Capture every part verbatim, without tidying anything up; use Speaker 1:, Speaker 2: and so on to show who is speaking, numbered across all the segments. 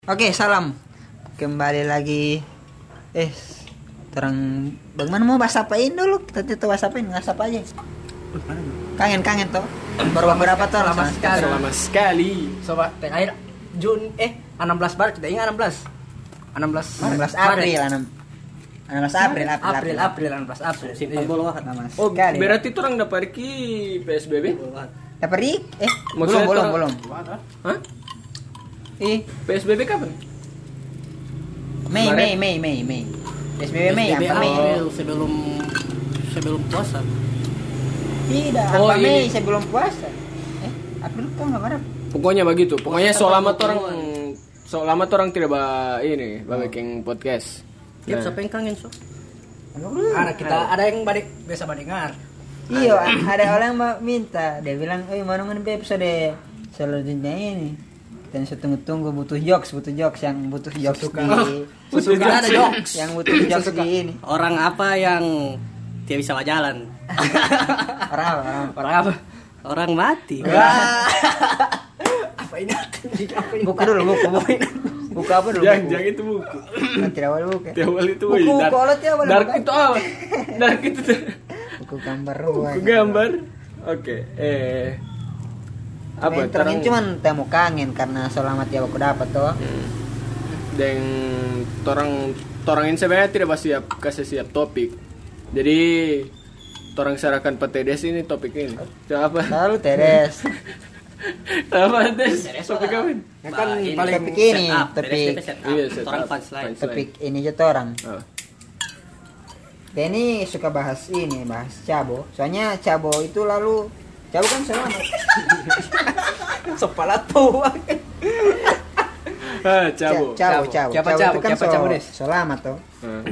Speaker 1: Oke, salam. Kembali lagi. Eh, terang bagaimana mau bahas apain dulu? Kita tuh bahas apain, nggak apa aja. Kangen-kangen toh. Baru beberapa tahun
Speaker 2: lama sekali.
Speaker 3: Selama sekali.
Speaker 2: Sobat terakhir Jun eh enam belas Maret kita ingat enam belas. enam belas
Speaker 1: enam belas April, enam belas April, April,
Speaker 2: April, April, enam belas April.
Speaker 4: Simpan bola wahat.
Speaker 3: Oh, berarti itu orang dapat ki P S B B?
Speaker 1: Dapat ri? Eh, belum,
Speaker 3: Maksudnya
Speaker 1: belum,
Speaker 3: itu-
Speaker 1: belum.
Speaker 3: Hah?
Speaker 1: Eh,
Speaker 3: P S B B kapan?
Speaker 1: Mei,
Speaker 3: Kemarin?
Speaker 1: Mei, Mei, Mei, Mei. P S B B Mei,
Speaker 4: P S B B
Speaker 1: apa Mei?
Speaker 4: April sebelum sebelum puasa.
Speaker 1: Tidak,
Speaker 3: Oh,
Speaker 1: apa
Speaker 3: ini.
Speaker 1: Mei sebelum puasa? Eh, April kok nggak ada?
Speaker 3: Pokoknya begitu. Pokoknya
Speaker 4: Puasa
Speaker 3: selama
Speaker 4: tanggal
Speaker 3: orang
Speaker 4: dua
Speaker 3: selama orang tidak ba ini, ba bikin podcast.
Speaker 4: Tiap
Speaker 3: Nah.
Speaker 4: siapa yang kangen so?
Speaker 2: Ada kita ada yang badik biasa badengar.
Speaker 1: Iya, ada orang yang minta, dia bilang, "Eh, mau nonton episode selanjutnya ini." Dan saya tunggu-tunggu butuh jokes, butuh jokes yang butuh jokes di
Speaker 2: Suka ada jokes.
Speaker 1: yang butuh jokes di ini.
Speaker 4: Orang apa yang tidak bisa jalan?
Speaker 1: Orang apa? Orang apa?
Speaker 2: Orang apa?
Speaker 4: Orang mati.
Speaker 2: Apa ini? Apa ini?
Speaker 1: Buku dulu, buku, buku. Buku apa dulu?
Speaker 3: Jangan,
Speaker 1: Buku.
Speaker 3: jangan itu buku.
Speaker 1: Oh, tidak boleh buku.
Speaker 3: Tidak boleh itu.
Speaker 1: Buku,
Speaker 3: woi.
Speaker 1: buku,
Speaker 3: Dark-
Speaker 1: kalau tidak boleh
Speaker 3: Dark
Speaker 1: buka.
Speaker 3: itu apa? Dark itu tuh.
Speaker 1: Buku gambar ruang.
Speaker 3: Buku gambar. Oke, eh apa?
Speaker 1: Apa? Terang cuman temu kangen karena selama tiap aku dapat toh.
Speaker 3: Dan torang torang ini sebenarnya tidak siap kasih siap topik. Jadi torang sarakan petedes ini topik ini. Coba apa?
Speaker 1: Lalu Teres.
Speaker 3: Apa Des? Topik apa? ini?
Speaker 2: Ya kan
Speaker 4: Bah, ini
Speaker 2: paling
Speaker 1: topik ini,
Speaker 4: set up,
Speaker 1: tapi-
Speaker 4: P S B B set up.
Speaker 3: Iya, set
Speaker 4: Orang
Speaker 3: up.
Speaker 4: punchline.
Speaker 3: Punchline.
Speaker 1: Topik ini aja orang.
Speaker 3: Oh.
Speaker 1: Dia ini suka bahas ini, bahas cabo. Soalnya cabo itu lalu cabo kan selamat.
Speaker 2: Sepala tua.
Speaker 3: Ah, cabo.
Speaker 1: Cabo, cabo.
Speaker 2: Siapa
Speaker 1: Cabo
Speaker 2: cabo?
Speaker 1: itu kan
Speaker 2: Siapa
Speaker 1: so,
Speaker 2: cabo, Des?
Speaker 1: selamat toh.
Speaker 3: Ah.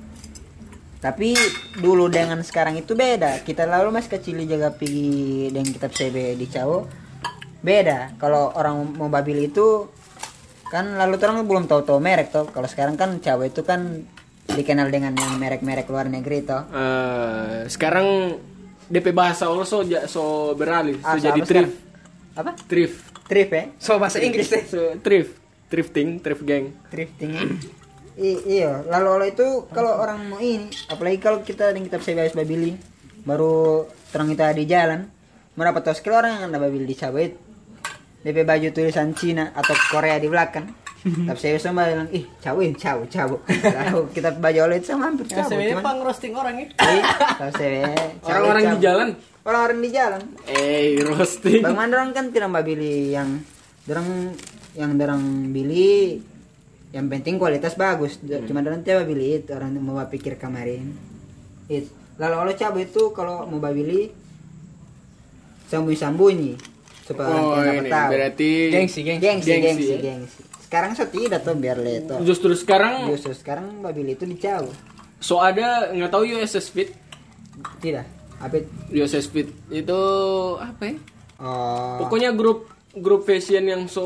Speaker 1: Tapi dulu dengan sekarang itu beda. Kita lalu masih kecil jaga pergi dengan kitab C B di cabo. Beda. Kalau orang mau babil itu kan lalu orang belum tahu-tahu merek toh. Kalau sekarang kan cabo itu kan dikenal dengan yang merek-merek luar negeri toh.
Speaker 3: Eh, sekarang D P bahasa also ja- so beralih, so
Speaker 1: Ah,
Speaker 3: jadi
Speaker 1: sama
Speaker 3: thrift,
Speaker 1: sekarang. Apa?
Speaker 3: thrift,
Speaker 1: Trip ya?
Speaker 2: So bahasa Inggris deh.
Speaker 3: so, thrift, thrifting, thrift gang.
Speaker 1: Thrifting ya. I- iya, lalu lalu itu kalau orang mau ini, apalagi kalau kita dengan kitab saya habis babili, baru terang kita di jalan, mau dapat tos kilo orang yang ada babil di Cabait, D P baju tulisan Cina atau Korea di belakang. Tapi saya sama bilang, ih, cawin, caw, caw. Lalu kita baju oleh itu sama hampir
Speaker 4: Ya,
Speaker 1: caw.
Speaker 4: sebenarnya
Speaker 1: Cuman,
Speaker 4: pang roasting orang ya.
Speaker 1: iya, tahu saya, caw,
Speaker 3: Orang-orang
Speaker 1: caw.
Speaker 3: di jalan,
Speaker 1: Orang-orang di jalan.
Speaker 3: eh roasting.
Speaker 1: Bang Mandorang kan tidak babili yang dorang yang dorang beli yang penting kualitas bagus. Cuma dorang tidak beli itu orang mau pikir kemarin. It. Lalu kalau cabai itu kalau mau babili sambunyi-sambunyi supaya
Speaker 3: Oh
Speaker 1: orang tidak
Speaker 3: ini
Speaker 1: tahu.
Speaker 3: berarti
Speaker 2: Gengsi, gengsi.
Speaker 1: Gengsi,
Speaker 3: Gengsi,
Speaker 1: gengsi,
Speaker 3: ya?
Speaker 1: gengsi. Sekarang so tidak tuh biar leto.
Speaker 3: justru sekarang
Speaker 1: Justru sekarang babili itu dicau.
Speaker 3: so ada nggak tahu U S S Fit,
Speaker 1: Tidak. Apa itu?
Speaker 3: U S S Fit itu apa ya?
Speaker 1: Oh.
Speaker 3: Pokoknya grup grup fashion yang so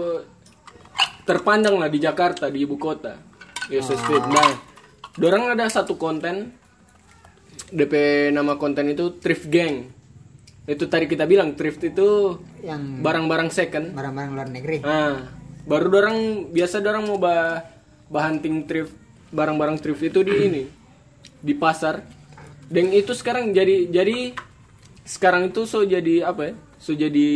Speaker 3: terpandang lah di Jakarta, di ibu kota. U S S Fit. Nah, dorang ada satu konten D P nama konten itu Thrift Gang. Itu tadi kita bilang thrift itu
Speaker 1: Yang
Speaker 3: barang-barang second.
Speaker 1: barang-barang luar negeri.
Speaker 3: Nah, baru dorang biasa dorang mau bah hunting thrift, barang-barang thrift itu di ini di pasar. Dan itu sekarang jadi jadi sekarang itu so jadi apa ya? So jadi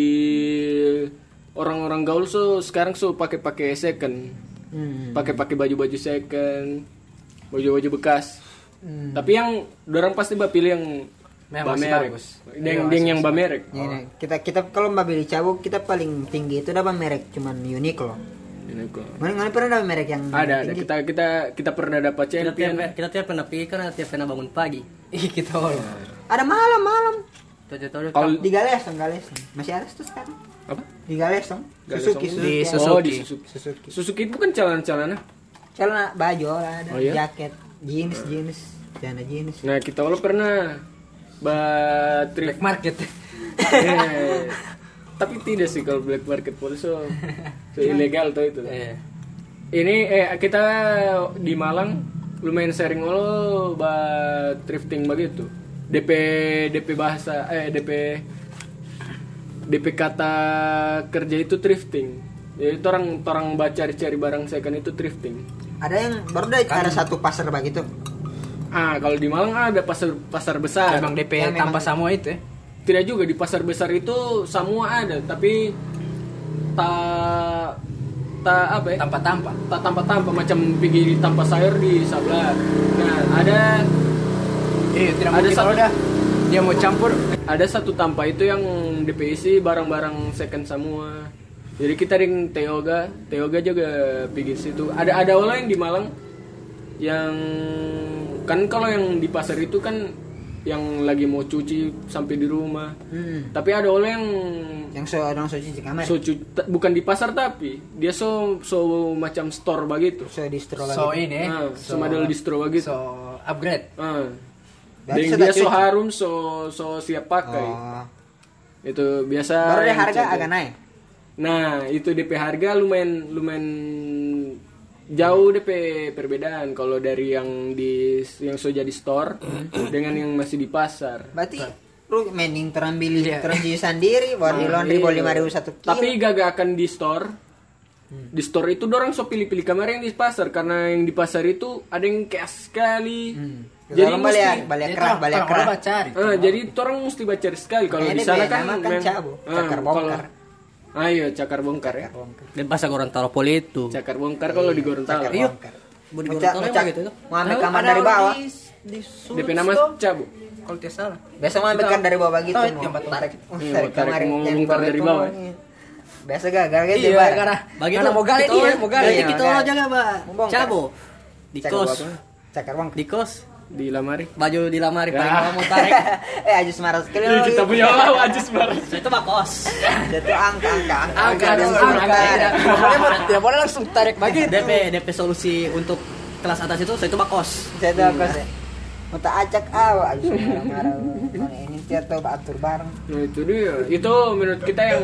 Speaker 3: orang-orang gaul so sekarang so pakai-pakai second.
Speaker 1: Hmm.
Speaker 3: Pakai-pakai baju-baju second, baju-baju bekas.
Speaker 1: Hmm.
Speaker 3: Tapi yang dorang pasti bah pilih yang
Speaker 2: Memang masih
Speaker 3: bamerek.
Speaker 2: bagus.
Speaker 3: Deng
Speaker 2: Iya,
Speaker 3: deng
Speaker 2: masih-
Speaker 3: yang bamerek.
Speaker 1: Ya, nah, kita kita kalau mbak beli cabuk kita paling tinggi itu dapat merek cuman Uniqlo.
Speaker 3: Ini kok.
Speaker 1: Mana mana pernah dapat merek yang
Speaker 3: Ada ada
Speaker 1: tinggi?
Speaker 3: kita kita kita pernah dapat
Speaker 4: Kita
Speaker 3: champion.
Speaker 4: tiap kita tiap pernah pergi karena tiap pernah bangun pagi.
Speaker 2: Ih, kita all.
Speaker 1: Ada malam malam
Speaker 4: Tuh tuh
Speaker 3: Kalau
Speaker 1: di Galesong Galesong masih ada tuh sekarang
Speaker 3: apa?
Speaker 1: di Galesong
Speaker 3: Galesong.
Speaker 1: Suzuki
Speaker 2: Di
Speaker 1: Suzuki.
Speaker 2: Suzuki.
Speaker 3: Oh, di Suzuki.
Speaker 1: Suzuki.
Speaker 3: Suzuki itu kan celana-celana.
Speaker 1: Celana baju lah ada
Speaker 3: Oh, iya?
Speaker 1: jaket jeans jeans celana jeans.
Speaker 3: Nah, kita lo pernah ba
Speaker 2: Black
Speaker 3: thrift.
Speaker 2: market.
Speaker 3: Eh, tapi tidak sih kalau black market polisi so, so ilegal tuh itu.
Speaker 2: Iya.
Speaker 3: Ini eh kita di Malang lumayan sering lo ba thrifting begitu. D P D P bahasa eh D P D P kata kerja itu thrifting. Ya itu orang orang baca cari-cari barang second itu thrifting.
Speaker 1: Ada yang baru ada, ada satu pasar begitu.
Speaker 3: Ah, kalau di Malang ada pasar pasar besar.
Speaker 2: Memang D P
Speaker 1: Ya,
Speaker 2: tanpa
Speaker 1: memang-
Speaker 2: semua itu ya.
Speaker 3: Tidak juga di pasar besar itu semua ada, tapi tak tak apa ya?
Speaker 2: Tanpa-tanpa.
Speaker 3: Tak tanpa-tanpa macam pergi tanpa sayur di sebelah. Nah, ada
Speaker 2: Iya, tidak
Speaker 3: Ada
Speaker 2: mungkin
Speaker 3: satu-
Speaker 2: kalau udah dia mau campur.
Speaker 3: ada satu tampa itu yang D P isi barang-barang second semua. Jadi kita ring Teoga, Teoga juga pergi situ. Ada ada orang yang di Malang yang kan kalau yang di pasar itu kan yang lagi mau cuci sampai di rumah.
Speaker 1: Hmm.
Speaker 3: Tapi ada orang yang
Speaker 1: Yang so orang so cuci kamar.
Speaker 3: so cu- ta- bukan di pasar tapi dia so so macam store begitu.
Speaker 1: So distro
Speaker 2: So
Speaker 1: begitu.
Speaker 2: ini eh.
Speaker 3: Ah, so model distro begitu.
Speaker 2: So upgrade.
Speaker 3: Ah.
Speaker 1: Berarti
Speaker 3: Dan
Speaker 1: so
Speaker 3: dia
Speaker 1: tak
Speaker 3: so
Speaker 1: cuci.
Speaker 3: harum so so siap pakai.
Speaker 1: Oh.
Speaker 3: Itu biasa.
Speaker 1: Baru deh
Speaker 3: yang
Speaker 1: harga
Speaker 3: cek-
Speaker 1: agak naik.
Speaker 3: Nah, itu D P harga lumayan lumayan jauh D P perbedaan kalau dari yang di yang so jadi store dengan yang masih di pasar.
Speaker 1: Berarti lu mending terambil
Speaker 2: Iya.
Speaker 1: terambil sendiri baru di
Speaker 3: Ah,
Speaker 1: laundry
Speaker 3: iya.
Speaker 1: bawa lima ribu satu kilo.
Speaker 3: Tapi gak akan di store. Di store itu dorang so pilih-pilih kamar yang di pasar karena yang di pasar itu ada yang cash sekali.
Speaker 1: Jadi
Speaker 3: Jadi
Speaker 1: balik
Speaker 3: mesti
Speaker 1: balik kerah balik kerah.
Speaker 2: cari.
Speaker 3: Ah, jadi orang mesti baca sekali kalau
Speaker 1: Makanya
Speaker 3: di
Speaker 1: dia
Speaker 3: sana
Speaker 1: beda
Speaker 3: kan
Speaker 1: nama kan
Speaker 3: memang-
Speaker 1: cabu,
Speaker 3: Ah,
Speaker 1: cakar
Speaker 3: kalau-
Speaker 1: bongkar.
Speaker 3: Ayo cakar bongkar ya.
Speaker 4: Dan pasar Gorontalo Poli itu.
Speaker 3: Cakar bongkar kalau di Gorontalo.
Speaker 1: Cakar
Speaker 2: Iya.
Speaker 1: bongkar.
Speaker 4: Bu, di
Speaker 1: Mau
Speaker 4: Gorontalo
Speaker 1: ca-
Speaker 4: emang
Speaker 1: ca-
Speaker 4: gitu tuh.
Speaker 1: Mau ambil
Speaker 2: Tahu,
Speaker 1: kamar
Speaker 2: ada
Speaker 1: dari bawah.
Speaker 2: Di, di
Speaker 3: D P nama Cabu.
Speaker 2: Kalau tidak salah.
Speaker 1: Biasa mau ambil kan dari bawah gitu.
Speaker 2: Tahu,
Speaker 1: Mau
Speaker 2: yang batu
Speaker 1: tarik.
Speaker 2: tarik.
Speaker 1: Oh,
Speaker 3: Iya,
Speaker 1: tarik
Speaker 3: mau tarik,
Speaker 1: kamar
Speaker 3: mau
Speaker 1: yang
Speaker 3: bongkar dari
Speaker 1: itu,
Speaker 3: bawah.
Speaker 1: iya. Biasa gagal gitu
Speaker 2: Iya,
Speaker 1: Bar.
Speaker 2: karena
Speaker 4: Bagi
Speaker 2: karena mau gali dia, mau gali.
Speaker 4: Berarti
Speaker 1: Iya,
Speaker 4: kita
Speaker 1: gali.
Speaker 4: orang jaga, Pak.
Speaker 1: Mau bongkar.
Speaker 4: Cabo. Di
Speaker 1: Cakar
Speaker 4: kos.
Speaker 1: apa? Cakar bongkar.
Speaker 4: Di kos.
Speaker 3: Di lamari.
Speaker 4: Baju di lamari paling
Speaker 3: Ya.
Speaker 4: mau mau tarik.
Speaker 1: Eh Ajus marah sekali.
Speaker 3: Ih, kita punya lawan aja sebenarnya.
Speaker 4: Saya itu Pak kos.
Speaker 1: Itu angka angka angka.
Speaker 3: Angka,
Speaker 1: Ada
Speaker 3: angka,
Speaker 1: angka.
Speaker 3: angka.
Speaker 1: Ada.
Speaker 2: Tidak boleh tidak boleh langsung tarik bagi.
Speaker 4: D P D P solusi untuk kelas atas itu saya itu Pak kos.
Speaker 1: Saya tahu kok sih. Mau tak acak awak Ajus marah-marah. Oh, ini dia tahu atur bareng.
Speaker 3: Nah itu dia. Itu menurut kita yang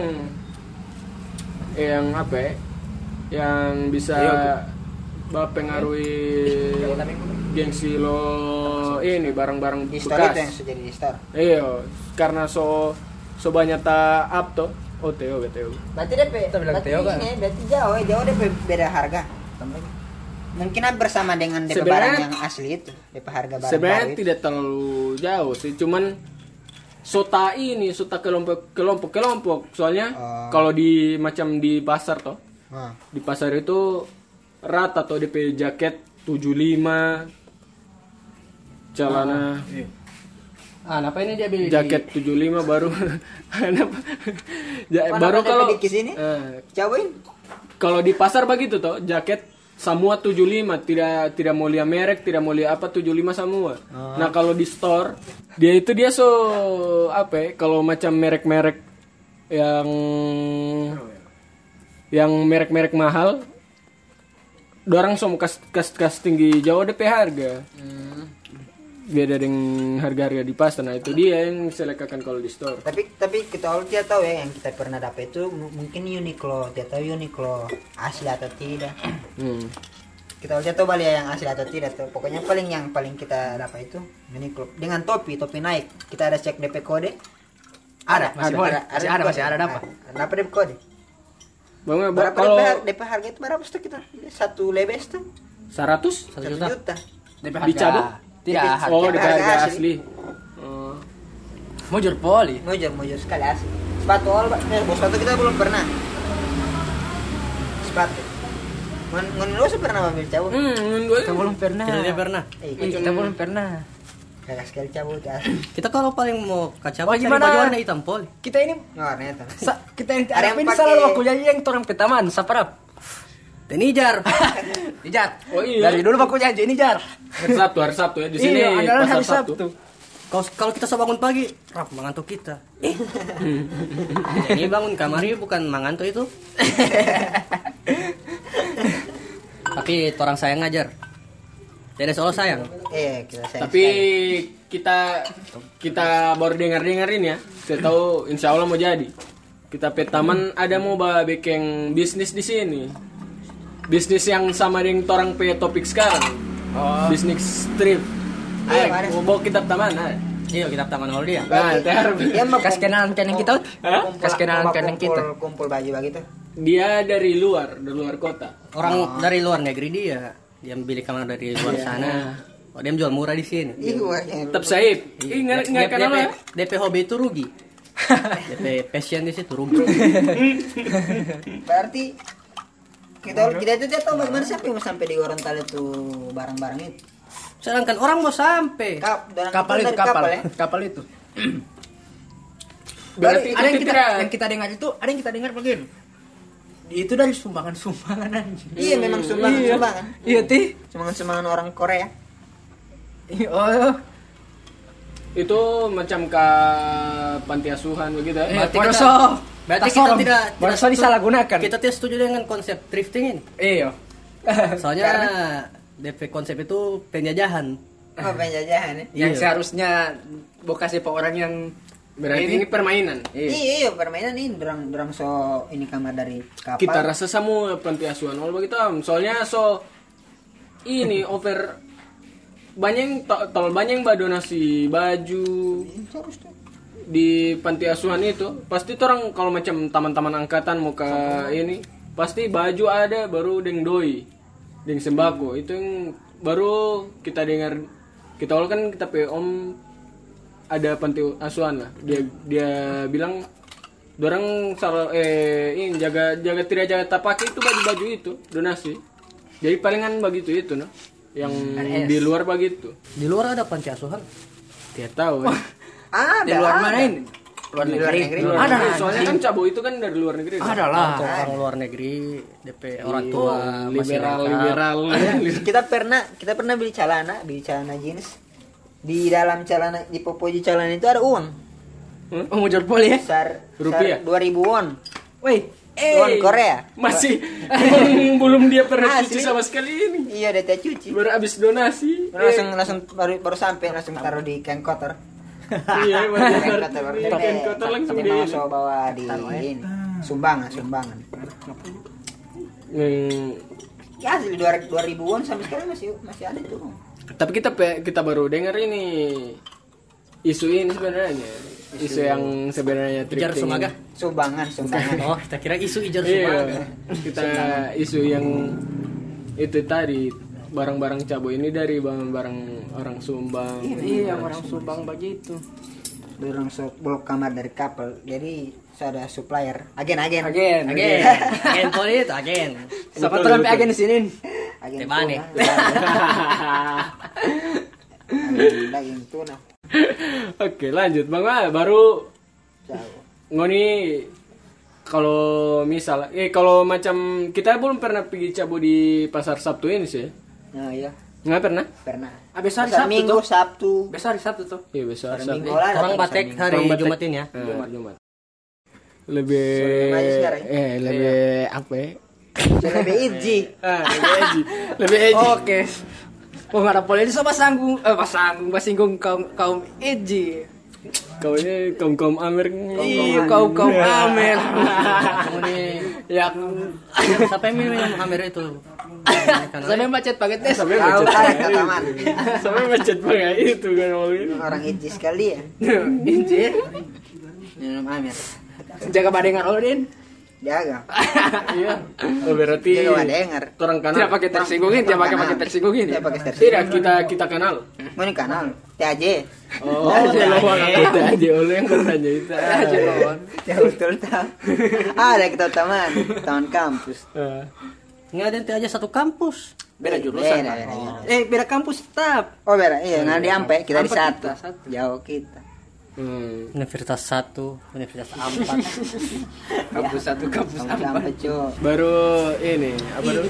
Speaker 3: yang apa ya? Yang bisa mempengaruhi gengsi lo ini barang-barang
Speaker 1: Di store itu yang
Speaker 3: bekas.
Speaker 1: sudah jadi di store.
Speaker 3: Iya, karena so so banyak ta up toh. Oh Teo, Teo.
Speaker 1: Berarti D P,
Speaker 2: Kita bilang
Speaker 1: berarti
Speaker 2: Teo kan?
Speaker 1: ini, berarti jauh, jauh D P beda harga. Mungkin hampir sama dengan D P
Speaker 3: Sebenarnya-
Speaker 1: barang yang asli itu, D P harga barang
Speaker 3: Sebenarnya
Speaker 1: baru itu.
Speaker 3: tidak terlalu jauh sih, cuman sota ini, sota kelompok kelompok kelompok. Soalnya
Speaker 1: Oh.
Speaker 3: kalau di macam di pasar toh,
Speaker 1: Nah,
Speaker 3: di pasar itu rata tuh D P jaket tujuh puluh lima, celana
Speaker 2: Ah, apa ini dia beli?
Speaker 3: jaket tujuh puluh lima baru Kenapa? Ja-
Speaker 1: Mana
Speaker 3: baru
Speaker 1: ada
Speaker 3: kalau
Speaker 1: D P di sini?
Speaker 3: eh,
Speaker 1: cobain.
Speaker 3: kalau di pasar begitu toh jaket semua tujuh puluh lima, tidak tidak mau lihat merek, tidak mau lihat apa, tujuh puluh lima semua. Nah, kalau di store dia itu dia so apa ya, kalau macam merek-merek yang yang merek-merek mahal dorang so kas kas kas tinggi jauh D P harga. Beda dengan harga-harga di pasar. Nah, itu dia yang saya lekakan kalau di store.
Speaker 1: Tapi tapi kita all dia tahu ya yang kita pernah dapat itu m- mungkin Uniqlo, dia tahu Uniqlo asli atau tidak.
Speaker 3: Hmm.
Speaker 1: Kita all dia tahu balik ya yang asli atau tidak tuh. Pokoknya paling yang paling kita dapat itu Uniqlo dengan topi, topi naik. Kita ada cek D P kode.
Speaker 2: Ada, masih boleh. Masih ada,
Speaker 1: kode.
Speaker 2: masih ada, dapat.
Speaker 1: Nah, dapat D P kode.
Speaker 3: Bang,
Speaker 1: Berapa
Speaker 3: kalau
Speaker 1: D P, har- D P harga itu berapa sih kita? Satu lebes tuh.
Speaker 3: seratus
Speaker 4: Satu
Speaker 1: Satu
Speaker 4: juta.
Speaker 1: juta.
Speaker 2: D P
Speaker 3: Dicabut?
Speaker 2: harga. Tidak,
Speaker 1: D P
Speaker 2: harga.
Speaker 3: oh di
Speaker 1: harga
Speaker 3: harga
Speaker 1: asli.
Speaker 3: asli. Oh.
Speaker 2: Mujur poli.
Speaker 1: Mujur, mujur sekali asli. Sepatu all, Pak. Eh, bos sepatu kita belum pernah. Sepatu. Ngon ngon lu sih pernah ambil cabut?
Speaker 3: Hmm, gue
Speaker 2: Kita belum pernah.
Speaker 4: Kita dia pernah.
Speaker 1: Eh,
Speaker 2: Ih, kita belum pernah.
Speaker 1: Kakak sekali cabut ya.
Speaker 4: Kita kalau paling mau kaca
Speaker 2: Oh,
Speaker 4: cari
Speaker 2: gimana?
Speaker 4: baju warna hitam poli.
Speaker 2: Kita ini
Speaker 1: Warnanya tuh.
Speaker 2: sa- kita yang
Speaker 1: Ada yang
Speaker 2: ini
Speaker 1: pakai-
Speaker 2: selalu aku janji yang orang petaman, saprap.
Speaker 4: Tenijar.
Speaker 2: Ijar.
Speaker 3: Oh, iya.
Speaker 2: Dari dulu aku janji ini jar.
Speaker 3: hari Sabtu, hari Sabtu ya di sini
Speaker 2: Iya, adalah
Speaker 3: pasar
Speaker 2: hari
Speaker 3: Sabtu.
Speaker 2: Sabtu.
Speaker 4: Kalau kalau kita so bangun pagi, rap mengantuk kita. Ini bangun kamari bukan mengantuk itu. Tapi orang sayang ngajar. Tidak solo sayang.
Speaker 1: Eh, kita sayang
Speaker 3: Tapi
Speaker 1: sekali.
Speaker 3: kita kita baru dengar-dengarin ya. Saya tahu insya Allah mau jadi. Kita petaman ada mau ba bikin bisnis di sini. Bisnis yang sama dengan orang pe topik sekarang.
Speaker 2: Oh.
Speaker 3: Bisnis strip.
Speaker 1: Iya,
Speaker 3: Ayo,
Speaker 1: ada.
Speaker 3: mau bawa kitab taman. Ayo.
Speaker 4: Iya, kita taman hall dia.
Speaker 3: Nah, ter.
Speaker 1: Dia mau
Speaker 2: Kas kenalan kening kita.
Speaker 3: Hah?
Speaker 1: kumpul,
Speaker 2: Kas kenalan
Speaker 1: kumpul,
Speaker 2: kening kita.
Speaker 1: kumpul baju begitu.
Speaker 3: dia dari luar, dari luar kota.
Speaker 4: Orang dari luar negeri dia, dia beli kamar dari luar sana. Oh, dia jual murah di sini.
Speaker 1: Iya,
Speaker 3: Tetap saib. Ih, nggak nggak kenal ya?
Speaker 4: D P hobi itu rugi. D P passion di situ rugi.
Speaker 1: berarti kita kita itu tidak tahu bagaimana siapa yang mau sampai di Gorontalo itu barang-barang itu.
Speaker 4: Sedangkan orang mau sampai.
Speaker 1: Kap, dan
Speaker 2: Kapal itu
Speaker 1: dari
Speaker 2: kapal,
Speaker 1: ya.
Speaker 2: kapal itu.
Speaker 3: Berarti
Speaker 2: ada yang
Speaker 3: itu
Speaker 2: kita
Speaker 3: tidak-
Speaker 2: yang kita dengar itu, ada yang kita dengar begini. Itu dari sumbangan-sumbangan anjing.
Speaker 1: Iya memang sumbangan
Speaker 2: Iya.
Speaker 1: sumbangan.
Speaker 2: Iya, Ti.
Speaker 1: Sumbangan-sumbangan orang Korea.
Speaker 2: Oh.
Speaker 3: itu macam ke panti asuhan begitu ya.
Speaker 2: Eh,
Speaker 4: Berarti
Speaker 2: Poroso.
Speaker 4: kita- berarti kita
Speaker 2: Tasorong.
Speaker 4: tidak
Speaker 2: Poroso
Speaker 4: tidak
Speaker 2: disalahgunakan.
Speaker 4: Kita tidak setuju dengan konsep thrifting ini.
Speaker 2: Iya.
Speaker 4: Soalnya D P konsep itu penjajahan.
Speaker 1: Oh penjajahan ya.
Speaker 2: Yang
Speaker 4: Iya.
Speaker 2: seharusnya bokasi pak orang yang
Speaker 3: Berarti ini, permainan.
Speaker 2: Iya.
Speaker 1: Iya, iya permainan ini dorang dorang so ini kamar dari kapal.
Speaker 3: Kita rasa semua panti asuhan all begitu Am. Soalnya so ini over banyak yang to- tol banyak yang mbak donasi baju
Speaker 1: Terus tuh.
Speaker 3: di panti asuhan itu pasti tuh orang kalau macam taman-taman angkatan mau ke ini pasti baju ada baru deng doi deng sembako itu yang baru kita dengar kita awal kan kita pe om ada panti asuhan lah dia dia bilang dorang salah eh ini jaga jaga tidak jaga tak pakai itu baju-baju itu donasi jadi palingan begitu itu no yang di luar begitu
Speaker 4: Di luar ada panti asuhan.
Speaker 3: tidak tahu ya.
Speaker 1: Ada.
Speaker 2: Di luar
Speaker 1: ada.
Speaker 2: mana ini? Luar
Speaker 1: Di luar
Speaker 2: negeri.
Speaker 1: negeri.
Speaker 3: Di luar
Speaker 2: Ada.
Speaker 3: negeri. Soalnya kan cabo itu kan dari luar negeri.
Speaker 2: Ada lah.
Speaker 4: Untuk orang luar negeri, D P orang tua masih
Speaker 3: liberal
Speaker 4: lengkap.
Speaker 3: liberal.
Speaker 1: Kita pernah kita pernah beli celana, beli celana jeans. Di dalam celana di popoji celana itu ada uang.
Speaker 2: Oh, mau jual poli ya?
Speaker 1: Besar
Speaker 3: Rupiah?
Speaker 1: dua ribu won.
Speaker 2: Woi,
Speaker 1: Won
Speaker 2: eh.
Speaker 1: Korea.
Speaker 3: Masih belum belum dia pernah
Speaker 1: Asli.
Speaker 3: cuci sama sekali ini.
Speaker 1: Iya, udah tak cuci.
Speaker 3: Baru habis donasi.
Speaker 1: Baru langsung langsung baru baru sampai langsung taruh di kain kotor.
Speaker 3: Iya, baru
Speaker 1: Kain
Speaker 3: baru-
Speaker 1: kotor baru
Speaker 3: baru kain kotor langsung
Speaker 1: tapi
Speaker 3: di
Speaker 1: mau
Speaker 3: ini.
Speaker 1: so bawa di ini. Sumbangan, sumbangan.
Speaker 3: Hmm,
Speaker 1: Ya asli dua ribu won sampai sekarang masih masih ada tuh.
Speaker 3: tapi kita pe- kita baru dengar ini isu ini sebenarnya. Isu yang sebenarnya
Speaker 4: Ijar
Speaker 3: thrifting
Speaker 4: Sumaga.
Speaker 3: ini.
Speaker 1: Sumbangan, sumbangan.
Speaker 4: Oh, kita kira isu Ijar Sumaga.
Speaker 3: Iya, kita isu yang itu tadi barang-barang cabo ini dari barang-barang orang Sumbang.
Speaker 2: Iya, orang Subang begitu.
Speaker 1: Dorong so blok kamar dari kapal. Jadi so ada supplier, agen-agen.
Speaker 2: Agen,
Speaker 4: Agen, agen poli itu agen.
Speaker 2: Siapa
Speaker 3: Betul,
Speaker 2: tuh sampai
Speaker 3: betul.
Speaker 2: agen di sini?
Speaker 1: Agen
Speaker 4: Tebane.
Speaker 1: tuna. Agen daging tuna.
Speaker 3: Oke, lanjut Bang Ma, baru
Speaker 1: Jauh.
Speaker 3: ngoni kalau misal eh kalau macam kita belum pernah pergi cabo di pasar Sabtu ini sih.
Speaker 1: Nah, iya,
Speaker 3: Nggak pernah?
Speaker 1: pernah.
Speaker 2: Habis hari
Speaker 1: Pasar
Speaker 2: Sabtu
Speaker 1: Minggu,
Speaker 2: tuh.
Speaker 1: Sabtu.
Speaker 2: Besar di Sabtu tuh.
Speaker 3: Iya, besar
Speaker 1: Pasar
Speaker 3: Sabtu.
Speaker 1: Minggu lah.
Speaker 4: Orang
Speaker 1: datang
Speaker 4: Batek
Speaker 1: pasar
Speaker 4: hari
Speaker 3: Orang Batek.
Speaker 4: Jumat ini ya.
Speaker 3: Eh,
Speaker 1: Jumat.
Speaker 3: Jumat. Lebih
Speaker 1: Sore aja sekarang.
Speaker 3: eh lebih apa ya?
Speaker 1: Minggu. Lebih easy.
Speaker 3: Ah, lebih edgy. Lebih edgy.
Speaker 2: Oke. Oh, nggak ada poli itu sama sanggung, eh pas sanggung, pas singgung kaum kaum edgy.
Speaker 3: Kau ini kaum kaum Amer.
Speaker 2: Iya, kaum kaum Amer.
Speaker 4: Kamu nih,
Speaker 2: Ya,
Speaker 4: siapa yang minum Amer itu?
Speaker 2: sampai macet paket deh.
Speaker 3: Sampai
Speaker 1: Tahu
Speaker 3: macet.
Speaker 1: kan ke taman.
Speaker 3: Sampai macet banget itu kan Oli.
Speaker 1: Orang easy sekali ya.
Speaker 2: Edgy.
Speaker 1: Minum Amir.
Speaker 2: Jaga badengan Odin.
Speaker 1: Jaga.
Speaker 3: Iya. Oh, berarti
Speaker 1: Jaga dengar.
Speaker 3: orang
Speaker 2: Tidak
Speaker 3: kanal.
Speaker 2: pakai tersinggungin, tidak pakai pakai tersinggungin.
Speaker 1: Tidak pakai tersinggung.
Speaker 3: Tidak, kita kita kenal.
Speaker 1: Mau nih kanal. T A J.
Speaker 3: Oh, lawan kita aja oleh yang bertanya itu.
Speaker 2: Aja lawan.
Speaker 1: Ya betul tahu. Ada kita teman, teman kampus.
Speaker 3: Eh,
Speaker 4: Nggak ada yang aja satu kampus.
Speaker 2: Beda jurusan.
Speaker 1: Beda, beda, beda.
Speaker 2: Eh, beda kampus tetap.
Speaker 1: Oh beda, iya. Nah di Ampe kita di
Speaker 2: Ampe
Speaker 1: satu.
Speaker 2: kita, satu.
Speaker 1: Jauh kita.
Speaker 3: Hmm.
Speaker 4: Universitas satu, Universitas empat.
Speaker 2: Kampus satu, kampus
Speaker 1: Kampus
Speaker 2: apa?
Speaker 1: Ampe cuy.
Speaker 3: Baru ini apa dulu?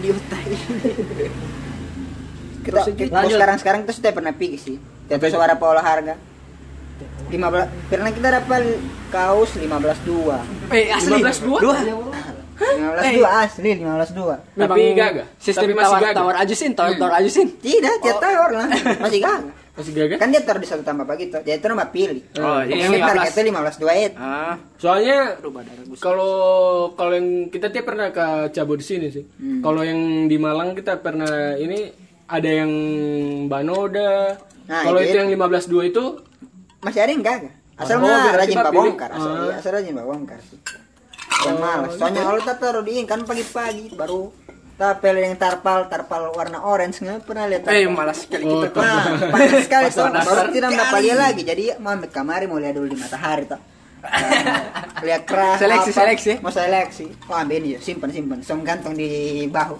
Speaker 1: Kita, kita sekarang sekarang kita sudah pernah pergi sih. Kita suara pola harga. lima belas pernah kita dapat kaos lima belas dua.
Speaker 2: Eh, asli.
Speaker 3: lima belas dua?
Speaker 1: lima belas dua asli lima belas dua.
Speaker 3: Tapi gagah.
Speaker 2: Sistem
Speaker 3: Tapi masih
Speaker 2: tawar
Speaker 3: gagah.
Speaker 2: tawar ajusin, tawar tawar ajusin.
Speaker 1: Tidak, dia tawar lah. Masih gagah.
Speaker 3: Masih gagah?
Speaker 1: Kan dia taruh di satu tambah begitu. Jadi itu nama pilih.
Speaker 2: Oh,
Speaker 1: Yang
Speaker 2: ini lima belas.
Speaker 1: harga itu lima belas dua itu.
Speaker 2: Ah,
Speaker 3: Soalnya
Speaker 2: rubah darah Gus.
Speaker 3: kalau kalau yang kita tiap pernah ke Cabo di sini sih. Kalau yang di Malang kita pernah ini ada yang Banoda.
Speaker 1: Nah,
Speaker 3: kalau
Speaker 1: itu
Speaker 3: itu yang lima belas dua itu
Speaker 1: Masih ada yang gagah. Asal
Speaker 3: Oh,
Speaker 1: mah
Speaker 3: berarti
Speaker 1: rajin
Speaker 3: Pak
Speaker 1: pak
Speaker 3: pilih.
Speaker 1: bongkar. Asal,
Speaker 3: Ah.
Speaker 1: iya, asal rajin pak bongkar sih. yang malas. Soalnya kalau kita taruh di kan pagi-pagi baru tapel yang tarpal tarpal warna orange nggak pernah lihat.
Speaker 2: Eh malas sekali kita tuh.
Speaker 1: Nah, panas sekali tuh. Baru tidak dapat lihat lagi. Jadi mau ambil kamari mau lihat dulu di matahari tuh. Nah, lihat keras.
Speaker 2: Seleksi,
Speaker 1: apa,
Speaker 2: seleksi.
Speaker 1: Mau seleksi. Oh ambil ini, simpan simpan. Som gantung di bahu.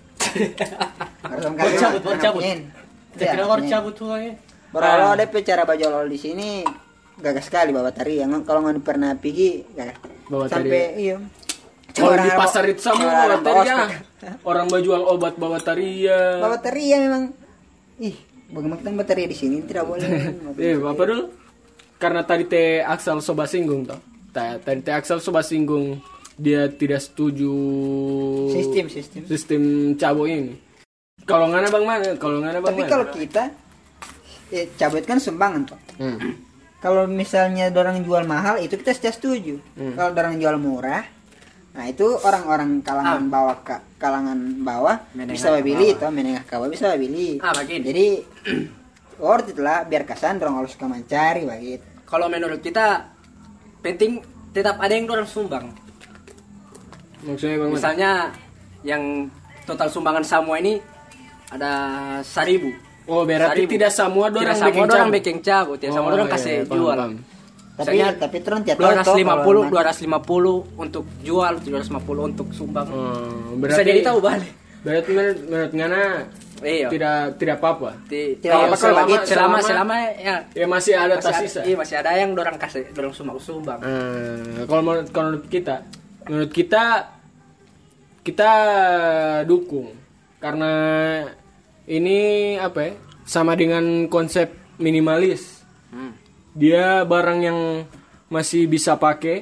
Speaker 1: Harus som gantung.
Speaker 4: Cabut, baru cabut.
Speaker 1: Iya,
Speaker 4: Kira orang cabut tuh ya.
Speaker 1: Baru ada cara bajolol di sini gagah sekali bawa tari. Yang kalau nggak pernah pergi gagah.
Speaker 3: Bawa
Speaker 1: Sampai
Speaker 3: tari.
Speaker 1: iya.
Speaker 3: Kalau di pasar itu sama bawa taria.
Speaker 1: ospek.
Speaker 3: Orang berjual obat bawa taria.
Speaker 1: Bawa taria memang. Ih, bagaimana kita bawa taria di sini tidak boleh.
Speaker 3: Eh, apa dulu? Karena tadi teh Axel soba singgung toh. Ta- Tadi teh Axel soba singgung dia tidak setuju
Speaker 1: Sistem sistem.
Speaker 3: sistem cabo ini. Kalau ngana bang mana? Kalau ngana bang
Speaker 1: Tapi
Speaker 3: mana?
Speaker 1: kalau kita eh, cabut kan sumbangan toh.
Speaker 3: Hmm.
Speaker 1: Kalau misalnya orang jual mahal itu kita sudah setuju.
Speaker 3: Hmm.
Speaker 1: Kalau orang jual murah, nah itu orang-orang kalangan bawah ka- kalangan bawah
Speaker 2: Menengah
Speaker 1: bisa
Speaker 2: ke
Speaker 1: beli
Speaker 2: bawah.
Speaker 1: toh, menengah ke bawah bisa beli.
Speaker 2: Ah, begini.
Speaker 1: Jadi worth it lah biar kasan orang harus suka mencari begitu.
Speaker 2: Kalau menurut kita penting tetap ada yang orang sumbang.
Speaker 3: Maksudnya bang mana?
Speaker 2: Misalnya yang total sumbangan semua ini ada seribu.
Speaker 3: Oh berarti
Speaker 2: Seribu.
Speaker 3: tidak semua
Speaker 2: Tidak
Speaker 3: orang
Speaker 2: semua
Speaker 3: bikin
Speaker 2: orang
Speaker 3: cabo.
Speaker 2: bikin cabut, tidak semua
Speaker 3: Oh,
Speaker 2: orang
Speaker 3: iya,
Speaker 2: kasih
Speaker 3: paham,
Speaker 2: jual.
Speaker 3: paham.
Speaker 1: Tapi
Speaker 2: Misalnya
Speaker 1: tapi terus tiap
Speaker 2: dua ratus lima puluh,
Speaker 1: kalau-
Speaker 2: dua ratus lima puluh untuk jual, dua ratus lima puluh untuk sumbang.
Speaker 3: Oh,
Speaker 2: Bisa
Speaker 3: berarti
Speaker 2: jadi tahu balik.
Speaker 3: Berarti menurut, menurut ngana
Speaker 2: Iya.
Speaker 3: tidak tidak apa-apa.
Speaker 2: Ti-
Speaker 1: Tidak
Speaker 2: iya,
Speaker 1: apa-apa kalau
Speaker 2: selama,
Speaker 1: begitu.
Speaker 2: selama
Speaker 3: Selama-
Speaker 2: selama ya
Speaker 3: Ya masih ada
Speaker 2: masih ada,
Speaker 3: tersisa.
Speaker 2: iya, masih ada yang dorang kasih dorang sumbang sumbang.
Speaker 3: Eh, kalau menurut, kalau menurut kita, menurut kita kita dukung karena ini apa ya? Sama dengan konsep minimalis.
Speaker 2: Hmm.
Speaker 3: Dia barang yang masih bisa pakai,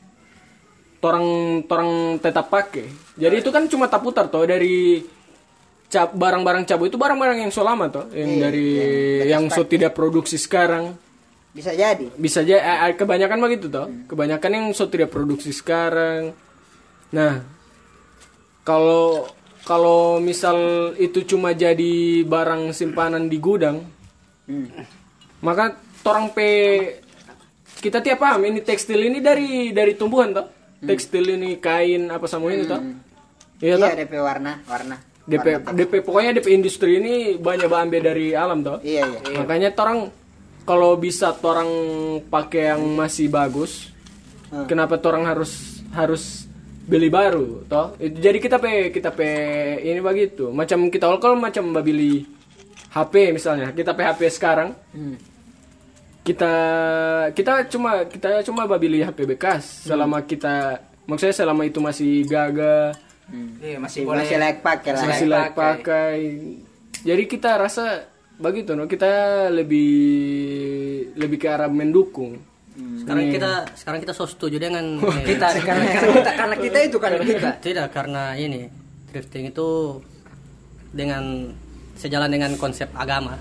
Speaker 3: torang torang tetap pakai. Jadi itu kan cuma taputar toh dari cap barang-barang cabu itu barang-barang yang so lama toh, yang
Speaker 1: Iya,
Speaker 3: dari
Speaker 1: yang
Speaker 3: yang so tidak produksi sekarang.
Speaker 1: bisa jadi.
Speaker 3: Bisa aja eh, kebanyakan begitu toh. Kebanyakan yang so tidak produksi sekarang. Nah, kalau kalau misal itu cuma jadi barang simpanan di gudang,
Speaker 1: Hmm.
Speaker 3: maka torang pe kita tiap paham ini tekstil ini dari dari tumbuhan toh. Tekstil ini kain apa semua ini toh. Iya toh.
Speaker 1: Iya D P warna, warna.
Speaker 3: D P D P pokoknya D P industri ini banyak ambil dari alam toh.
Speaker 1: Iya, iya.
Speaker 3: Makanya torang kalau bisa torang pakai yang masih bagus,
Speaker 1: Hmm.
Speaker 3: kenapa torang harus harus beli baru toh? Itu jadi kita pe kita pe ini begitu. Macam kita kalau macam beli H P misalnya, kita pe H P sekarang,
Speaker 1: Hmm.
Speaker 3: kita kita cuma kita cuma beli H P bekas selama kita maksudnya selama itu masih gagah,
Speaker 1: Hmm.
Speaker 2: Iya, masih
Speaker 1: Masih,
Speaker 2: boleh.
Speaker 1: masih layak pakai lah.
Speaker 3: masih
Speaker 2: layak
Speaker 3: layak pakai. Jadi kita rasa begitu no, kita lebih lebih ke arah mendukung.
Speaker 4: Sekarang kita sekarang kita so setuju dengan eh,
Speaker 2: Kita karena, karena kita karena kita itu karena kita.
Speaker 4: tidak karena ini thrifting itu dengan sejalan dengan konsep agama.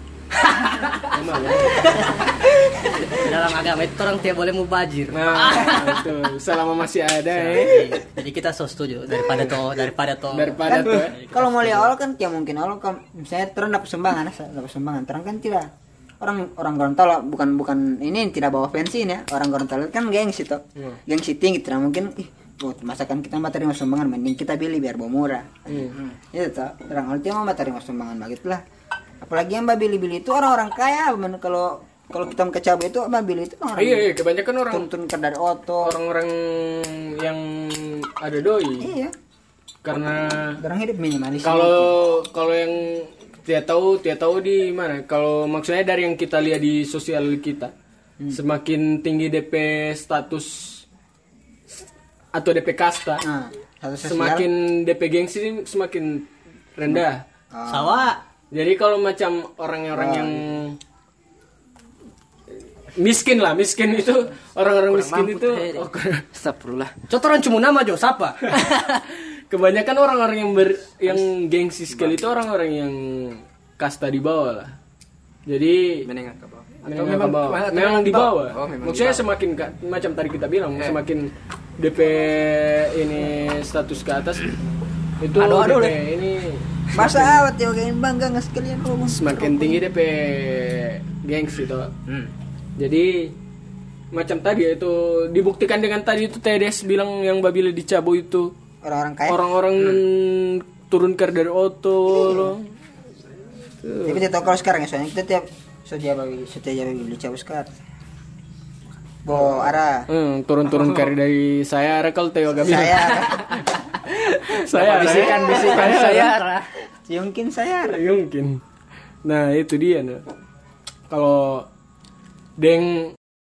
Speaker 4: Dalam agama itu orang tidak boleh mubazir.
Speaker 3: Nah, itu selama masih ada ya.
Speaker 4: Jadi, jadi kita so setuju daripada to daripada to
Speaker 3: Daripada
Speaker 1: Kan,
Speaker 3: tuh.
Speaker 1: kalau mau lihat awal kan ya mungkin awal kalau misalnya terang dapat sumbangan, asal dapat sumbangan terang kan tidak orang orang Gorontalo bukan bukan ini tidak bawa pensiun ya, orang Gorontalo kan gengsi toh,
Speaker 3: Hmm.
Speaker 1: gengsi tinggi terang mungkin ih oh, masakan kita mau terima sumbangan mending kita beli biar bawa murah.
Speaker 3: Hmm.
Speaker 1: Itu toh orang awal dia mau terima sumbangan begitulah. Apalagi yang beli-beli itu orang-orang kaya, bener kalau kalau kita mau ke Cabai itu beli itu orang
Speaker 3: Iya, iya, kebanyakan orang
Speaker 1: tuntun ke dari otot.
Speaker 3: orang-orang yang ada doi.
Speaker 1: Iya,
Speaker 3: Karena
Speaker 1: orang hidup minimalis.
Speaker 3: kalau kalau yang tidak tahu tidak tahu di mana. Kalau maksudnya dari yang kita lihat di sosial kita, semakin tinggi D P status atau D P kasta,
Speaker 1: Nah, satu sosial.
Speaker 3: semakin D P gengsi semakin rendah.
Speaker 4: sawah.
Speaker 3: Jadi kalau macam orang-orang yang miskin lah, miskin itu orang-orang miskin itu oh,
Speaker 2: Astagfirullah.
Speaker 4: Cotoran cuma nama Jo siapa?
Speaker 3: kebanyakan orang-orang yang ber, yang gengsi sekali itu orang-orang yang kasta di bawah lah. Jadi
Speaker 2: Menengah ke bawah.
Speaker 3: memang, memang, bawah. memang di bawah.
Speaker 2: Oh, memang
Speaker 3: Maksudnya
Speaker 2: di bawah.
Speaker 3: semakin ka- macam tadi kita bilang,
Speaker 2: Eh.
Speaker 3: semakin D P ini status ke atas itu
Speaker 2: Aduh, aduh,
Speaker 3: D P
Speaker 2: leh.
Speaker 3: ini
Speaker 1: Masa awet ya kayak bangga nggak sekalian ngomong.
Speaker 3: semakin tinggi D P gengsi toh.
Speaker 2: Hmm.
Speaker 3: Jadi macam tadi ya, itu dibuktikan dengan tadi itu T D S bilang yang babili dicabo itu
Speaker 1: Orang-orang kaya.
Speaker 3: orang-orang turun ke dari auto loh.
Speaker 1: Tapi tidak tahu kalau sekarang ya, soalnya kita tiap setiap babi setiap babi dicabo sekarang. Bo ara
Speaker 3: Hmm, turun-turun kari dari saya ada kalau Teo Gabi.
Speaker 1: saya
Speaker 3: saya
Speaker 2: bisikan bisikan saya.
Speaker 1: mungkin saya
Speaker 3: Ya, mungkin. Nah, itu dia nah. Kalau Deng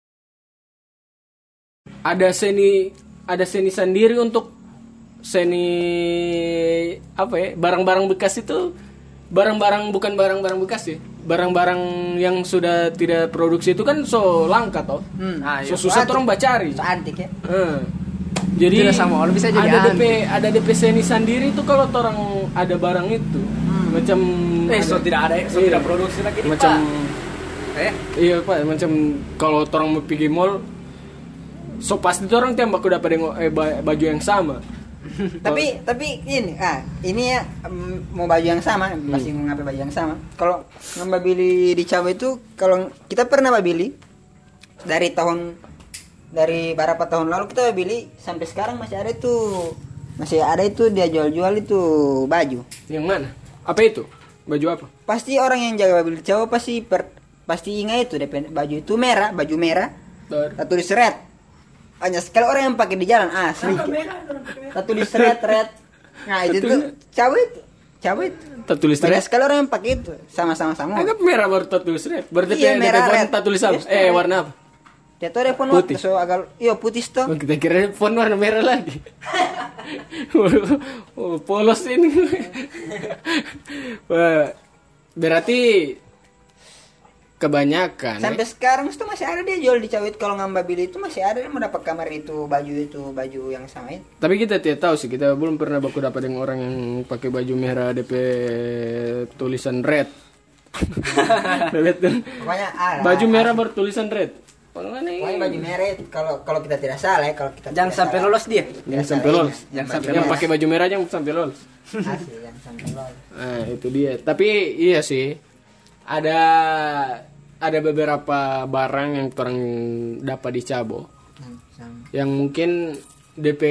Speaker 3: ada seni ada seni sendiri untuk seni apa ya? Barang-barang bekas itu barang-barang bukan barang-barang bekas ya. Barang-barang yang sudah tidak produksi itu kan so langka toh.
Speaker 1: hmm.
Speaker 2: Ah,
Speaker 3: So
Speaker 2: iya.
Speaker 3: susah orang bacari.
Speaker 1: So antik ya.
Speaker 3: Hmm. Jadi
Speaker 2: Tidak sama orang bisa jadi
Speaker 3: ada D P
Speaker 2: antik.
Speaker 3: ada D P seni sendiri itu kalau orang ada barang itu macam
Speaker 2: Eh, so
Speaker 3: ada-
Speaker 2: tidak ada, so
Speaker 3: iya.
Speaker 2: tidak produksi lagi nih,
Speaker 3: macam
Speaker 2: Pak. Eh,
Speaker 3: iya Pak macam kalau orang mau pergi mall so pasti tuh orang tembak udah pada ngo- eh, ba- baju yang sama.
Speaker 1: tapi tapi ini ah ini ya mm, mau baju yang sama pasti mau ngapain baju yang sama. Kalau ngambabili di Cabo itu kalau kita pernah babili dari tahun dari beberapa tahun lalu kita babili sampai sekarang masih ada itu masih ada itu dia jual-jual itu baju.
Speaker 3: Yang mana? Apa itu? Baju apa?
Speaker 1: Pasti orang yang jaga babili di Cabo pasti per, pasti ingat itu D P baju itu merah, baju merah,
Speaker 3: Tar-
Speaker 1: tak tulis red. Hanya sekali orang yang pakai di jalan asli. Tak tulis red red. Nah itu tuh Cabo itu, Cabo itu.
Speaker 3: tak tulis
Speaker 1: Banyak
Speaker 3: red.
Speaker 1: sekali orang yang pakai itu sama-sama sama.
Speaker 3: Anggap merah baru tak tulis red. Berarti
Speaker 1: Iya,
Speaker 3: P-
Speaker 1: merah,
Speaker 3: D P phone
Speaker 1: red.
Speaker 3: tak tulis apa?
Speaker 1: Yes,
Speaker 3: Eh
Speaker 1: red.
Speaker 3: warna apa?
Speaker 1: Dia tuh ada phone
Speaker 3: Putih.
Speaker 1: so agak iya putih toh.
Speaker 3: Oh, kita kira phone warna merah lagi. Oh, polos ini. Wah, berarti kebanyakan.
Speaker 1: Sampai sekarang itu masih ada dia jual di Cawit kalau ngambabili itu masih ada dia mendapat kamar itu baju itu baju yang sama itu.
Speaker 3: Tapi kita tidak tahu sih, kita belum pernah baku dapat dengan orang yang pakai baju merah D P tulisan red. Lihat tuh.
Speaker 1: Pokoknya ada.
Speaker 3: Baju merah bertulisan red. Pokoknya
Speaker 1: Pokoknya baju merah itu kalau kalau kita tidak salah ya kalau kita
Speaker 2: jangan
Speaker 1: tidak
Speaker 2: sampai
Speaker 1: salah.
Speaker 2: lolos dia.
Speaker 3: yang sampai lolos.
Speaker 2: Yang
Speaker 1: Baju
Speaker 2: sampai
Speaker 3: Yang
Speaker 1: merah.
Speaker 3: pakai baju merah yang sampai lolos.
Speaker 1: Asli yang sampai lolos.
Speaker 3: Nah, itu dia. Tapi iya sih. Ada ada beberapa barang yang orang dapat di Cabo
Speaker 1: Hmm, sama.
Speaker 3: yang mungkin D P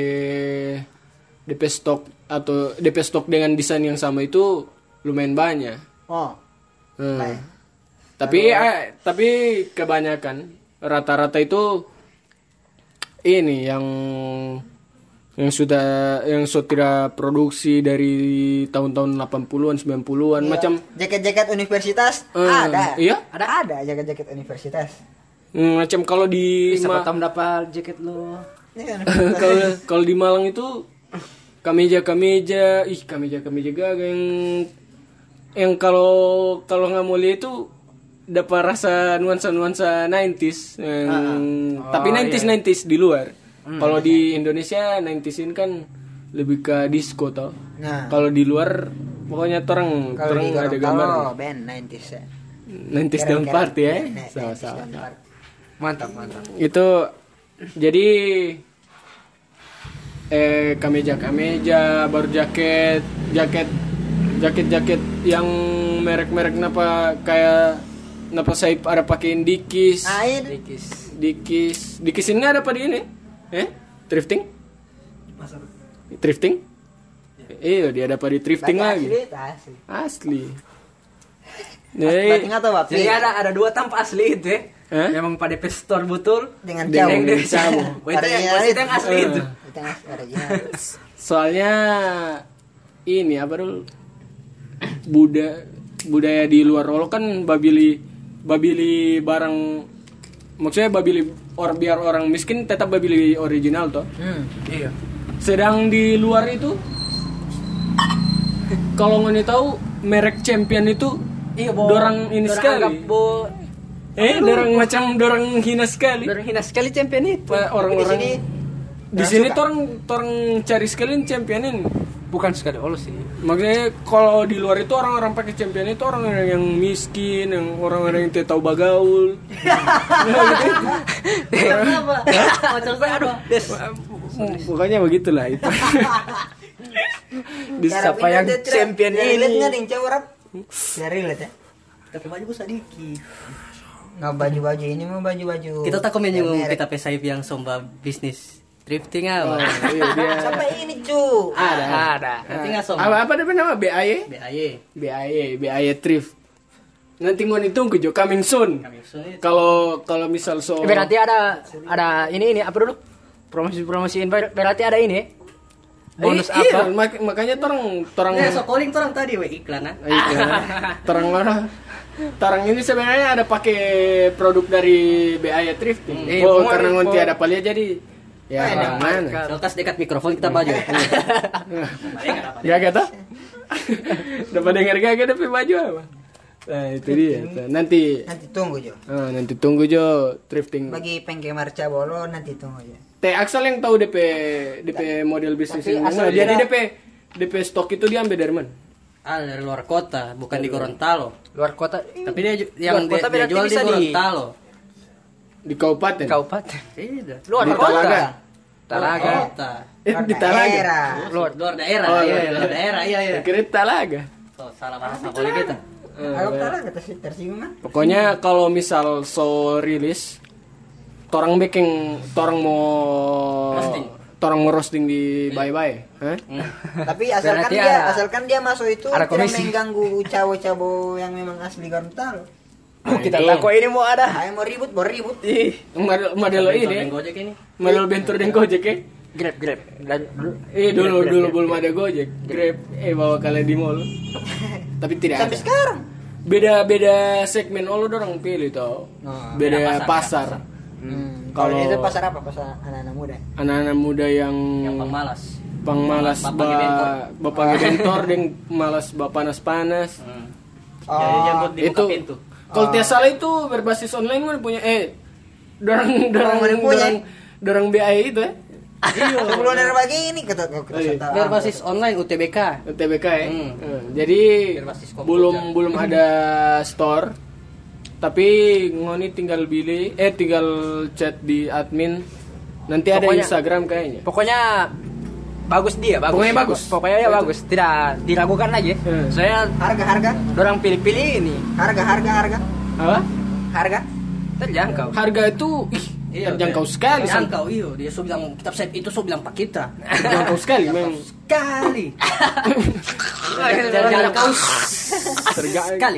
Speaker 3: D P stok atau D P stok dengan desain yang sama itu lumayan banyak.
Speaker 1: Oh,
Speaker 3: Hmm.
Speaker 1: baik.
Speaker 3: Tapi eh, tapi kebanyakan rata-rata itu ini yang yang sudah yang sudah tidak produksi dari tahun-tahun delapan puluhan sembilan puluhan
Speaker 1: Iya.
Speaker 3: macam
Speaker 1: jaket-jaket universitas
Speaker 3: Eh,
Speaker 1: ada.
Speaker 3: iya?
Speaker 1: Ada ada jaket-jaket universitas.
Speaker 3: hmm, macam kalau di
Speaker 2: Siapa
Speaker 3: Ma-
Speaker 2: tahu dapat jaket lo.
Speaker 1: Ini kan
Speaker 3: kalau kalau di Malang itu kameja-kameja, ih kameja-kameja gaga yang yang kalau kalau nggak mau lihat itu dapat rasa nuansa-nuansa nineties yang tapi
Speaker 2: Oh,
Speaker 3: nineties nineties di luar. Kalau di Indonesia nineties ini kan lebih ke disco toh.
Speaker 1: Nah,
Speaker 3: Kalau di luar pokoknya terang
Speaker 1: kalau
Speaker 3: terang
Speaker 1: di
Speaker 3: ada gambar
Speaker 1: Gorontalo band nineties ya.
Speaker 3: nineties down party ya.
Speaker 1: Nah,
Speaker 3: Sama-sama.
Speaker 1: nineties down party.
Speaker 2: Mantap, mantap.
Speaker 3: Itu jadi eh kameja-kameja baru jaket jaket jaket-jaket yang merek-merek napa kayak napa saya ada pakein Dikis
Speaker 1: Ah, ini
Speaker 2: Dikis.
Speaker 3: Dikis Dikis ini ada apa di ini eh thrifting thrifting iya dia ada apa di thrifting
Speaker 1: Berarti
Speaker 3: lagi
Speaker 1: asli, asli.
Speaker 3: asli
Speaker 1: Berarti
Speaker 3: jadi
Speaker 1: nggak tahu Pak.
Speaker 2: Jadi ada ada dua tanpa asli itu ya.
Speaker 3: Hah?
Speaker 2: Memang pada pestor betul.
Speaker 1: dengan
Speaker 3: Dengan-
Speaker 1: jauh.
Speaker 2: Yang dari
Speaker 3: Cabo.
Speaker 2: Oh, itu yang
Speaker 1: Original
Speaker 2: itu yang asli itu.
Speaker 1: Itu yang asli, original.
Speaker 3: soalnya ini apa dulu budaya budaya di luar Rolo kan babili babili barang maksudnya babili or biar orang miskin tetap babili original toh.
Speaker 1: Hmm.
Speaker 2: Iya.
Speaker 3: Sedang di luar itu kalau nggak tahu merek champion itu
Speaker 2: Iya, Bo.
Speaker 3: dorang ini
Speaker 2: Dorang
Speaker 3: sekali.
Speaker 2: anggap, Bo.
Speaker 3: Eh, dorang macam dorang hina sekali.
Speaker 2: Dorang hina sekali champion itu.
Speaker 3: Pa- Orang-orang
Speaker 1: Di sini
Speaker 3: di
Speaker 1: dorang
Speaker 3: sini
Speaker 1: suka.
Speaker 3: tuh orang orang cari sekali champion ini.
Speaker 2: Bukan sekali Allah sih.
Speaker 3: Makanya kalau di luar itu orang-orang pakai champion itu orang-orang yang miskin, yang orang-orang yang tidak tahu bagaul.
Speaker 1: Kenapa?
Speaker 2: Macam saya aduh. Des.
Speaker 3: Pokoknya begitulah itu. Di
Speaker 1: Cara
Speaker 2: siapa yang
Speaker 1: pindah dia
Speaker 2: champion
Speaker 1: tidak
Speaker 2: ini?
Speaker 1: relate nggak nih cewek rap? Tidak relate ya.
Speaker 2: Tapi baju gue sedikit.
Speaker 1: nggak baju-baju ini mau baju-baju.
Speaker 4: Kita tak menyinggung
Speaker 1: merek.
Speaker 4: kita pesaip yang somba bisnis thrifting
Speaker 3: Oh,
Speaker 4: apa?
Speaker 3: iya, dia.
Speaker 1: Sampai ini cu.
Speaker 2: Ada, ada.
Speaker 4: Nanti nggak somba.
Speaker 3: Apa apa nama B A Y?
Speaker 4: B A Y.
Speaker 3: B A Y, B A Y Thrift. Nanti mau ditunggu jo coming soon.
Speaker 4: Kami sulit.
Speaker 3: Kalau kalau misal so
Speaker 2: Berarti ada ada ini ini apa dulu? Promosi-promosiin ber- berarti ada ini. Bonus
Speaker 3: Eh, iya,
Speaker 2: apa?
Speaker 3: mak- makanya torang torang
Speaker 4: Nah, so calling torang tadi we iklan ah.
Speaker 3: Iya, torang orang torang ini sebenarnya ada pakai produk dari B A Y Thrifting.
Speaker 2: Hmm.
Speaker 3: Oh,
Speaker 2: Eh,
Speaker 3: karena
Speaker 2: mau-
Speaker 3: ngonti
Speaker 2: mau-
Speaker 3: ada palia jadi ya
Speaker 2: Eh,
Speaker 3: yang mana?
Speaker 4: Selkas dekat mikrofon kita baju.
Speaker 3: Gak kata? Dapat dengar gak ada baju apa? Nah, itu dia. Nanti
Speaker 1: Nanti tunggu jo.
Speaker 3: ah, nanti tunggu jo thrifting.
Speaker 1: Bagi penggemar cabolo nanti tunggu aja.
Speaker 3: Teh Axel yang tahu D P D P model bisnis
Speaker 1: Tapi
Speaker 3: ini.
Speaker 1: asal
Speaker 3: Nah, jadi
Speaker 1: dia-
Speaker 3: D P D P stok itu diambil dari mana?
Speaker 4: Ah, dari luar kota, bukan di Gorontalo.
Speaker 2: Luar kota.
Speaker 4: Tapi dia ju- yang
Speaker 2: Luar kota
Speaker 4: dia, dia
Speaker 2: berarti
Speaker 4: jual di
Speaker 2: bisa di-
Speaker 4: Gorontalo.
Speaker 3: Di kabupaten.
Speaker 2: Kabupaten.
Speaker 4: Tidak.
Speaker 2: Luar
Speaker 3: Di
Speaker 2: kota.
Speaker 3: Talaga.
Speaker 2: Talaga.
Speaker 4: Kota.
Speaker 3: Eh, di Talaga.
Speaker 1: Daerah.
Speaker 4: Luar, luar daerah,
Speaker 3: Oh,
Speaker 4: iya,
Speaker 3: luar
Speaker 4: iya, luar daerah, iya, iya.
Speaker 3: Kira di Talaga.
Speaker 4: Oh, salah bahasa boleh kita.
Speaker 1: Aku tahu kata si tersinggung kan.
Speaker 3: Pokoknya kalau misal so rilis, torang bikin, torang mau,
Speaker 4: Roasting.
Speaker 3: torang mau roasting di bye-bye, Hah?
Speaker 1: Tapi asalkan
Speaker 2: Berarti
Speaker 1: dia
Speaker 2: ada-
Speaker 1: asalkan dia masuk itu
Speaker 2: ada
Speaker 1: tidak
Speaker 2: komisi.
Speaker 1: mengganggu cabo-cabo yang memang asli Gorontalo.
Speaker 2: Oh, kita
Speaker 3: Itu.
Speaker 2: takut ini mau ada.
Speaker 1: Ayo mau ribut, mau ribut.
Speaker 2: Ih,
Speaker 3: Model, model
Speaker 4: Bentor
Speaker 3: ini,
Speaker 4: dan Gojek ini.
Speaker 3: model bentor dan Gojek ya.
Speaker 2: Grab, Grab. Dan
Speaker 3: Eh dulu
Speaker 2: Grab,
Speaker 3: dulu
Speaker 2: Grab,
Speaker 3: belum
Speaker 2: Grab.
Speaker 3: ada Gojek, Grab, eh bawa kalian di mall. Tapi tidak
Speaker 1: Sampai
Speaker 3: ada.
Speaker 1: sekarang.
Speaker 3: Beda beda segmen oh, lo dorang pilih tau.
Speaker 1: Oh,
Speaker 3: beda
Speaker 4: beda
Speaker 3: pasar.
Speaker 4: pasar,
Speaker 1: Hmm.
Speaker 3: Kalau-
Speaker 1: Kalau itu pasar apa? Pasar anak-anak muda.
Speaker 3: Anak-anak muda yang
Speaker 4: Yang pemalas.
Speaker 3: pang malas
Speaker 4: Bapak
Speaker 3: ba,
Speaker 4: ngebentor.
Speaker 3: bapak ngebentor dan malas ba panas-panas.
Speaker 4: Hmm.
Speaker 1: Oh,
Speaker 4: Jadi dia buat dibuka
Speaker 3: Itu
Speaker 4: pintu.
Speaker 3: kalau tidak salah itu berbasis online kan punya eh dorang dorang
Speaker 1: mana punya?
Speaker 3: dorang dorang B A Y itu ya.
Speaker 1: Iya. Sebelum ada bagi ini kita kita
Speaker 3: Oh, iya.
Speaker 1: tahu.
Speaker 4: Berbasis online U T B K.
Speaker 3: T B K ya.
Speaker 4: Hmm.
Speaker 3: Eh, Jadi
Speaker 4: Berbasis komputer.
Speaker 3: belum belum ada store. Tapi ngoni tinggal beli eh tinggal chat di admin. Nanti ada
Speaker 2: Pokoknya-
Speaker 3: Instagram kayaknya.
Speaker 2: Pokoknya bagus dia, bagus.
Speaker 3: Pokoknya bagus.
Speaker 2: Pokoknya dia bagus. Tidak diragukan lagi.
Speaker 3: Hmm.
Speaker 2: Saya
Speaker 1: Harga-harga,
Speaker 2: orang pilih-pilih ini
Speaker 1: harga-harga, harga,
Speaker 3: Apa?
Speaker 1: harga.
Speaker 2: terjangkau.
Speaker 3: Harga itu ih terjangkau sekali. Sam.
Speaker 4: Terjangkau, iya. Dia so bilang kitab saya itu so bilang Pak Kita.
Speaker 3: Terjangkau sekali memang.
Speaker 4: Sekali. Terjangkau sekali.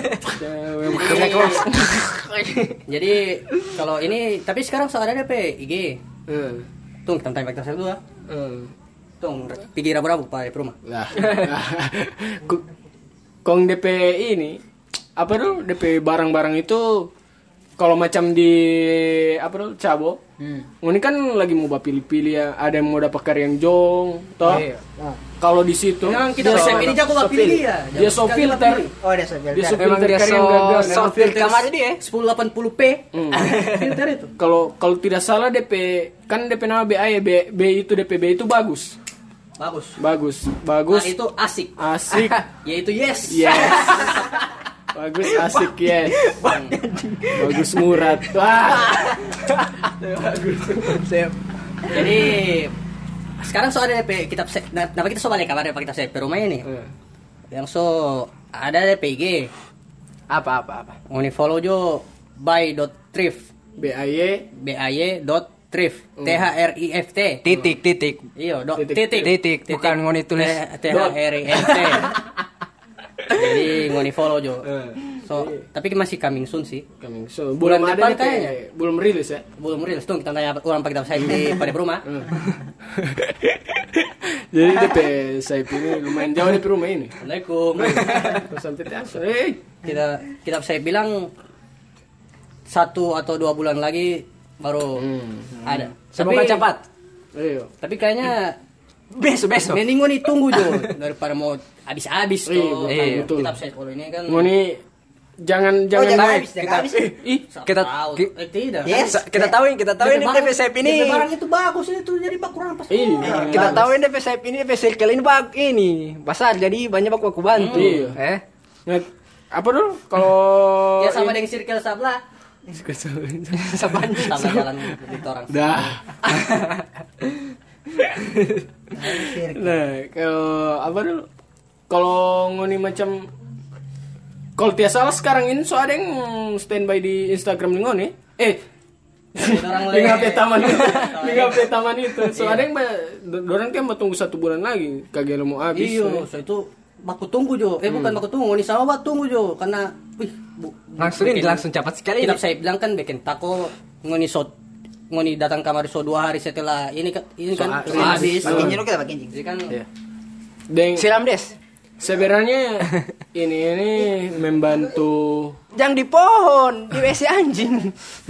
Speaker 4: Jadi kalau ini tapi sekarang so ada D P I G.
Speaker 3: Eh,
Speaker 4: Tung tentang vektor saya dua.
Speaker 3: eh.
Speaker 4: Tung pikir rabu-rabu Pak di rumah.
Speaker 3: Lah. Ku- Kong D P ini apa dulu D P barang-barang itu kalau macam di apa dulu cabo.
Speaker 1: Hmm.
Speaker 3: Ini kan lagi mau pilih-pilih ya, ada yang mau dapat karya yang jong, toh.
Speaker 2: Iya.
Speaker 3: Kalau di situ
Speaker 4: Memang kita
Speaker 3: dia
Speaker 4: Sam
Speaker 3: so-
Speaker 4: ini jago
Speaker 3: so
Speaker 4: Pak pilih
Speaker 3: pilih.
Speaker 4: dia.
Speaker 3: Dia so filter.
Speaker 1: Oh, ada saya
Speaker 3: Dia so
Speaker 2: Memang
Speaker 3: filter
Speaker 2: dia
Speaker 3: karya
Speaker 2: so
Speaker 3: yang gagal.
Speaker 2: so filter kamar dia. eh.
Speaker 4: sepuluh delapan puluh p.
Speaker 3: Hmm.
Speaker 4: Filter itu.
Speaker 3: Kalau kalau tidak salah D P kan D P nama B A ya B, B itu D P B itu bagus.
Speaker 4: Bagus.
Speaker 3: Bagus, bagus.
Speaker 4: Nah, itu asik.
Speaker 3: Asik.
Speaker 4: Yaitu yes.
Speaker 3: Yes. Bagus asik yes. Bagus murad. Wah.
Speaker 2: Siap.
Speaker 4: Jadi sekarang so ada D P kitab se- nah, kenapa kita so balik kabar Pak Kitab saya ke rumah ini.
Speaker 3: Eh,
Speaker 4: Yang so ada D P I G.
Speaker 2: Apa apa apa.
Speaker 4: Mau di follow jo by.thrift.
Speaker 3: B A Y
Speaker 4: B A Y dot thrift. T H R I F T.
Speaker 2: Titik titik.
Speaker 4: Iya, dot
Speaker 3: Titik.
Speaker 4: titik.
Speaker 2: Titik, bukan ngoni tulis
Speaker 4: T H R I F T. Jadi ngoni follow jo.
Speaker 3: Eh,
Speaker 4: So, tapi masih coming soon sih.
Speaker 3: coming so
Speaker 4: Bulan
Speaker 3: belum ada
Speaker 4: depan
Speaker 3: D P,
Speaker 4: kayaknya.
Speaker 3: belum rilis ya.
Speaker 4: Belum rilis tuh kita tanya orang Pak Kitab saya di pada rumah.
Speaker 3: Jadi D P Saip ini lumayan jauh dari rumah ini.
Speaker 4: Assalamualaikum.
Speaker 3: Terus sampai tiasa. Eh,
Speaker 4: kita kitab saya bilang satu atau dua bulan lagi baru ada.
Speaker 2: Semoga
Speaker 4: Tapi-
Speaker 2: cepat.
Speaker 3: ayo.
Speaker 4: Tapi kayaknya
Speaker 2: Besok besok.
Speaker 4: mending gue nih tunggu jo daripada mau habis-habis
Speaker 3: Iya,
Speaker 4: tuh.
Speaker 3: betul,
Speaker 4: Kan
Speaker 3: betul.
Speaker 4: Kitab saya kalau ini kan.
Speaker 3: Ngoni jangan
Speaker 1: Oh,
Speaker 3: jangan
Speaker 1: jangan
Speaker 3: naik.
Speaker 1: habis, jangan habis.
Speaker 3: Eh, ih,
Speaker 4: Siapa
Speaker 2: kita-
Speaker 4: tahu.
Speaker 2: ki-
Speaker 4: eh, tidak.
Speaker 1: Yes.
Speaker 2: Sa- Kita tahuin, kita tahuin
Speaker 4: D P
Speaker 2: D P
Speaker 4: barang-
Speaker 2: Saip ini.
Speaker 4: D P barang itu bagus itu jadi bak kurang pas.
Speaker 3: Iya.
Speaker 2: Kita tahuin D P Saip ini, D P Circle ini bag ini besar jadi banyak aku aku bantu.
Speaker 3: Iya.
Speaker 2: Eh.
Speaker 3: Nah, apa dulu kalau
Speaker 4: Ya sama dengan circle sebelah.
Speaker 2: Saban.
Speaker 4: Sama jalan di torang.
Speaker 3: Dah.
Speaker 1: Sirkel.
Speaker 3: Nah, kalau apa dulu? Kalau ngoni macam kalau tidak salah sekarang ini so ada yang standby di Instagram Lingon nih. Eh,
Speaker 4: Orang
Speaker 3: di H P
Speaker 4: le-
Speaker 3: taman itu, di H P taman itu. So ada yang orang kan mau tunggu satu bulan lagi, kagak mau habis.
Speaker 4: Iyo, so itu baku tunggu jo. Eh bukan baku tunggu, ini sama bak tunggu jo karena wih, bu,
Speaker 2: Langsung ini
Speaker 4: bikin-
Speaker 2: langsung cepat sekali
Speaker 4: Kita
Speaker 2: ini.
Speaker 4: saya bilang kan bikin tako ngoni so ngoni datang kamar so dua hari setelah ini kan ini kan
Speaker 2: So,
Speaker 4: so, habis.
Speaker 1: Pakai jenuh kita pakai jenuh.
Speaker 4: Jadi kan
Speaker 2: Iya.
Speaker 3: Dan
Speaker 2: Siram Des.
Speaker 3: sebenarnya ini ini membantu
Speaker 2: Jangan di pohon, di W C anjing.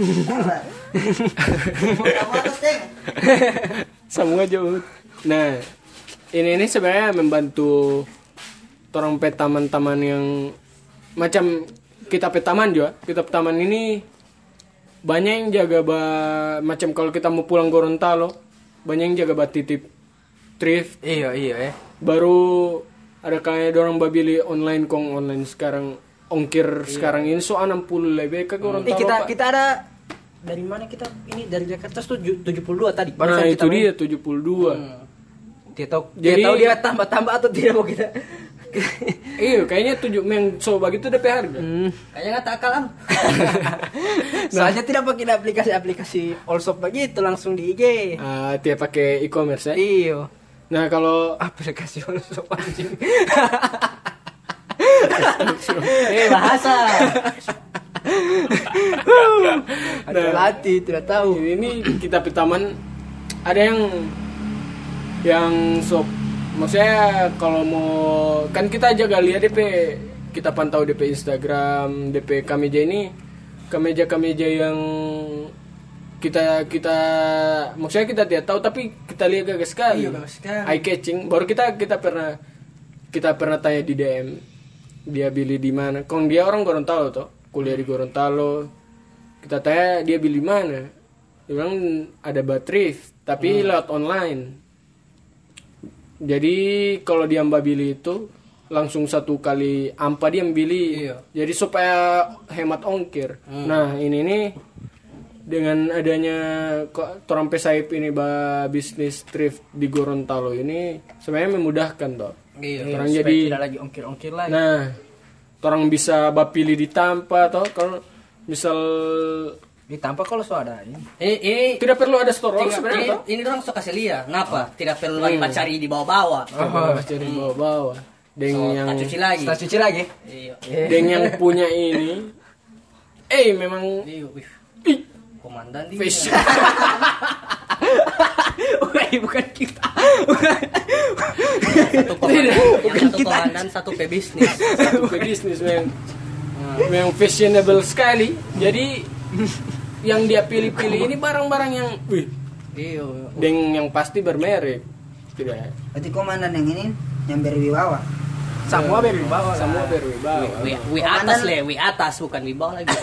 Speaker 3: semua jauh. Nah, ini ini sebenarnya membantu orang petaman-taman yang macam kita petaman juga. Kita petaman ini banyak yang jaga ba, macam kalau kita mau pulang Gorontalo, banyak yang jaga ba titip thrift.
Speaker 2: Iya, iya ya.
Speaker 3: Baru ada kayak orang babili online kong online sekarang ongkir sekarang ini so enam puluh lebih ke Gorontalo.
Speaker 2: Eh, kita
Speaker 3: Pak.
Speaker 2: kita ada dari mana kita? Ini dari Jakarta tuh tujuh puluh dua tadi.
Speaker 3: Nah,
Speaker 2: Barusan
Speaker 3: itu
Speaker 2: kita main.
Speaker 3: dia tujuh puluh dua.
Speaker 2: Dia tahu
Speaker 3: Jadi-
Speaker 2: dia tahu dia tambah-tambah atau tidak mau kita.
Speaker 3: Iya, kayaknya tujuh yang so begitu D P harga.
Speaker 2: Hmm.
Speaker 4: kayaknya nggak takal am.
Speaker 2: Soalnya tidak pakai aplikasi-aplikasi Allshop begitu langsung di I G.
Speaker 3: Ah, dia pakai e-commerce ya.
Speaker 2: Iyo.
Speaker 3: Nah, kalau
Speaker 2: Aplikasi Allshop anjing.
Speaker 4: Eh bahasa.
Speaker 2: Ada latih, tidak tahu.
Speaker 3: ini, ini kita petaman ada yang yang sok maksudnya kalau mau kan kita jaga lihat D P kita pantau D P Instagram D P Kameja ini kameja-kameja yang kita kita maksudnya kita tidak tahu tapi kita lihat gagah sekali,
Speaker 2: Iya, gagah sekali.
Speaker 3: eye catching. Baru kita kita pernah kita pernah tanya di D M dia beli di mana. Kong dia orang Gorontalo toh, kuliah di Gorontalo. Kita tanya dia beli mana. Dia bilang ada Batrif tapi lewat online. Jadi kalau dia mbak beli itu langsung satu kali ampa dia beli.
Speaker 4: Iya.
Speaker 3: Jadi supaya hemat ongkir. Nah ini nih dengan adanya kok Trompe Saip ini ba bisnis thrift di Gorontalo ini sebenarnya memudahkan toh.
Speaker 4: Iya.
Speaker 3: Orang
Speaker 2: Supaya
Speaker 3: jadi
Speaker 2: tidak lagi ongkir-ongkir lagi.
Speaker 3: nah orang bisa ba pilih di Tampa toh kalau misal
Speaker 2: Ditampak kalau so ada ini.
Speaker 4: Ini ini
Speaker 3: tidak perlu ada store
Speaker 4: Tinggal-
Speaker 3: sebenarnya
Speaker 4: ini,
Speaker 3: toh.
Speaker 4: ini orang suka kasih lihat. Kenapa? Tidak perlu lagi cari di bawah-bawah.
Speaker 3: Oh, cari bawa-bawa. Deng
Speaker 4: So,
Speaker 3: yang
Speaker 4: tak cuci lagi.
Speaker 2: Setelah cuci lagi.
Speaker 4: Iya.
Speaker 3: deng yang punya ini eh memang
Speaker 4: Iya, wih.
Speaker 3: ih,
Speaker 4: Komandan dia.
Speaker 3: fashion.
Speaker 2: Woi, bukan kita.
Speaker 4: Satu komandan, yang satu komandan, satu pebisnis.
Speaker 3: Satu bisnis memang memang fashionable sekali. Jadi yang dia pilih-pilih ini barang-barang yang wih,
Speaker 4: Iya.
Speaker 3: deng yang pasti bermerek. Tidak.
Speaker 1: Berarti komandan yang ini yang berwibawa.
Speaker 2: Semua beri bawah.
Speaker 3: Semua berwibawa.
Speaker 4: Wi, wi atas le, wi atas bukan wi bawah lagi.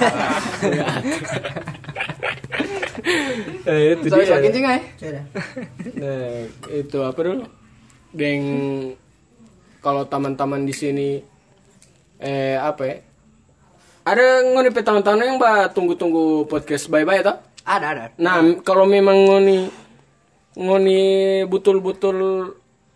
Speaker 3: Eh, itu
Speaker 2: Soalnya
Speaker 3: dia.
Speaker 2: semakin cingay.
Speaker 1: Sudah.
Speaker 3: Nah, itu apa dulu? Deng kalau taman-taman di sini eh apa ya? Ada ngoni pe taman-taman yang ba tunggu-tunggu podcast bye-bye toh?
Speaker 2: Ada, ada.
Speaker 3: Nah, kalau memang ngoni ngoni betul-betul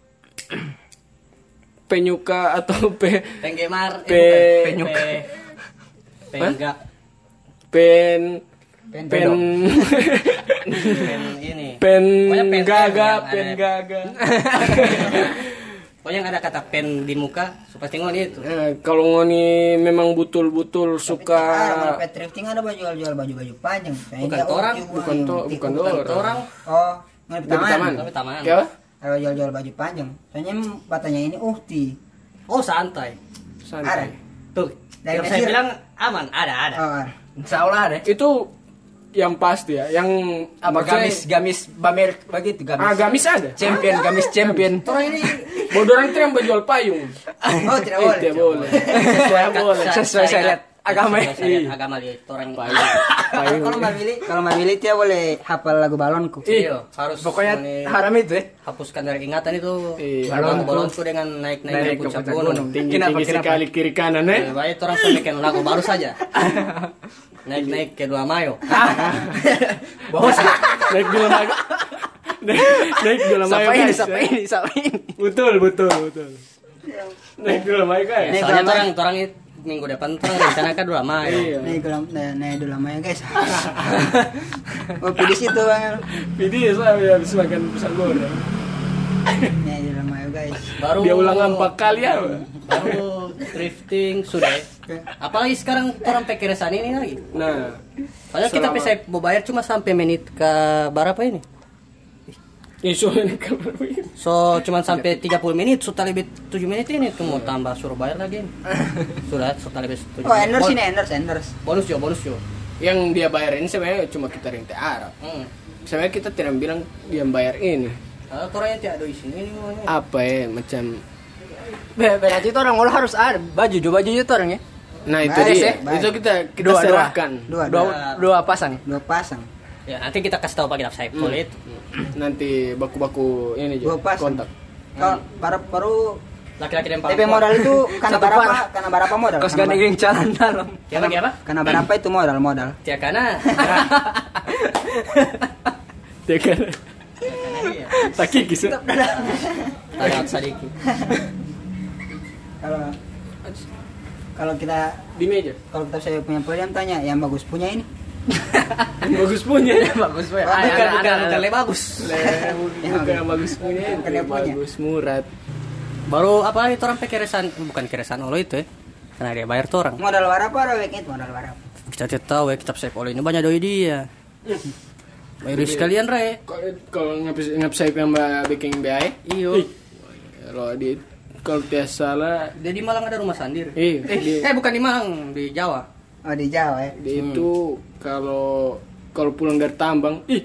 Speaker 3: penyuka atau pe
Speaker 4: Penggemar,
Speaker 3: Pe-
Speaker 4: eh, bukan.
Speaker 2: penyuka.
Speaker 4: Pe- Pengga,
Speaker 3: pen
Speaker 1: Pen
Speaker 3: pen
Speaker 4: pen ini.
Speaker 3: pen
Speaker 4: Pokoknya pen-
Speaker 3: gaga,
Speaker 4: pen
Speaker 3: pen
Speaker 4: yang ada.
Speaker 3: gaga.
Speaker 4: Pokoknya yang ada kata pen di muka, supaya tengok itu.
Speaker 3: Nah, kalau ngoni memang betul-betul suka
Speaker 1: Ah, pet thrifting ada baju jual baju-baju panjang. Kayaknya
Speaker 4: Bukan
Speaker 1: dia
Speaker 4: orang,
Speaker 1: oke,
Speaker 3: bukan
Speaker 1: yang
Speaker 3: to-
Speaker 1: tiku,
Speaker 3: bukan
Speaker 1: bukan
Speaker 3: orang.
Speaker 4: Orang
Speaker 1: Oh, nggak
Speaker 3: Dari taman.
Speaker 1: taman.
Speaker 4: tapi taman.
Speaker 3: Ya?
Speaker 1: Kalau jual-jual baju panjang. Soalnya batanya ini uhti.
Speaker 4: Oh santai.
Speaker 1: Ada.
Speaker 3: Santai.
Speaker 4: Tuh,
Speaker 1: Dari
Speaker 4: yang saya
Speaker 1: Mesir.
Speaker 4: bilang aman, ada ada.
Speaker 1: Oh, ada.
Speaker 2: Insya Allah ada.
Speaker 3: Itu yang pasti ya, yang
Speaker 2: Apa
Speaker 3: maksudnya-
Speaker 2: gamis gamis bamer begitu gamis.
Speaker 3: Ah, gamis ada.
Speaker 2: Champion, gamis champion.
Speaker 1: Orang ini
Speaker 3: Bodoh orang itu yang berjual payung.
Speaker 1: oh tidak
Speaker 3: Eh,
Speaker 1: boleh.
Speaker 3: tidak boleh. Tidak boleh.
Speaker 2: Sesuai syariat agama ya.
Speaker 4: Sesuai syariat agama dia orang
Speaker 3: Payung. Payung.
Speaker 1: Kalau Mbak Billy, kalau Mbak Billy dia boleh hafal lagu balonku.
Speaker 4: Iya, harus
Speaker 2: Pokoknya
Speaker 4: ini-
Speaker 2: haram itu ya.
Speaker 4: hapuskan dari ingatan itu
Speaker 3: Iya.
Speaker 4: balon balonku dengan naik-naik
Speaker 2: Naik
Speaker 4: dari
Speaker 2: ke
Speaker 4: puncak
Speaker 2: puncak
Speaker 4: gunung.
Speaker 2: gunung.
Speaker 3: Tinggi-tinggi
Speaker 2: Kenapa, kenapa?
Speaker 3: sekali kiri kanan eh.
Speaker 4: Eh, Baik orang sudah bikin lagu baru saja. Naik-naik ke Dua Mayo.
Speaker 2: Bos.
Speaker 3: Naik dulu lagi. Naik naik dulu lagi.
Speaker 2: Siapa ini? Siapa ini? Siapa ini?
Speaker 3: Betul, betul, betul. Naik dulu lagi guys.
Speaker 1: Naik
Speaker 4: Soalnya
Speaker 1: dua
Speaker 4: orang orang itu minggu depan tuh rencanakan dua Mei.
Speaker 3: Iya.
Speaker 1: Nih kalau nah, nah dulu lama ya guys. Oh pilih situ bang.
Speaker 3: Pilih saya habis makan pisang goreng.
Speaker 1: Nih dulu lama ya guys.
Speaker 4: Baru
Speaker 3: Dia ulang empat kali ya.
Speaker 4: Baru drifting sudah. Apalagi sekarang orang pakai resan ini lagi.
Speaker 3: Nah,
Speaker 4: Padahal kita
Speaker 3: selama-
Speaker 4: bisa mau bayar cuma sampai menit ke berapa ini?
Speaker 3: isu ini kabar begini.
Speaker 4: So cuma sampai tiga puluh menit, sudah lebih tujuh menit ini tuh mau tambah suruh bayar lagi. Sudah sudah lebih tujuh
Speaker 1: Oh
Speaker 4: menit.
Speaker 1: endorse
Speaker 4: Bon-
Speaker 1: ini endorse endorse.
Speaker 4: Bonus yo, bonus yo.
Speaker 3: Yang dia bayarin sebenarnya cuma kita rintai Arab.
Speaker 4: Hmm.
Speaker 3: Sebenarnya kita tidak bilang dia bayar ini.
Speaker 4: Kalau orangnya tidak ada di sini ini namanya.
Speaker 3: Apa ya macam.
Speaker 2: Be- Berarti itu orang mula harus ada baju, dua baju itu orangnya.
Speaker 3: Nah itu
Speaker 1: Baik,
Speaker 3: dia.
Speaker 1: baik.
Speaker 3: Itu kita kita
Speaker 2: Dua, dua.
Speaker 3: serahkan.
Speaker 1: Dua
Speaker 2: Dua,
Speaker 1: dua,
Speaker 2: dua pasang.
Speaker 1: dua pasang.
Speaker 4: Ya nanti kita kasih tahu Pak kita saya kulit.
Speaker 3: Nanti baku-baku ini
Speaker 1: Dua
Speaker 3: juga
Speaker 1: pasang.
Speaker 3: kontak.
Speaker 1: Kalau baru baru
Speaker 4: Laki-laki dan
Speaker 1: T P
Speaker 4: perempuan.
Speaker 1: modal itu karena
Speaker 2: Satu
Speaker 1: berapa?
Speaker 2: par.
Speaker 1: Karena berapa modal?
Speaker 2: Kos
Speaker 1: Karena
Speaker 2: gandeng jalan dalam.
Speaker 4: Siapa siapa?
Speaker 1: Karena berapa itu modal modal?
Speaker 4: Ya karena.
Speaker 3: Dia kan
Speaker 4: Iya.
Speaker 3: tak kikis. ya?
Speaker 4: Tanya Sadiki.
Speaker 1: Kalau kalau kita
Speaker 3: Di meja.
Speaker 1: kalau kita saya punya pilihan tanya yang bagus punya ini.
Speaker 3: Bagus punya.
Speaker 2: Bagus
Speaker 1: Oh,
Speaker 2: be.
Speaker 4: Bukan
Speaker 1: ada,
Speaker 4: bukan bukan lebih bagus.
Speaker 3: Le, bukan yang bagus punya.
Speaker 1: Bukan
Speaker 3: itu,
Speaker 1: yang punya.
Speaker 3: Bagus murad.
Speaker 4: Baru apa itu orang pakai resan bukan keresan Olo itu ya. Karena dia bayar tuh orang.
Speaker 1: Modal berapa ada itu modal berapa?
Speaker 4: Kita tidak tahu ya kitab Saif Olo ini banyak doi dia. Bayar sekalian Re.
Speaker 3: Kalau kalau ngapis ngapis saya yang mbak bikin B A E.
Speaker 4: Iyo.
Speaker 3: Ih, Kalau di kalau tidak salah,
Speaker 4: Dia di Malang ada rumah sendiri.
Speaker 3: eh,
Speaker 4: Eh,
Speaker 3: di,
Speaker 4: eh bukan di Malang, di Jawa.
Speaker 1: Oh di Jawa ya.
Speaker 3: di itu kalau kalau pulang dari tambang, ih,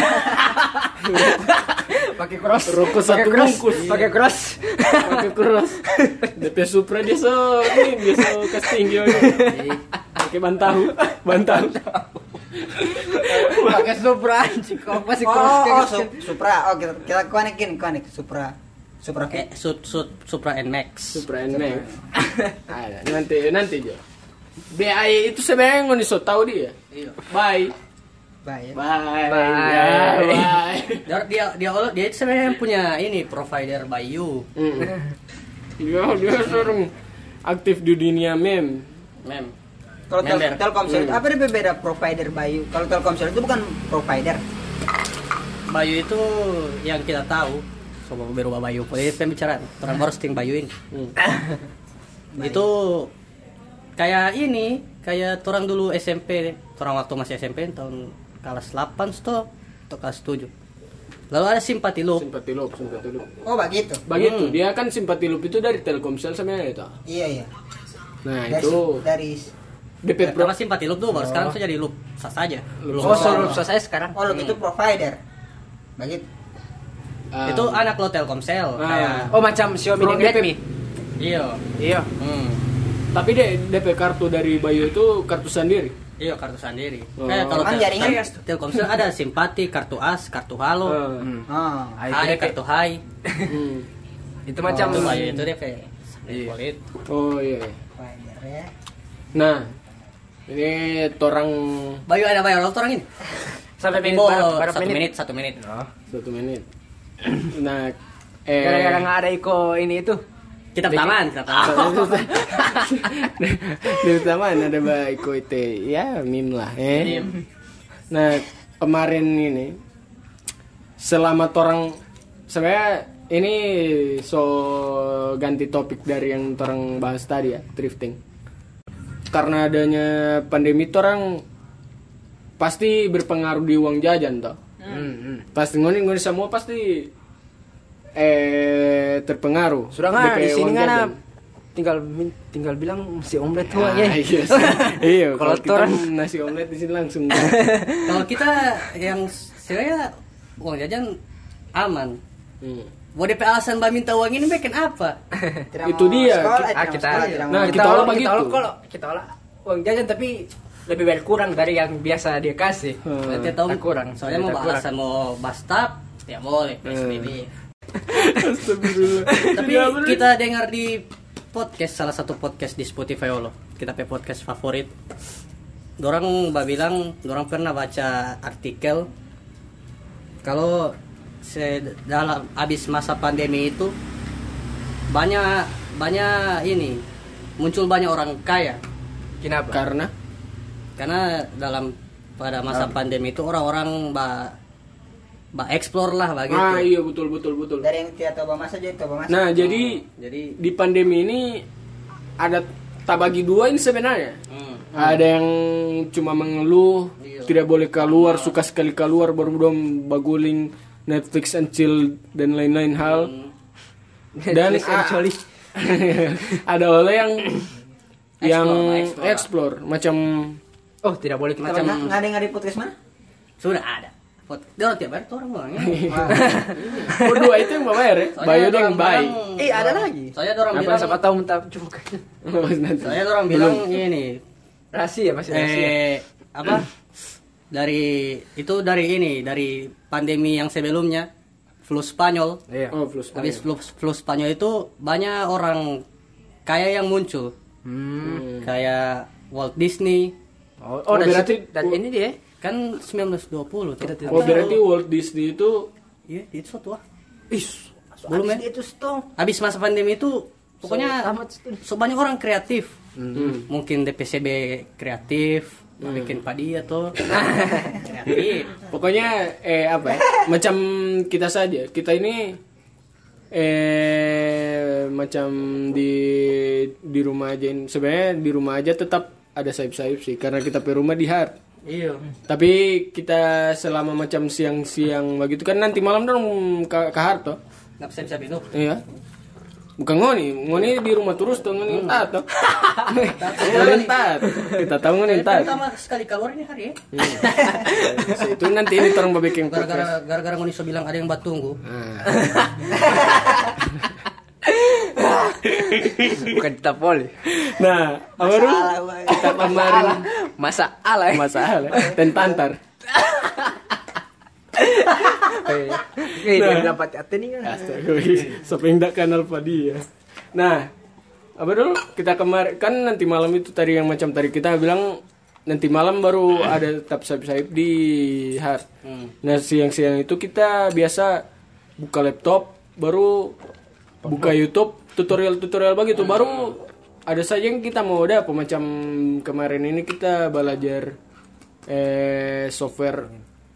Speaker 2: Pakai cross.
Speaker 3: rokok satu
Speaker 2: Pakai cross.
Speaker 3: bungkus.
Speaker 2: Pakai cross.
Speaker 3: pakai keras. D P Supra dia so, ini dia so casting yo. Pakai bantahu, bantahu.
Speaker 2: Pakai Supra anjing. Kok masih
Speaker 1: Oh,
Speaker 2: cross
Speaker 1: oh,
Speaker 2: kayak
Speaker 1: Sup- Supra. Oh kita kita konekin konek Supra. Supra
Speaker 4: Eh, Sud, Sud, Supra N Max.
Speaker 3: Supra N Max. Ada nanti nanti aja. B A E itu sebenarnya nggak so tahu dia.
Speaker 4: Iya.
Speaker 3: Bye.
Speaker 1: Bye. ya.
Speaker 3: Bye.
Speaker 2: Bye.
Speaker 3: Ya, bye.
Speaker 4: Dia dia dia, Olo- dia itu sebenarnya yang punya ini provider Bayu.
Speaker 3: Hmm. Dia dia seorang aktif di dunia meme.
Speaker 4: Mem.
Speaker 1: Kalau tel
Speaker 4: Member.
Speaker 1: Telkomsel
Speaker 3: Hmm.
Speaker 1: apa dia beda provider Bayu? Kalau Telkomsel itu bukan provider.
Speaker 4: Bayu itu yang kita tahu. Coba berubah Bayu. Ini pembicaraan. Orang baru sting Bayu ini.
Speaker 3: Hmm.
Speaker 4: Itu kayak ini, kayak orang dulu S M P, orang waktu masih S M P tahun kelas delapan tuh atau kelas tujuh. Lalu ada simpati loop.
Speaker 3: Simpati loop, simpati loop.
Speaker 1: Oh begitu.
Speaker 3: Begitu,
Speaker 4: Hmm.
Speaker 3: dia kan simpati loop itu dari Telkomsel sebenarnya itu.
Speaker 1: Iya iya.
Speaker 3: Nah,
Speaker 1: Dari,
Speaker 3: itu
Speaker 1: dari
Speaker 3: D P Pro.
Speaker 4: Pertama simpati loop tuh, baru sekarang sudah jadi loop sah saja.
Speaker 3: Loop
Speaker 2: Oh,
Speaker 3: sah.
Speaker 2: solusi saya sekarang.
Speaker 1: oh lo itu provider. Begitu.
Speaker 3: Ah,
Speaker 4: Itu anak lo Telkomsel.
Speaker 3: Ah.
Speaker 4: Kayak,
Speaker 2: Oh, macam Xiaomi
Speaker 3: Pro
Speaker 2: dan
Speaker 3: D P.
Speaker 2: Redmi.
Speaker 4: iya.
Speaker 2: Iya.
Speaker 4: Hmm.
Speaker 3: Tapi deh D P kartu dari Bayu itu kartu sendiri.
Speaker 4: Iya kartu sendiri.
Speaker 3: Oh.
Speaker 4: Kayak kalau
Speaker 1: Kan
Speaker 4: tel-
Speaker 1: jaringan.
Speaker 4: Telkomsel ada simpati, kartu as, kartu halo,
Speaker 3: Ah.
Speaker 2: Hmm.
Speaker 1: Oh.
Speaker 2: Ah, itu
Speaker 4: ada
Speaker 2: D P.
Speaker 4: kartu hai.
Speaker 3: Hmm.
Speaker 2: Itu macam
Speaker 4: Itu Bayu itu D P.
Speaker 2: Iya.
Speaker 4: Kulit.
Speaker 3: Oh iya.
Speaker 1: Provider ya.
Speaker 3: Nah, ini torang
Speaker 4: Bayu ada bayar lo orang ini?
Speaker 2: sampai menit
Speaker 4: Oh,
Speaker 2: berapa, berapa
Speaker 4: satu
Speaker 2: menit?
Speaker 4: menit, satu menit.
Speaker 2: Oh.
Speaker 3: satu menit. Nah, eh
Speaker 2: Gara-gara nggak ada Iko ini itu.
Speaker 4: Kita taman, kita taman.
Speaker 3: di taman ada baik itu ya meme lah eh.
Speaker 4: Meme.
Speaker 3: Nah kemarin ini selamat orang sebenarnya ini so ganti topik dari yang orang bahas tadi ya drifting karena adanya pandemi itu orang pasti berpengaruh di uang jajan toh
Speaker 2: Hmm, hmm.
Speaker 3: pasti ngoni ngoni semua pasti eh terpengaruh
Speaker 2: Sudah nggak
Speaker 3: D P
Speaker 2: di sini
Speaker 3: uang
Speaker 2: nggak
Speaker 3: jajan.
Speaker 2: tinggal tinggal bilang si omelet tuh
Speaker 3: Ah,
Speaker 2: ya.
Speaker 3: iya, sih. iya
Speaker 2: Kalau
Speaker 3: kalau kita
Speaker 2: orang-
Speaker 3: nasi omelet di sini langsung.
Speaker 4: Kalau kita yang sebenarnya uang jajan aman.
Speaker 3: Hmm.
Speaker 4: Mau D P alasan mbak minta uang ini bikin apa?
Speaker 1: Tidak
Speaker 3: Itu
Speaker 1: mau
Speaker 3: dia.
Speaker 1: sekolah,
Speaker 2: Ah,
Speaker 1: tidak
Speaker 2: kita
Speaker 1: mau sekolah, tidak
Speaker 3: nah,
Speaker 1: mau-
Speaker 3: kita
Speaker 2: kita
Speaker 3: olah
Speaker 2: olah
Speaker 3: begitu.
Speaker 2: kita olah kalau kita olah uang jajan tapi lebih banyak kurang dari yang biasa dia kasih.
Speaker 3: Hmm.
Speaker 4: Berarti tahu
Speaker 2: Tak kurang.
Speaker 4: Soalnya mau
Speaker 2: Tak kurang.
Speaker 4: alasan mau bastap, ya boleh P S B B.
Speaker 3: Astagfirullah.
Speaker 4: Tapi
Speaker 3: Ya, bener.
Speaker 4: kita dengar di podcast salah satu podcast di Spotify Olo. Kita pe podcast favorit. Dorang mbak bilang, dorang pernah baca artikel kalau se- dalam habis masa pandemi itu banyak banyak ini muncul banyak orang kaya.
Speaker 2: Kenapa?
Speaker 3: Karena
Speaker 4: Karena dalam pada masa pandemi itu orang-orang ba ba explore lah begitu.
Speaker 3: ah iya betul betul betul.
Speaker 1: Dari yang tidak tahu bahasa jadi tahu bahasa.
Speaker 3: Nah, jadi
Speaker 4: Jadi
Speaker 3: di pandemi ini ada tak bagi dua ini sebenarnya.
Speaker 4: hmm.
Speaker 3: Ada yang cuma mengeluh,
Speaker 4: Iya.
Speaker 3: tidak boleh keluar, suka sekali keluar baru dong baguling Netflix and chill dan lain-lain hal. Dan
Speaker 2: Netflix and
Speaker 3: a-
Speaker 2: chill.
Speaker 3: ada oleh yang yang
Speaker 4: Explore,
Speaker 3: explore macam
Speaker 2: Oh, tidak boleh kita
Speaker 4: Macam-
Speaker 2: banyak.
Speaker 1: Nggak ada yang ada di podcast mana?
Speaker 4: sudah ada. Pot- Dia tiap hari tuh orang orangnya.
Speaker 3: berdua itu yang bayar ya. Bayo dia yang baik.
Speaker 2: Eh, ada lagi.
Speaker 4: Soalnya orang
Speaker 2: Apa
Speaker 4: bilang
Speaker 2: siapa tahu mentah coba.
Speaker 4: Soalnya orang bilang ini
Speaker 2: Rahasia masih rahasia.
Speaker 4: eh apa? Dari itu dari ini, dari pandemi yang sebelumnya flu Spanyol.
Speaker 2: Iya.
Speaker 3: Oh, plus.
Speaker 4: Habis flu, flu Spanyol itu banyak orang kaya yang muncul.
Speaker 2: Hmm.
Speaker 4: Kayak Walt Disney
Speaker 2: Oh,
Speaker 3: Oh,
Speaker 2: oh, dan
Speaker 3: berarti-
Speaker 2: situ- dan ini dia.
Speaker 4: kan sembilan belas dua puluh tuh.
Speaker 2: Kita tidak
Speaker 3: Oh, berarti Walt Disney itu
Speaker 4: Iya, itu suatu ah.
Speaker 2: Is,
Speaker 4: Belum ya?
Speaker 2: itu stong.
Speaker 4: Habis masa pandemi itu pokoknya
Speaker 2: So, tamat itu.
Speaker 4: so banyak orang kreatif.
Speaker 3: Hmm.
Speaker 4: Mungkin D P C B kreatif, bikin padi atau kreatif.
Speaker 3: pokoknya eh apa ya? Macam kita saja. Kita ini eh macam di di rumah aja. Sebenarnya di rumah aja tetap ada sayap-sayap sih karena kita pe rumah di Hart.
Speaker 4: Iya.
Speaker 3: Tapi kita selama macam siang-siang begitu kan nanti malam dong ke, ke Hart toh.
Speaker 4: Nggak bisa bisa itu.
Speaker 3: Iya. Bukan ngoni, ngoni di rumah terus tuh ngoni entat toh. Ngoni entat. Kita tahu ngoni entat.
Speaker 4: Pertama sekali keluar ini hari ya.
Speaker 3: So, itu nanti ini terang babikin podcast.
Speaker 4: Gara-gara gara-gara Ngoniso bilang ada yang batunggu.
Speaker 2: Bukan kita poli.
Speaker 3: Nah, apa dulu? Kita kemarin
Speaker 2: Masalah. ya.
Speaker 3: masalah tentantar.
Speaker 2: Eh, dia dapat aten ini kan.
Speaker 3: Astaga, sampai ndak kenal padi ya. Nah, apa dulu? Kita kemarin kan nanti malam itu tadi yang macam tadi kita bilang nanti malam baru ada tap sayap-sayap di Hart. Nah, siang-siang itu kita biasa buka laptop, baru buka YouTube, tutorial-tutorial begitu, baru ada saja yang kita mau ada apa macam kemarin ini kita belajar eh software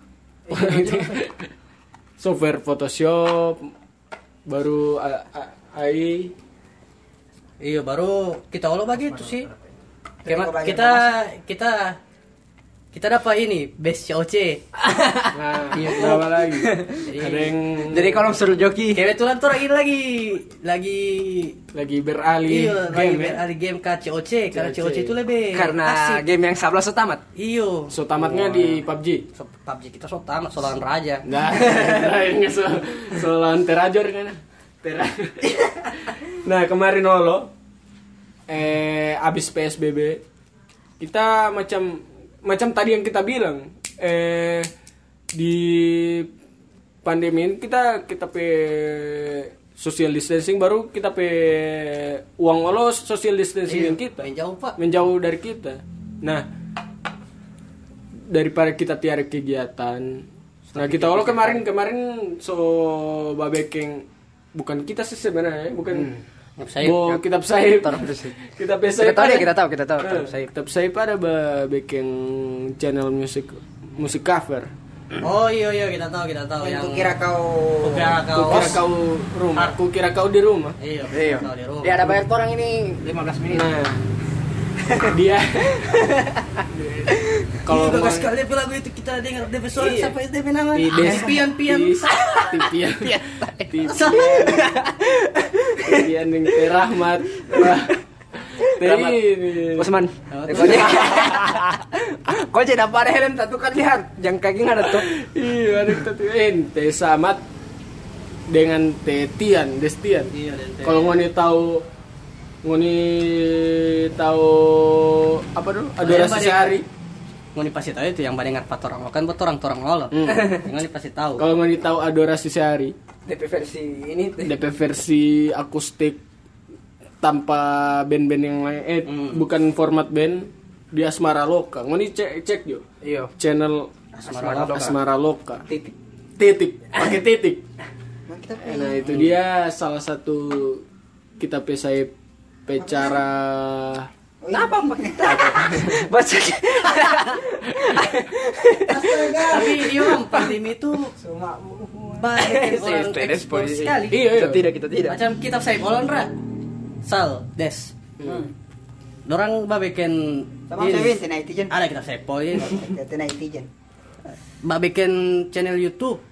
Speaker 3: software Photoshop baru A- A- A I.
Speaker 4: Iya, baru kita olah begitu sih. Kema-
Speaker 1: Kemarin
Speaker 4: kita kita kita dapat ini best C O C.
Speaker 3: Nah, apa lagi? Ada yang
Speaker 2: Jadi kalau suruh joki.
Speaker 4: Kebetulan tuh lagi lagi lagi
Speaker 3: lagi beralih
Speaker 4: iya lagi
Speaker 3: game ya?
Speaker 4: beralih game ke C O C karena C O C itu lebih
Speaker 2: Karena
Speaker 4: asik.
Speaker 2: game yang sebelas tamat.
Speaker 4: Iyo.
Speaker 3: So tamatnya di P U B G.
Speaker 4: So, P U B G kita so tamat soalan raja.
Speaker 3: Nah, lainnya so, soalan terajor kan? Tera. Nah, kemarin Olo eh abis P S B B kita macam macam tadi yang kita bilang eh di pandemi ini kita kita pe social distancing baru kita pe uang Olo social distancing yang kita
Speaker 4: Main jauh pak.
Speaker 3: menjauh dari kita. Nah, daripada kita tiada kegiatan. Nah, kita Olo kemarin kemarin so babekeng bukan kita sih sebenarnya, bukan
Speaker 4: Saya
Speaker 3: Bo kitab saya kita biasa
Speaker 2: Kita tahu deh, kita tahu, kita tahu. Kitab Saib.
Speaker 3: kitab saya pada babekeng channel musik musik cover.
Speaker 4: Oh iya iya kita tahu kita tahu yang
Speaker 1: Aku kira kau
Speaker 4: Kukira
Speaker 3: Aku
Speaker 4: kau
Speaker 3: kira kau rumah, aku kira kau di rumah.
Speaker 4: Iya.
Speaker 2: Iya.
Speaker 4: tahu di rumah.
Speaker 2: Dia ada bayar orang ini lima belas menit.
Speaker 3: Nah, dia kalau
Speaker 4: Iya, bagus
Speaker 3: mau-
Speaker 4: sekali tapi lagu itu kita dengar D P suara
Speaker 3: Iya.
Speaker 4: siapa itu D P nama?
Speaker 3: Di des-
Speaker 4: Pian Pian.
Speaker 3: di- Tipian. Tipian. Tipian yang Teh Rahmat. Wah. Teh
Speaker 2: Rahmat.
Speaker 3: ini.
Speaker 2: Usman. Kau jadi Kau jadi dapat helm satu kan lihat. Jangan kaki ada tuh.
Speaker 3: Iya, ada kita tuh Teh Samat dengan Teh Tian, Destian.
Speaker 4: Iya, dan Teh-
Speaker 3: Kalau ngoni tahu ngoni tahu apa dulu? Adorasi
Speaker 4: Yang
Speaker 3: sehari.
Speaker 4: Ngoni pasti tahu itu yang badengar patorang kan patorang torang lo.
Speaker 3: Hmm.
Speaker 4: Ngoni pasti tahu.
Speaker 3: Kalau ngoni tahu adorasi sehari.
Speaker 2: D P versi ini tuh.
Speaker 3: D P versi akustik tanpa band-band yang lain eh
Speaker 4: Hmm.
Speaker 3: bukan format band di Asmara Loka. Ngoni cek cek yo.
Speaker 2: Iya.
Speaker 3: Channel
Speaker 4: Asmara
Speaker 2: Loka.
Speaker 3: Asmara Loka.
Speaker 2: Titik.
Speaker 3: Titik, pakai titik.
Speaker 1: Nah, kita
Speaker 3: Nah, itu dia salah satu kita pesaip Bicara
Speaker 2: Apa apa kita? Baca.
Speaker 4: Tapi dia orang pandemi itu banyak orang ekspor sekali.
Speaker 3: Iya, iya.
Speaker 2: Kita tidak, kita tidak.
Speaker 4: Macam kitab saya Olon ra. Sal, Des.
Speaker 1: Hmm.
Speaker 4: Dorang ba bikin
Speaker 1: Sama saya win tina itijen.
Speaker 4: ada kitab saya Pol ini.
Speaker 1: Tina itijen.
Speaker 4: Ba bikin channel YouTube.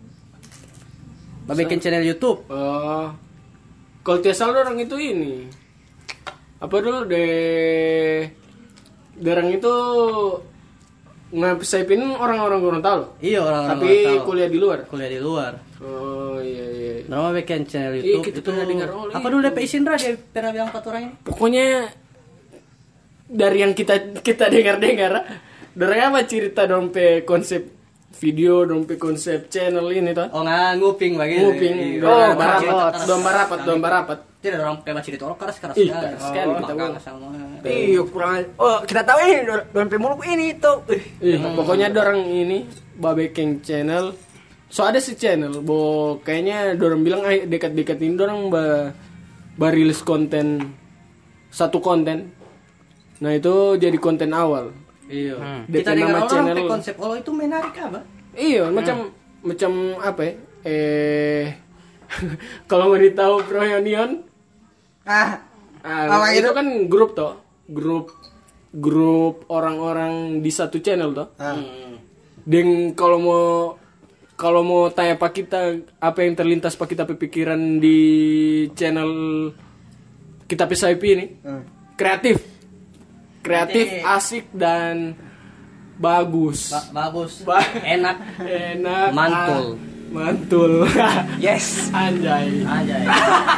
Speaker 4: Ba bikin channel YouTube.
Speaker 3: Oh, kalau tidak salah orang itu ini apa dulu deh, orang itu ngapain orang-orang Gorontalo,
Speaker 4: Iya orang-orang
Speaker 3: tapi
Speaker 4: Gorontalo.
Speaker 3: kuliah di luar.
Speaker 4: Kuliah di luar.
Speaker 3: Oh iya iya.
Speaker 4: Dorang ba bikin channel
Speaker 3: Iya,
Speaker 4: YouTube
Speaker 3: kita
Speaker 4: itu.
Speaker 3: pernah dengar, oh,
Speaker 4: Apa
Speaker 3: iya.
Speaker 4: dulu D P Isindra dia pernah bilang empat orang ini?
Speaker 3: Pokoknya dari yang kita kita dengar-dengar, dari apa cerita dompe konsep video, dompe konsep channel ini tuh.
Speaker 4: Oh nggak nguping begitu.
Speaker 3: Nguping,
Speaker 4: Iya.
Speaker 3: domba
Speaker 2: Oh,
Speaker 3: rapat,
Speaker 2: keras.
Speaker 3: domba rapat, domba rapat.
Speaker 4: Tidak orang kayak cerita orang keras keras
Speaker 3: Ih,
Speaker 4: sekali.
Speaker 3: keras sekali,
Speaker 4: Oh,
Speaker 3: kita
Speaker 4: makanya
Speaker 3: bilang.
Speaker 4: sama.
Speaker 2: Iya kurang. Oh kita tahu ini Don Pemuluk ini tuh.
Speaker 3: Ih, pokoknya dorang ini Babekeng channel. So ada si channel, bo kayaknya dorang bilang ay dekat-dekat ini dorang ba, ba rilis konten satu konten. Nah itu jadi konten awal.
Speaker 4: Iya.
Speaker 3: D P
Speaker 4: Kita dengar
Speaker 3: nama
Speaker 4: orang
Speaker 3: channel.
Speaker 4: pe konsep Allah itu menarik apa?
Speaker 3: Iya, macam macam apa ya? Eh kalau mau ditahu Proyonion,
Speaker 1: Ah,
Speaker 3: ah,
Speaker 1: Apa
Speaker 3: itu
Speaker 1: itu?
Speaker 3: kan grup toh, grup grup orang-orang di satu channel toh.
Speaker 1: ah.
Speaker 3: Dan kalau mau kalau mau tanya pak kita apa yang terlintas pak kita pikiran di channel kita P S I P ini,
Speaker 1: Hmm.
Speaker 3: kreatif, kreatif,
Speaker 4: Kreatif.
Speaker 3: asik dan bagus,
Speaker 4: Ba- bagus.
Speaker 3: Ba-
Speaker 4: Enak.
Speaker 3: enak,
Speaker 4: Mantul.
Speaker 3: ah, mantul,
Speaker 2: Yes.
Speaker 3: anjay.
Speaker 4: Aja ya.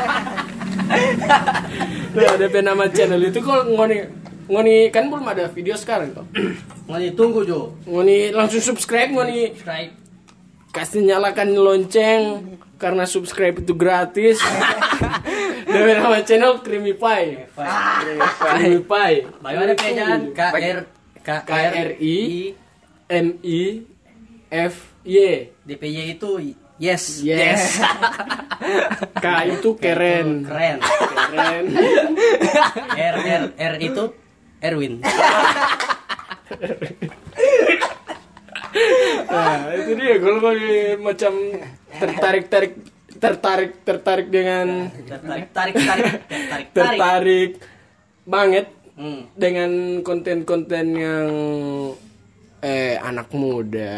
Speaker 3: Nah, D P nama channel itu kalau ngoni ngoni kan belum ada video sekarang toh.
Speaker 4: Ngoni tunggu Jo.
Speaker 3: Ngoni langsung subscribe, ngoni
Speaker 4: Subscribe.
Speaker 3: kasih nyalakan lonceng karena subscribe itu gratis. Dari nama channel Creamy Pie. Creamy Pie.
Speaker 4: Bagaimana pejalan K R K
Speaker 3: K R I M I F Y.
Speaker 4: D P Y itu yes.
Speaker 3: Yes. K itu keren.
Speaker 4: Keren.
Speaker 3: Keren.
Speaker 4: R R R itu Erwin.
Speaker 3: Nah, itu dia kalau mau macam tertarik tarik tertarik tertarik dengan
Speaker 4: Tertarik tarik tarik tertarik tarik.
Speaker 3: tertarik banget
Speaker 4: Hmm.
Speaker 3: dengan konten-konten yang eh anak muda,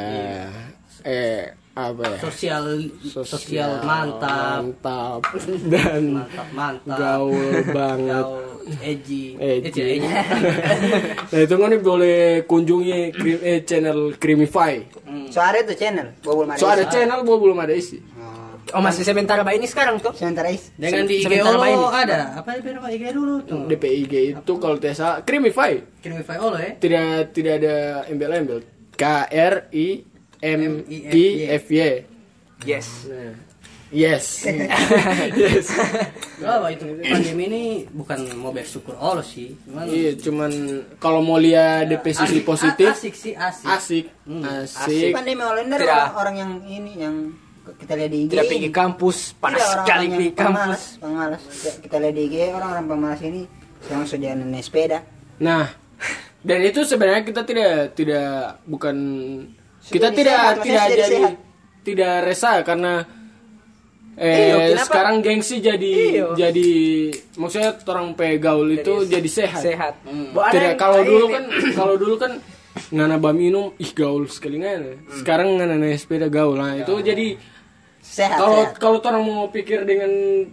Speaker 3: eh apa ya,
Speaker 4: Sosial sosial mantap.
Speaker 3: mantap dan
Speaker 4: Mantap mantap.
Speaker 3: gaul banget.
Speaker 4: Gaul edgy.
Speaker 3: Edgy.
Speaker 4: Edgy.
Speaker 3: Nah itu kan nih boleh kunjungi krim, eh, channel Creamify.
Speaker 1: So ada tuh channel, bobol
Speaker 3: So ada channel gua belum ada isi.
Speaker 2: Oh masih sementara ini sekarang tuh.
Speaker 1: Sementara is.
Speaker 4: Dengan di I G
Speaker 2: Sebentar, Pak, ini.
Speaker 4: Olo ada. Apa itu nama I G dulu tuh?
Speaker 3: D P I G itu kalau tidak salah Creamify.
Speaker 4: Kirim wifi Olo ya.
Speaker 3: Tidak tidak ada embel-embel. K R I M I F Y.
Speaker 2: Yes.
Speaker 3: Nah, yes. Yes.
Speaker 4: Gak apa itu pandemi ini bukan mau bersyukur Allah sih. Cuman
Speaker 3: Iya, cuman kalau mau lihat D P sisi
Speaker 4: asik,
Speaker 3: positif,
Speaker 4: a- asik sih asik.
Speaker 3: asik,
Speaker 4: Hmm,
Speaker 3: asik.
Speaker 1: Pandemi Holender
Speaker 2: Tidak.
Speaker 1: orang, orang yang ini yang kita lihat di I G.
Speaker 2: Tidak pergi kampus, panas
Speaker 1: Tidak,
Speaker 2: sekali
Speaker 1: orang-orang
Speaker 2: di
Speaker 1: yang
Speaker 2: kampus.
Speaker 1: pemalas, pemalas. Kita lihat di I G orang-orang pemalas ini yang sudah naik sepeda.
Speaker 3: Nah, dan itu sebenarnya kita tidak tidak bukan kita
Speaker 1: Jadi
Speaker 3: tidak
Speaker 1: sehat,
Speaker 3: tidak
Speaker 1: maksudnya jadi
Speaker 3: jadi
Speaker 1: sehat.
Speaker 3: tidak resah karena eh
Speaker 2: Iyo, kenapa?
Speaker 3: sekarang gengsi jadi
Speaker 2: Iyo.
Speaker 3: jadi maksudnya orang pegaul itu jadi, sehat.
Speaker 2: Sehat.
Speaker 4: Hmm.
Speaker 2: Bo, ada
Speaker 3: Tidak
Speaker 2: yang-
Speaker 3: kalau
Speaker 2: ini-
Speaker 3: dulu kan kalau dulu kan ngana ba minum ih gaul sekali ngana. Sekarang ngana naik sepeda gaul. Nah, itu jadi
Speaker 1: Sehat.
Speaker 3: kalau
Speaker 1: sehat.
Speaker 3: kalau orang mau pikir dengan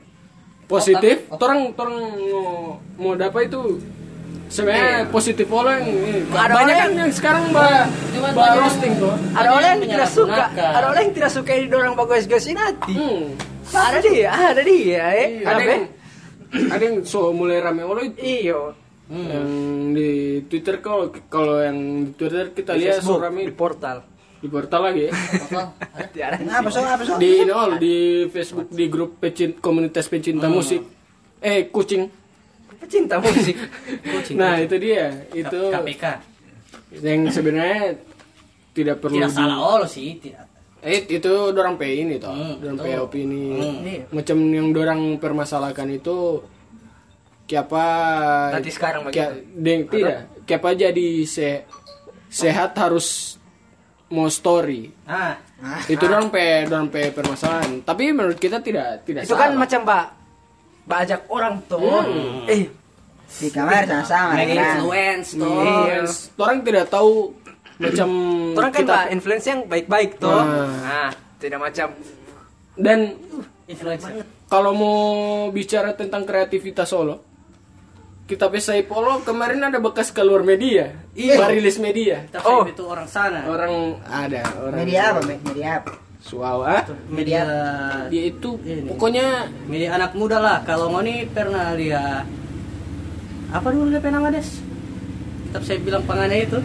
Speaker 3: positif, orang orang mau mau dapat itu sebenarnya positif orang ini.
Speaker 2: Ada
Speaker 3: Banyak
Speaker 2: orang
Speaker 3: kan yang sekarang ba
Speaker 4: Cuma
Speaker 3: ba
Speaker 4: banyak-
Speaker 3: roasting tuh.
Speaker 2: Ada orang yang tidak suka,
Speaker 4: Menyalahgunakan.
Speaker 2: ada orang yang tidak suka di dorang bagus-bagusin hati.
Speaker 3: Hmm.
Speaker 2: Ada dia, ada dia, eh.
Speaker 3: Ada
Speaker 2: Ada
Speaker 3: yang ada yang so mulai rame orang itu.
Speaker 2: Iyo.
Speaker 3: Yang di Twitter kalau kalau yang di Twitter kita lihat so
Speaker 2: Facebook,
Speaker 3: rame
Speaker 2: di portal.
Speaker 3: di portal lagi ya.
Speaker 2: Tidak ada.
Speaker 1: Apa so apa so?
Speaker 3: Di nol di Facebook di grup pecin, komunitas pecinta musik. Eh kucing.
Speaker 2: Pecinta musik.
Speaker 4: Kucing.
Speaker 3: Nah, itu dia. Itu
Speaker 4: K P K.
Speaker 3: yang sebenarnya tidak perlu
Speaker 4: Tidak
Speaker 3: di-
Speaker 4: salah Olo sih, tidak.
Speaker 3: Eh itu dorang P ini toh,
Speaker 4: Hmm,
Speaker 3: dorang P
Speaker 4: betul.
Speaker 3: opini.
Speaker 4: Hmm.
Speaker 2: Iya.
Speaker 3: Macam yang dorang permasalahkan itu Kiapa
Speaker 2: Nanti sekarang
Speaker 3: kia,
Speaker 2: begitu.
Speaker 3: deng tidak. Kiapa jadi se, sehat harus mau story.
Speaker 4: Ah,
Speaker 3: Itu dorang pe dorang pe permasalahan. Tapi menurut kita tidak tidak
Speaker 2: Itu kan
Speaker 3: salah.
Speaker 2: macam Pak Pak ajak orang tuh. Eh,
Speaker 1: Di kamar sama-sama.
Speaker 4: mereka
Speaker 1: kan?
Speaker 4: influence tuh.
Speaker 3: Iya, orang tidak tahu macam
Speaker 2: orang kan
Speaker 3: kita
Speaker 2: Pak influence yang baik-baik tuh.
Speaker 3: Nah.
Speaker 2: Nah, tidak macam
Speaker 3: dan
Speaker 4: Influencer.
Speaker 3: kalau mau bicara tentang kreativitas Solo, kita pesai polo kemarin ada bekas keluar media,
Speaker 4: Iya.
Speaker 3: barilis media.
Speaker 4: Kita
Speaker 2: Oh.
Speaker 4: itu orang sana.
Speaker 3: Orang ada orang
Speaker 1: Media apa, Mek? Media apa?
Speaker 3: Suawa.
Speaker 4: Media
Speaker 3: Dia itu
Speaker 4: Ini.
Speaker 3: pokoknya
Speaker 4: media anak muda lah. Kalau mau nih pernah lihat apa dulu dia nama Des? Tetap saya bilang pangannya itu.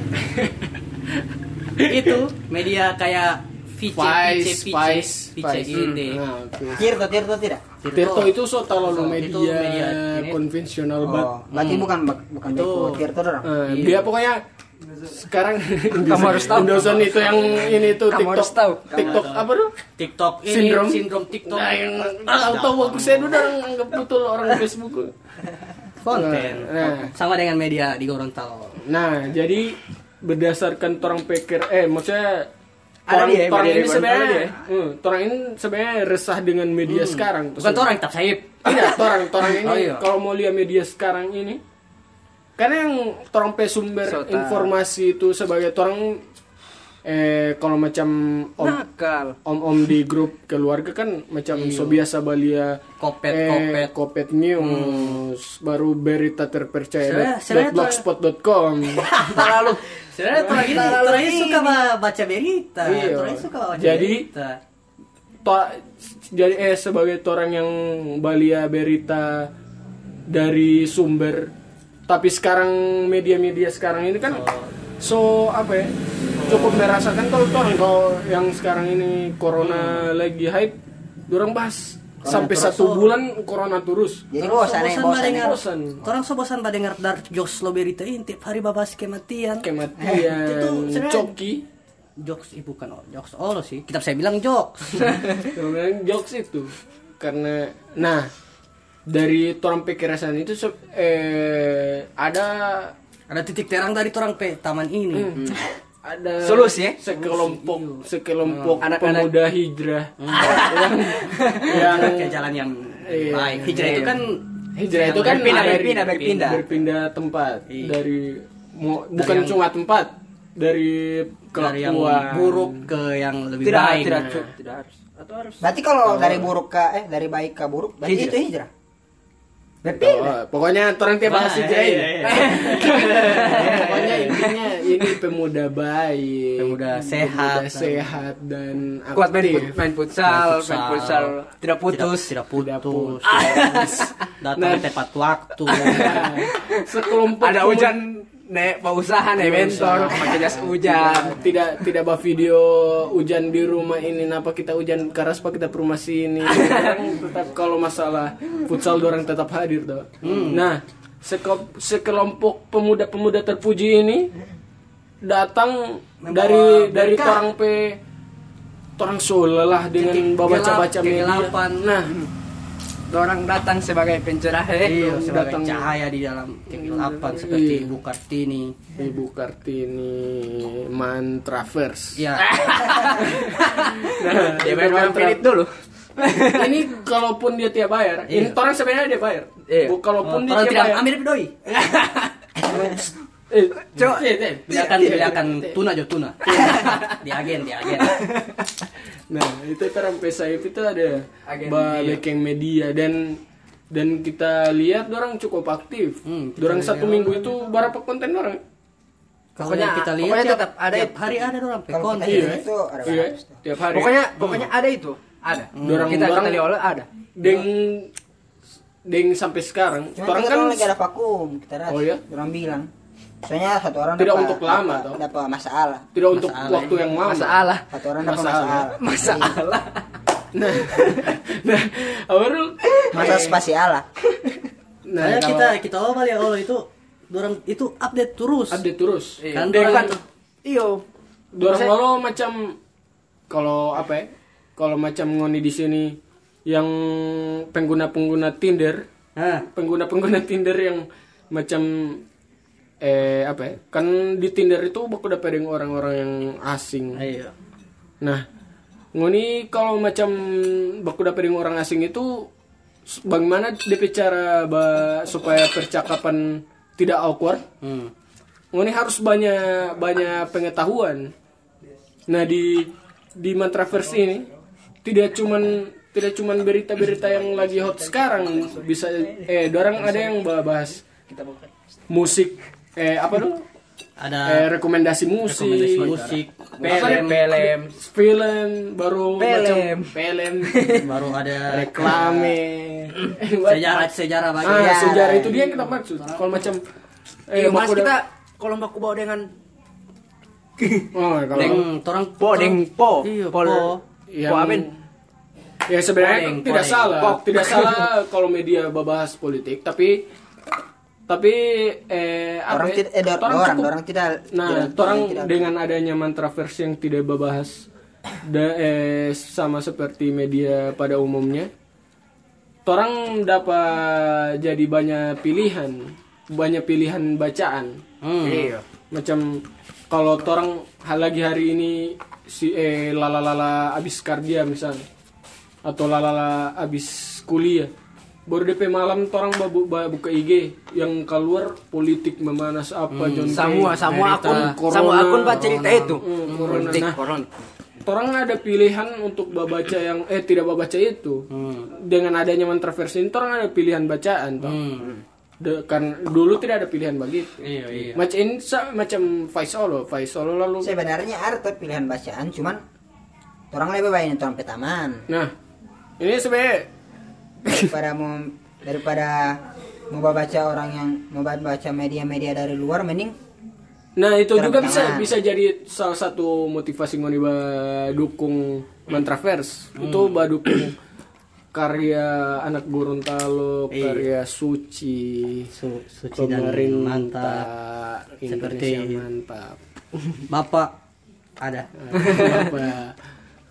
Speaker 4: Itu media kayak Vice,
Speaker 3: Vice,
Speaker 4: Vice,
Speaker 3: Vice,
Speaker 4: Vice,
Speaker 3: Vice.
Speaker 4: ini.
Speaker 3: Nah, oke.
Speaker 1: Tirto, Tirto tidak?
Speaker 3: Tirto itu so terlalu
Speaker 4: Itu
Speaker 3: media,
Speaker 4: media ini.
Speaker 3: konvensional banget.
Speaker 1: Oh, berarti bukan bukan
Speaker 4: Itu.
Speaker 1: Beko Tirto dong.
Speaker 3: Nah,
Speaker 4: Iya.
Speaker 3: dia pokoknya sekarang
Speaker 2: Kamu harus tahu.
Speaker 3: Indoson itu yang ini tuh
Speaker 2: Kamu
Speaker 3: TikTok.
Speaker 2: harus tahu.
Speaker 3: TikTok apa tuh?
Speaker 4: TikTok ini
Speaker 3: Sindrom.
Speaker 4: sindrom TikTok.
Speaker 3: Nah, yang tahu waktu saya dulu orang anggap betul orang Facebook.
Speaker 4: Konten.
Speaker 3: Nah.
Speaker 4: Sama dengan media di Gorontalo.
Speaker 3: Nah, jadi berdasarkan orang pikir eh maksudnya
Speaker 2: Ada
Speaker 3: orang,
Speaker 2: dia,
Speaker 3: orang
Speaker 2: media
Speaker 3: ini
Speaker 2: di
Speaker 3: sebenarnya
Speaker 2: Gorontalo
Speaker 3: hmm, orang ini sebenarnya resah dengan media sekarang.
Speaker 4: Bukan orang tak saib.
Speaker 3: Tidak, orang orang ini
Speaker 4: Oh, iya.
Speaker 3: kalau mau lihat media sekarang ini karena yang orang pe sumber
Speaker 2: Sota.
Speaker 3: informasi itu sebagai orang eh kalau macam om
Speaker 2: nakal.
Speaker 3: om-om di grup keluarga kan macam so biasa balia
Speaker 4: Kopet,
Speaker 3: eh,
Speaker 4: kopet.
Speaker 3: kopet news baru berita terpercaya
Speaker 4: Sebenarnya- sebenarnya
Speaker 3: blogspot dot com.
Speaker 2: Terlalu
Speaker 4: Sebenarnya orang ini, orang ini suka ba- baca berita.
Speaker 3: Iya.
Speaker 4: Orang ini suka baca
Speaker 3: Jadi-
Speaker 4: berita.
Speaker 3: To- jadi eh sebagai orang yang balia berita dari sumber tapi sekarang media-media sekarang ini kan so apa ya cukup merasakan kalau orang kalau yang sekarang ini corona lagi hype dorang bahas sampai
Speaker 4: terus,
Speaker 3: satu
Speaker 4: so-
Speaker 3: bulan corona terus.
Speaker 1: Jadi
Speaker 4: Orang
Speaker 1: bosan ya,
Speaker 4: so
Speaker 1: bosan.
Speaker 4: dengar,
Speaker 3: bosan.
Speaker 4: orang so bosan ba dengar dark jokes lo berita ini tiap hari babas kematian. Itu
Speaker 3: Kematian
Speaker 4: sebenarnya-
Speaker 3: coki
Speaker 4: Jokes ibu kan oh, jokes oh sih. Kita saya bilang jokes.
Speaker 3: sebenarnya jokes itu karena nah dari orang pikirasan itu se- eh ada
Speaker 4: Ada titik terang dari orang pe taman ini.
Speaker 3: Hmm. ada
Speaker 2: Solusi, ya?
Speaker 3: sekelompok sekelompok
Speaker 2: Anak-anak.
Speaker 3: pemuda hijrah yang yang
Speaker 4: Ke jalan yang
Speaker 3: Iya.
Speaker 4: baik. Hijrah itu kan
Speaker 3: hijrah itu kan
Speaker 2: Berpindah,
Speaker 3: dari-
Speaker 2: berpindah, berpindah.
Speaker 3: berpindah tempat
Speaker 4: Iya.
Speaker 3: dari mu- bukan
Speaker 4: yang-
Speaker 3: cuma tempat dari
Speaker 4: dari yang
Speaker 3: kelakuan
Speaker 4: buruk ke yang lebih
Speaker 2: Tidak,
Speaker 4: baik.
Speaker 2: tidak,
Speaker 4: Nah.
Speaker 2: Cuk. Tidak harus. Atau harus.
Speaker 1: Berarti kalau dari buruk ke eh dari baik ke buruk, berarti
Speaker 2: Hijrah.
Speaker 1: itu hijrah. Berpindah.
Speaker 3: Oh, pokoknya orang tiap bahas
Speaker 4: Nah,
Speaker 3: hijrah
Speaker 4: iya,
Speaker 3: ini.
Speaker 4: iya.
Speaker 3: Pokoknya intinya ini pemuda baik,
Speaker 4: Pemuda sehat.
Speaker 3: pemuda sehat dan
Speaker 2: Kuat main,
Speaker 3: aktif.
Speaker 2: fut- main futsal,
Speaker 4: Main
Speaker 2: main futsal. Tidak putus.
Speaker 4: Tidak, tidak putus.
Speaker 3: putus.
Speaker 4: Datang
Speaker 3: Nah.
Speaker 4: tepat waktu.
Speaker 3: Sekelompok
Speaker 2: Ada
Speaker 3: pemuda-
Speaker 2: hujan, nek pak usaha, nek mentor, pakai jas hujan.
Speaker 3: tidak tidak bah video hujan di rumah ini napa kita hujan keras pak kita rumah sini orang tetap kalau masalah futsal orang tetap hadir toh. Nah seko- sekelompok pemuda-pemuda terpuji ini datang dari dari
Speaker 2: berkah.
Speaker 3: orang pe orang Solo lah dengan
Speaker 4: Titik
Speaker 3: baca-baca
Speaker 4: gelap,
Speaker 3: media.
Speaker 4: kegelapan.
Speaker 3: Nah
Speaker 2: Orang datang sebagai pencerah,
Speaker 4: Iya,
Speaker 2: eh.
Speaker 4: sebagai
Speaker 3: datang-
Speaker 4: cahaya di dalam kegelapan seperti
Speaker 3: Iya.
Speaker 4: Ibu Kartini.
Speaker 3: Ibu Kartini Mantravers.
Speaker 4: Iya.
Speaker 3: Nah,
Speaker 2: Dia
Speaker 3: itu
Speaker 2: main
Speaker 3: Mantra-
Speaker 2: pilih dulu.
Speaker 3: ini kalaupun dia tiap bayar, ini
Speaker 4: Iya.
Speaker 3: orang sebenarnya dia bayar.
Speaker 2: Iya.
Speaker 3: Bu, kalaupun dia
Speaker 4: Kalau
Speaker 3: tiap
Speaker 4: tidak
Speaker 3: bayar,
Speaker 4: ambil doi.
Speaker 3: eh,
Speaker 2: Coba.
Speaker 3: eh, eh,
Speaker 4: Silakan
Speaker 3: eh,
Speaker 4: silakan
Speaker 3: eh,
Speaker 4: tuna jo tuna. Di agen, di agen.
Speaker 3: Nah, itu terang Pesaif itu ada
Speaker 2: Agen
Speaker 3: balik media dan dan kita lihat orang cukup aktif.
Speaker 4: Hmm, kita
Speaker 3: Orang
Speaker 4: lihat.
Speaker 3: satu minggu itu berapa konten orang?
Speaker 4: Kalau
Speaker 2: Pokoknya-
Speaker 4: yang kita lihat
Speaker 2: pokoknya
Speaker 4: tiap,
Speaker 2: tetap ada
Speaker 4: tiap
Speaker 2: itu.
Speaker 4: hari ada orang pe
Speaker 1: Kalau
Speaker 4: konten.
Speaker 1: kita
Speaker 3: Iya,
Speaker 1: lihat itu ada
Speaker 3: iya,
Speaker 1: bagus tuh.
Speaker 3: tiap hari.
Speaker 2: Pokoknya, pokoknya ada itu, ada.
Speaker 3: Dorang-
Speaker 2: kita
Speaker 3: dorang-
Speaker 2: kita lihat ada.
Speaker 3: deng deng sampai sekarang.
Speaker 1: Cuma
Speaker 3: Orang
Speaker 1: kita
Speaker 3: kan
Speaker 1: lagi ada vakum, kita rasa.
Speaker 3: Oh, iya?
Speaker 1: Orang bilang. Soalnya satu orang
Speaker 3: Tidak
Speaker 1: dapat-
Speaker 3: untuk lama,
Speaker 1: dapat-
Speaker 3: toh.
Speaker 1: dapat masalah.
Speaker 3: tidak untuk
Speaker 4: Masalah,
Speaker 3: waktu yang lama.
Speaker 2: Masalah.
Speaker 1: Satu orang dapat
Speaker 3: Masalah.
Speaker 1: masalah.
Speaker 2: Masalah.
Speaker 3: Nah, nah, baru
Speaker 1: Masa spasial lah.
Speaker 3: nah,
Speaker 4: Nah,
Speaker 3: kalau
Speaker 4: kita kita oh balik oh itu orang itu update terus.
Speaker 3: update terus.
Speaker 4: Kan
Speaker 3: Dengan-
Speaker 2: Kan, iyo.
Speaker 3: Dorang
Speaker 2: Maksudnya-
Speaker 3: lo macam kalau apa ya? Kalau macam ngoni di sini yang pengguna-pengguna Tinder
Speaker 4: Hah.
Speaker 3: pengguna-pengguna Tinder yang macam eh apa ya? Kan di Tinder itu baku dapat dengan orang-orang yang asing.
Speaker 4: Iya.
Speaker 3: Nah, ngoni kalau macam baku dapat dengan orang asing itu bagaimana D P cara ba, supaya percakapan tidak awkward?
Speaker 4: Hmm.
Speaker 3: Ngoni harus banyak banyak pengetahuan. Nah, di di Mantraverse ini tidak cuman tidak cuman berita-berita yang lagi hot sekarang, bisa eh dorang ada yang bahas musik eh apa dulu?
Speaker 4: Ada
Speaker 3: Eh, rekomendasi musik,
Speaker 4: rekomendasi musik,
Speaker 3: film,
Speaker 2: film.
Speaker 3: film, baru
Speaker 2: Film.
Speaker 3: macam film,
Speaker 4: baru ada
Speaker 3: reklame,
Speaker 4: sejarah-sejarah bagi.
Speaker 3: ah,
Speaker 1: Ya.
Speaker 3: sejarah itu dia yang kita maksud. Kalau macam eh
Speaker 2: Eh, mas
Speaker 3: baku da-
Speaker 2: kita kalau baku bawa dengan
Speaker 3: oh, kalau
Speaker 4: Deng, torang
Speaker 2: po deng po.
Speaker 4: Iya,
Speaker 2: Pol.
Speaker 4: po.
Speaker 3: yang
Speaker 2: Po aben.
Speaker 3: ya sebenarnya
Speaker 4: Podeng,
Speaker 3: tidak
Speaker 4: podeng.
Speaker 3: salah,
Speaker 2: Pok.
Speaker 3: tidak salah kalau media membahas politik, tapi tapi eh apa
Speaker 1: Orang
Speaker 3: ya,
Speaker 1: tidak eh dor-
Speaker 3: torang
Speaker 1: orang
Speaker 3: cukup-
Speaker 1: orang tidak
Speaker 3: Nah,
Speaker 1: tidak-
Speaker 3: orang
Speaker 1: tidak-
Speaker 3: dengan adanya Mantraverse yang tidak membahas da- eh, sama seperti media pada umumnya, orang dapat jadi banyak pilihan, banyak pilihan bacaan.
Speaker 4: Hmm.
Speaker 2: Iya.
Speaker 3: Macam kalau orang hal lagi hari ini si eh lala-lala abis kerja misalnya, atau lala-lala abis kuliah. Baru D P malam orang babu, ba- buka I G yang keluar politik memanas apa John
Speaker 2: Semua
Speaker 3: Kay,
Speaker 2: semua
Speaker 3: berita,
Speaker 2: akun
Speaker 3: corona,
Speaker 2: semua akun pak cerita itu.
Speaker 3: Hmm, corona.
Speaker 2: Politik,
Speaker 3: Nah,
Speaker 2: corona.
Speaker 3: orang ada pilihan untuk baca yang eh tidak baca itu. Dengan adanya Mantraverse ini orang ada pilihan bacaan toh.
Speaker 4: Hmm.
Speaker 3: De- kan dulu tidak ada pilihan begitu.
Speaker 4: Iya, iya.
Speaker 3: Macam ini sa- macam Faisal Faisal lalu.
Speaker 1: sebenarnya ada pilihan bacaan, cuman orang lebih baik orang petaman
Speaker 3: Nah, ini sebenarnya
Speaker 1: daripada mau daripada mau baca orang yang mau baca media-media dari luar, mending
Speaker 3: nah itu
Speaker 1: Cara
Speaker 3: juga bisa
Speaker 1: pertama.
Speaker 3: bisa jadi salah satu motivasi ngoni ba dukung Mantraverse. Itu ba dukung karya anak Gorontalo,
Speaker 4: Iya.
Speaker 3: karya Suci,
Speaker 4: Su- suci dan mantap.
Speaker 3: pemerintah
Speaker 4: Seperti-
Speaker 3: Indonesia mantap.
Speaker 4: Bapak ada.
Speaker 3: Apa?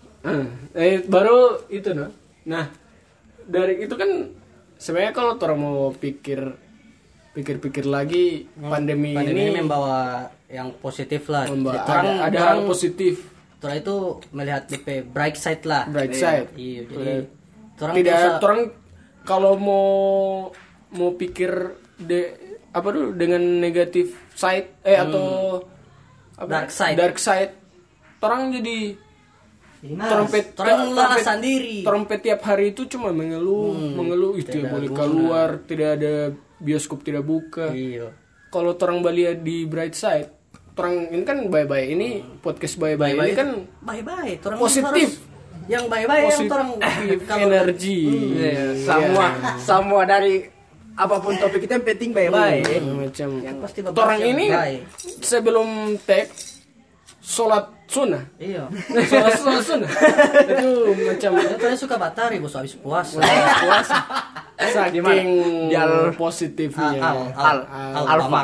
Speaker 3: eh baru itu nah. Nah, dari itu kan sebenarnya kalau orang mau pikir pikir-pikir lagi pandemi,
Speaker 4: Pandemi
Speaker 3: ini
Speaker 4: ini membawa yang positif lah.
Speaker 3: membawa-
Speaker 4: Orang
Speaker 3: ada, ada
Speaker 4: orang
Speaker 3: hal positif,
Speaker 4: Orang itu melihat D P bright side lah.
Speaker 3: bright side.
Speaker 4: Iya, jadi orang
Speaker 3: Tidak
Speaker 4: bisa-
Speaker 3: orang kalau mau mau pikir de apa dulu dengan negatif side eh atau apa,
Speaker 4: Hmm. Dark side.
Speaker 3: dark side orang jadi
Speaker 1: jadi malas.
Speaker 3: trompet
Speaker 4: Orang
Speaker 3: trompet-
Speaker 4: lalas sendiri.
Speaker 3: trompet tiap hari itu cuma mengeluh mengeluh itu
Speaker 4: tidak
Speaker 3: boleh
Speaker 4: guna.
Speaker 3: keluar, tidak ada bioskop, tidak buka.
Speaker 4: Iya.
Speaker 3: Kalau orang Bali di bright side, orang ini kan bye-bye ini podcast bye-bye, ini kan
Speaker 4: bye-bye. Orang
Speaker 3: positif.
Speaker 4: harus- yang bye-bye yang
Speaker 3: positif
Speaker 4: orang kalau
Speaker 3: energi.
Speaker 2: Iya, semua semua dari apapun topik kita yang penting bye-bye.
Speaker 3: Ya, macam
Speaker 4: yang pasti babas
Speaker 3: orang
Speaker 4: yang
Speaker 3: ini
Speaker 4: baik.
Speaker 3: sebelum tag sholat sunnah.
Speaker 4: Iya.
Speaker 3: sholat, sholat sunnah itu macam
Speaker 4: Saya suka batari bos habis puasa.
Speaker 3: puasa saking
Speaker 2: Dial-
Speaker 3: positifnya.
Speaker 4: Al, al, al,
Speaker 2: Alfa.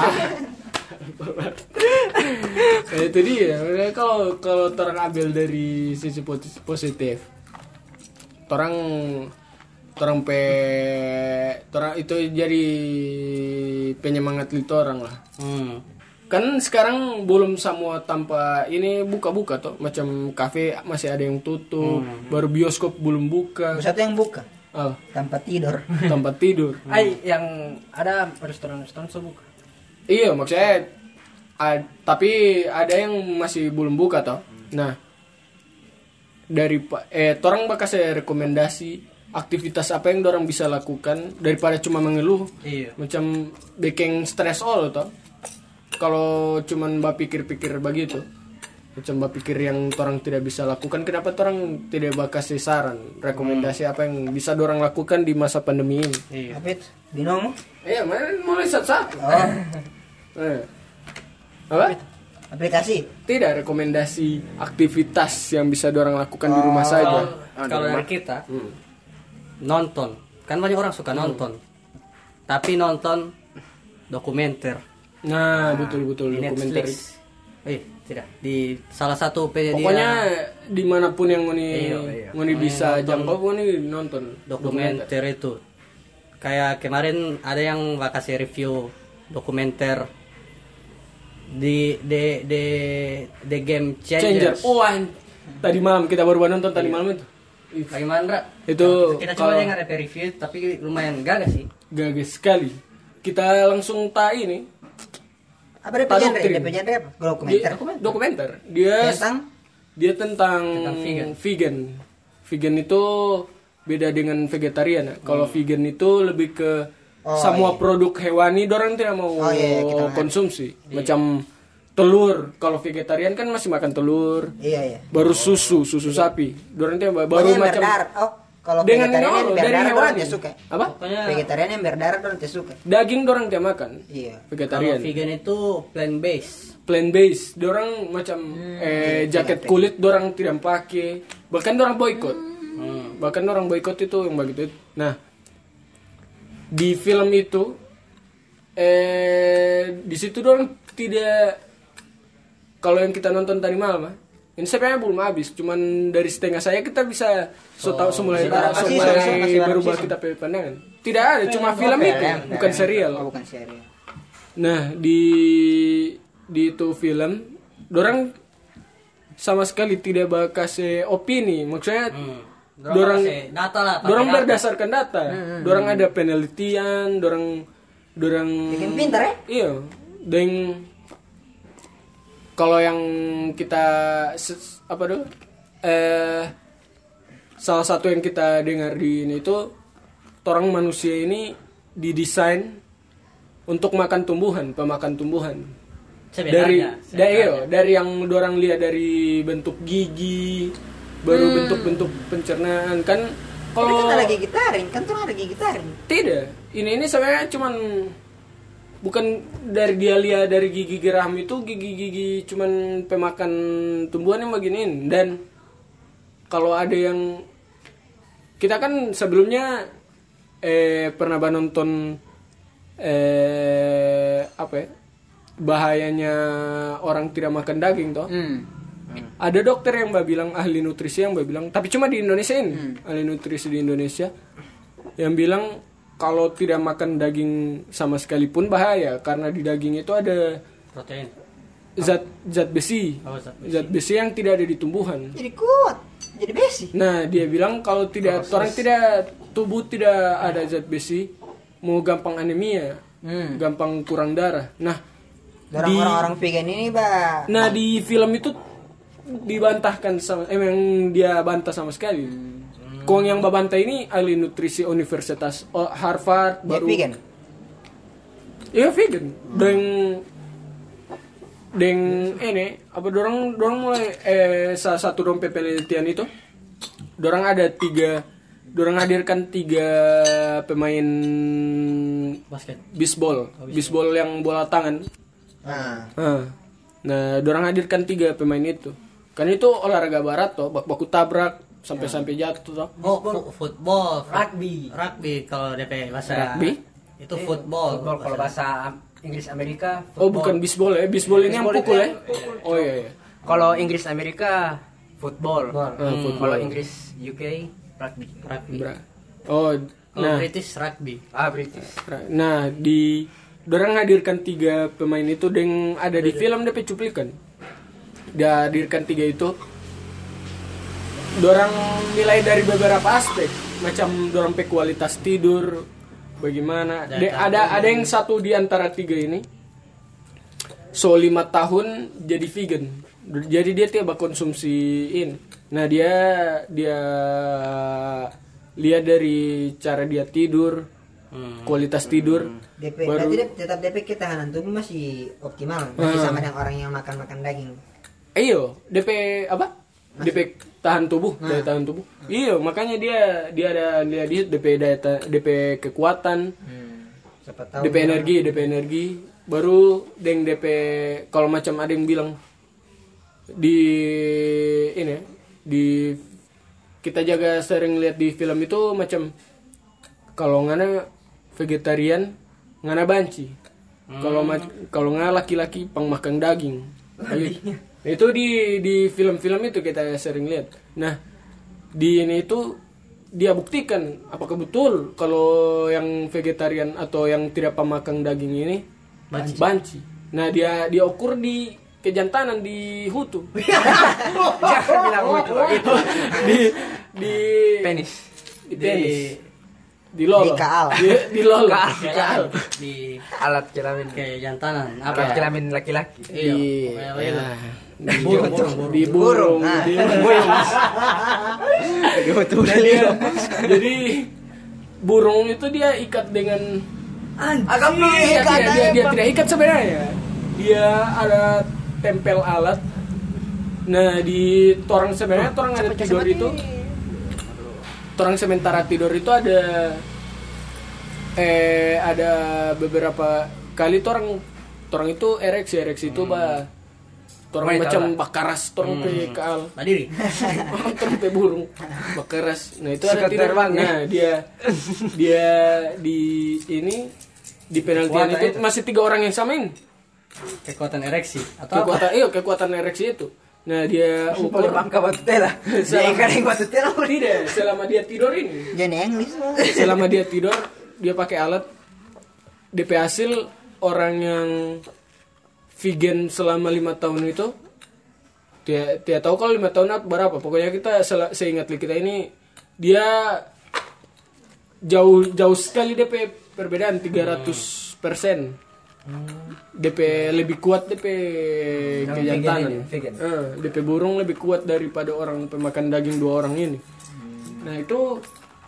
Speaker 3: Nah, itu dia. Makanya Kalau kalau orang ambil dari sisi posi- positif, orang orang pe orang itu jadi penyemangat itu orang lah.
Speaker 4: Hmm.
Speaker 3: Kan sekarang belum semua tanpa ini buka-buka toh, macam kafe masih ada yang tutup, baru bioskop belum buka.
Speaker 1: satu yang buka
Speaker 3: Ah,
Speaker 1: tanpa tidur.
Speaker 3: tempat tidur.
Speaker 2: Ai yang ada restoran-restoran sebuka.
Speaker 3: Iya maksudnya ad- tapi ada yang masih belum buka toh. Nah, dari pa- eh orang bakal saya rekomendasi aktivitas apa yang orang bisa lakukan daripada cuma mengeluh.
Speaker 4: Iya.
Speaker 3: Macam bikin stres all toh. Kalau cuman mbak pikir-pikir begitu, macam mbak pikir yang orang tidak bisa lakukan, kenapa orang tidak bakal kasih saran, rekomendasi apa yang bisa orang lakukan di masa pandemi ini?
Speaker 4: Iya.
Speaker 1: Apit, binomo.
Speaker 3: Iya, mana mulai satu-satu.
Speaker 1: Oh,
Speaker 3: Eh. Apa?
Speaker 1: aplikasi.
Speaker 3: Tidak rekomendasi aktivitas yang bisa orang lakukan di rumah saja.
Speaker 4: Kalau dari kita
Speaker 3: Hmm.
Speaker 4: nonton, kan banyak orang suka nonton. Tapi nonton dokumenter
Speaker 3: Nah, betul-betul
Speaker 4: di
Speaker 3: dokumenter.
Speaker 4: Netflix. Eh, tidak. Di salah satu penyedia
Speaker 3: Pokoknya dimanapun yang ngoni
Speaker 4: Iya, iya.
Speaker 3: ngoni bisa
Speaker 4: Nonton.
Speaker 3: jangkau ngoni nonton
Speaker 4: dokumenter itu. kayak kemarin ada yang bakal kasih review dokumenter di the the the game
Speaker 3: Changer.
Speaker 4: Changers.
Speaker 3: Oh, an- tadi malam kita baru nonton tadi malam itu.
Speaker 4: Bagaimana, Ra?
Speaker 3: Itu
Speaker 4: kita
Speaker 3: kalau-
Speaker 4: coba dengar review tapi lumayan gagah sih.
Speaker 3: Gagas sekali. Kita langsung tak ini.
Speaker 1: Apa dia
Speaker 3: Tak
Speaker 1: genre?
Speaker 3: doktrin.
Speaker 1: Dia genre apa?
Speaker 3: Dia,
Speaker 1: Dokumenter.
Speaker 3: dokumenter. Dia
Speaker 1: Tentang
Speaker 3: dia tentang,
Speaker 4: Tentang vegan.
Speaker 3: vegan. Vegan itu beda dengan vegetarian. Ya. Kalau vegan itu lebih ke
Speaker 1: Oh,
Speaker 3: semua
Speaker 1: iya.
Speaker 3: produk hewani dorang tidak mau
Speaker 1: Oh, iya, kita ngerti.
Speaker 3: konsumsi. Macam telur. Kalau vegetarian kan masih makan telur.
Speaker 1: iya iya.
Speaker 3: Baru susu, susu sapi. Dorang tidak baru
Speaker 1: Pokoknya yang
Speaker 3: macam
Speaker 1: berdarat. Oh, kalau
Speaker 3: dengan
Speaker 1: vegetarian
Speaker 3: ini,
Speaker 1: yang
Speaker 3: oh, dari
Speaker 1: berdarat
Speaker 3: hewani.
Speaker 1: orang tidak suka.
Speaker 3: Apa?
Speaker 4: Pokoknya
Speaker 1: Vegetarian yang berdarat orang tidak suka.
Speaker 3: Daging dorang tidak makan.
Speaker 1: Iya.
Speaker 4: kalau
Speaker 3: Vegetarian.
Speaker 4: vegan itu plant based.
Speaker 3: Plant based, dorang macam eh jaket kulit dorang tidak pakai, bahkan dorang boykot, bahkan dorang boykot itu yang begitu. Nah, di film itu, eh di situ dorang tidak, kalau yang kita nonton tadi malam, ah, ini sebenarnya belum habis, cuman dari setengah saya kita bisa so tahu semula
Speaker 1: masih barang
Speaker 3: so
Speaker 1: season,
Speaker 3: mulai
Speaker 1: masih barang
Speaker 3: berubah
Speaker 1: season.
Speaker 3: kita punya pandangan. Tidak ada, cuma film itu, bukan serial.
Speaker 1: Oh, bukan serial.
Speaker 3: Nah, di di itu film dorang sama sekali tidak bakal kasih opini. Maksudnya dorang
Speaker 4: kasih data lah. pakai
Speaker 3: dorang
Speaker 4: data.
Speaker 3: berdasarkan data. Dorang ada penelitian, dorang dorang
Speaker 1: Bikin pintar ya?
Speaker 3: Iya. Dan kalau yang kita ses- apa dulu? Eh salah satu yang kita dengar di ini itu orang manusia ini didesain untuk makan tumbuhan, pemakan tumbuhan. Dari
Speaker 4: Sebenarnya,
Speaker 3: dari
Speaker 4: sebenarnya.
Speaker 3: iyo, dari yang dorang lihat dari bentuk gigi, baru bentuk-bentuk pencernaan kan.
Speaker 1: Tapi
Speaker 3: Kalau
Speaker 1: kita lagi gitarin, kan tuh ada gigi gitarin.
Speaker 3: tidak, ini ini sebenarnya cuman bukan dari dia lihat dari gigi geram itu gigi-gigi cuman pemakan tumbuhan yang beginiin. Dan kalau ada yang kita kan sebelumnya eh pernah nonton eh apa ya, bahayanya orang tidak makan daging toh.
Speaker 1: Hmm.
Speaker 3: Ada dokter yang mbak bilang, ahli nutrisi yang mbak bilang, tapi cuma di Indonesia ini, ahli nutrisi di Indonesia yang bilang kalau tidak makan daging sama sekalipun bahaya karena di daging itu ada
Speaker 4: protein.
Speaker 3: zat zat besi,
Speaker 4: Oh, zat besi.
Speaker 3: zat besi yang tidak ada di tumbuhan.
Speaker 1: Jadi kuat, jadi besi.
Speaker 3: Nah dia bilang kalau tidak orang tidak tubuh tidak ada zat besi, mau gampang anemia,
Speaker 1: Hmm.
Speaker 3: gampang kurang darah. Nah
Speaker 1: Orang
Speaker 3: di-
Speaker 1: orang vegan ini, Pak.
Speaker 3: Nah di film itu dibantahkan sama, emang dia bantah sama sekali. Kong yang babantah ini ahli nutrisi Universitas oh, Harvard
Speaker 1: Dia
Speaker 3: baru.
Speaker 1: vegan.
Speaker 3: Iya vegan. Dan dan ini apa dorang dorang mulai eh salah satu dompet penelitian itu, dorang ada tiga, dorang hadirkan tiga pemain
Speaker 4: Basket.
Speaker 3: bisbol, bisbol yang bola tangan.
Speaker 1: Nah,
Speaker 3: Ah. Nah, dorang hadirkan tiga pemain itu. Kan itu olahraga barat toh, bak-baku tabrak sampai-sampai jatuh toh.
Speaker 4: Oh, fu- football,
Speaker 2: Rugby.
Speaker 4: rugby kalau D P bahasa
Speaker 3: Rugby?
Speaker 4: itu football.
Speaker 2: Football kalau bahasa Inggris Amerika.
Speaker 3: Oh,
Speaker 2: football.
Speaker 3: bukan bisbol ya. Bisbol ini yang
Speaker 2: Bisbol itu
Speaker 3: pukul ya.
Speaker 2: yang
Speaker 3: Oh iya iya.
Speaker 2: Kalau Inggris Amerika football.
Speaker 3: Ah, football.
Speaker 2: Kalau Inggris U K rugby.
Speaker 4: Rugby.
Speaker 3: Bra- Oh,
Speaker 4: Kalau
Speaker 3: nah,
Speaker 4: British rugby.
Speaker 2: Ah British.
Speaker 3: nah di dorang hadirkan tiga pemain itu yang ada di film D P cuplikan. Dia hadirkan tiga itu. Dorang nilai dari beberapa aspek, macam dorang pe kualitas tidur, bagaimana. De- ada ada yang satu di antara tiga ini, so lima tahun jadi vegan, jadi dia tidak konsumsi ini. Nah dia dia lihat dari cara dia tidur, kualitas tidur.
Speaker 1: D P
Speaker 3: Baru-
Speaker 1: berarti dia- tetap D P ketahanan tubuh masih optimal, masih sama dengan orang yang makan-makan daging.
Speaker 3: Iyo, D P apa? D P tahan tubuh, daya tahan tubuh. Iyo, makanya dia dia ada dia di D P daya ta- D P kekuatan,
Speaker 1: Hmm. Siapa tahu.
Speaker 3: D P energi, D P energi. Baru deng D P kalau macam ada yang bilang di ini di kita jaga sering lihat di film itu macam kalau ngana vegetarian ngana banci. Kalau ma- kalau ngana laki-laki pang makan daging. Itu di di film-film itu kita sering lihat. Nah, di ini itu dia buktikan apakah betul kalau yang vegetarian atau yang tidak pemakan daging ini
Speaker 4: Banci.
Speaker 3: banci. Nah dia dia ukur di kejantanan di Hutu.
Speaker 2: Jangan bilang gitu begitu.
Speaker 3: di di
Speaker 2: Penis.
Speaker 3: di penis. Di
Speaker 4: Di
Speaker 3: lolo.
Speaker 1: Di kaal.
Speaker 3: Di, di lolo.
Speaker 2: Kaal.
Speaker 3: Di kaal.
Speaker 4: di
Speaker 2: Alat kelamin.
Speaker 4: kayak jantanan apa
Speaker 2: Alat
Speaker 4: ya?
Speaker 2: kelamin laki-laki.
Speaker 4: Iya,
Speaker 3: Iya.
Speaker 4: pokoknya itu.
Speaker 3: Di
Speaker 4: Burung, burung, burung.
Speaker 3: Di burung.
Speaker 1: Nah.
Speaker 3: Di burung. Nah, dia- jadi burung itu dia ikat dengan
Speaker 2: Agak
Speaker 3: Iya, dia, dia, dia tidak ikat sebenarnya. Dia ada tempel alat. Nah di torang sebenarnya torang ada tidur itu. Torang sementara tidur itu ada eh ada beberapa kali torang torang itu ereksi ereksi itu bah torang
Speaker 2: Main
Speaker 3: macam
Speaker 2: tahu lah.
Speaker 3: bakaras torang pe kaal.
Speaker 4: Berdiri.
Speaker 3: Torang pe burung bakaras. Nah itu ada
Speaker 2: Suka
Speaker 3: tidur.
Speaker 2: terbang, ya?
Speaker 3: Nah dia dia di ini di penaltian
Speaker 4: Kekuatan
Speaker 3: itu
Speaker 4: itu.
Speaker 3: masih tiga orang yang samain
Speaker 4: Kekuatan ereksi atau apa?
Speaker 3: kekuatan iya kekuatan ereksi itu. Nah dia ukur
Speaker 2: Boleh bangka batu tela. Dia ikan yang batu tela.
Speaker 3: tidak selama dia tidur ini
Speaker 1: Jadi English.
Speaker 3: selama dia tidur dia pakai alat D P hasil orang yang vegan selama lima tahun itu dia dia tahu kalau lima tahun atau berapa pokoknya kita sel- seingat kita ini dia jauh jauh sekali D P perbedaan tiga ratus persen D P lebih kuat D P
Speaker 2: Yang
Speaker 3: kejantanan
Speaker 2: vegan ini, vegan.
Speaker 3: Eh, D P burung lebih kuat daripada orang pemakan daging dua orang ini. Nah itu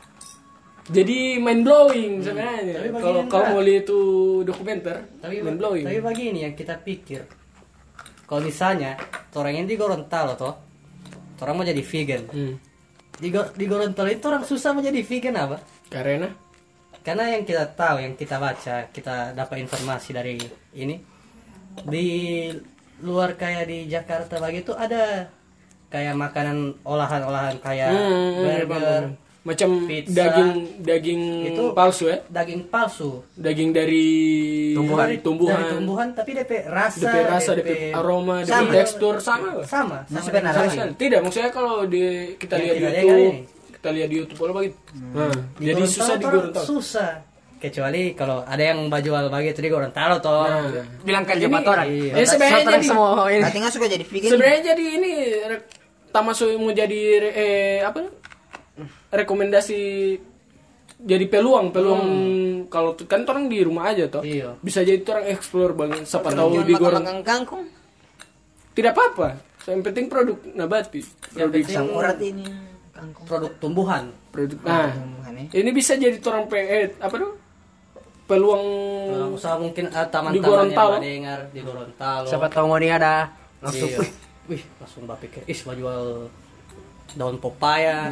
Speaker 3: jadi mind blowing sebenarnya.
Speaker 4: Tapi bagi
Speaker 3: Kalau
Speaker 4: yang
Speaker 3: kalau
Speaker 4: enggak.
Speaker 3: mau lihat itu dokumenter,
Speaker 4: Tapi
Speaker 3: mind blowing.
Speaker 4: tapi begini yang kita pikir. Kalau misalnya orang yang di Gorontalo toh, orang mau jadi vegan.
Speaker 3: Hmm.
Speaker 4: Di Go- di Gorontalo itu orang susah menjadi vegan apa?
Speaker 3: Karena
Speaker 4: Karena yang kita tahu, yang kita baca, kita dapat informasi dari ini di luar kayak di Jakarta begitu ada kayak makanan olahan-olahan kayak
Speaker 3: Hmm,
Speaker 4: burger,
Speaker 3: macam
Speaker 4: pizza,
Speaker 3: daging daging
Speaker 4: itu
Speaker 3: palsu ya,
Speaker 4: daging palsu.
Speaker 3: daging dari
Speaker 2: Tumbuhan.
Speaker 4: Dari
Speaker 3: tumbuhan,
Speaker 4: dari tumbuhan tapi D P rasa,
Speaker 3: D P rasa, D P aroma, D P
Speaker 1: Sama.
Speaker 3: tekstur sama.
Speaker 4: sama, sama
Speaker 1: Masih
Speaker 4: dengan
Speaker 1: benar
Speaker 4: daging.
Speaker 1: lagi.
Speaker 3: Tidak, maksudnya kalau di kita
Speaker 4: Yang
Speaker 3: lihat di
Speaker 4: tidak
Speaker 3: YouTube,
Speaker 4: legal ini.
Speaker 3: kita lihat di YouTube kalau begitu. Nah,
Speaker 4: Di
Speaker 3: jadi
Speaker 4: Gorontalo
Speaker 3: susah di
Speaker 4: tuh orang
Speaker 3: Gorontalo.
Speaker 4: susah. Kecuali kalau ada yang jual begitu di Gorontalo toh.
Speaker 3: Nah,
Speaker 2: Bilangkan
Speaker 3: Ini-
Speaker 2: jabat orang.
Speaker 4: iya.
Speaker 3: Ya, sebenarnya
Speaker 2: Satu orang
Speaker 3: jadi-
Speaker 2: semua ini.
Speaker 1: Berarti nggak suka jadi vegan.
Speaker 3: sebenarnya jadi ini re- tak masuk mau jadi re- eh apa rekomendasi jadi peluang peluang kalau tu- kan orang di rumah aja toh
Speaker 4: Iya.
Speaker 3: bisa jadi orang explore bang siapa tahu
Speaker 1: Jangan
Speaker 3: di Gorontalo
Speaker 1: makan kangkung.
Speaker 3: tidak apa-apa yang penting produk nabati produk
Speaker 4: penting-
Speaker 1: Asam urat ini kangkung.
Speaker 4: Produk tumbuhan.
Speaker 3: produk nah
Speaker 1: Tumbuhan ya.
Speaker 3: ini bisa jadi orang pe eh, apa tuh peluang
Speaker 4: Orang usaha mungkin ah,
Speaker 3: Di
Speaker 4: teman-teman
Speaker 3: Gorontalo.
Speaker 4: yang dengar di Gorontalo.
Speaker 2: Siapa tahu mau dia ada. Langsung.
Speaker 4: Iya. Wih, langsung berpikir, ih mau jual daun pepaya.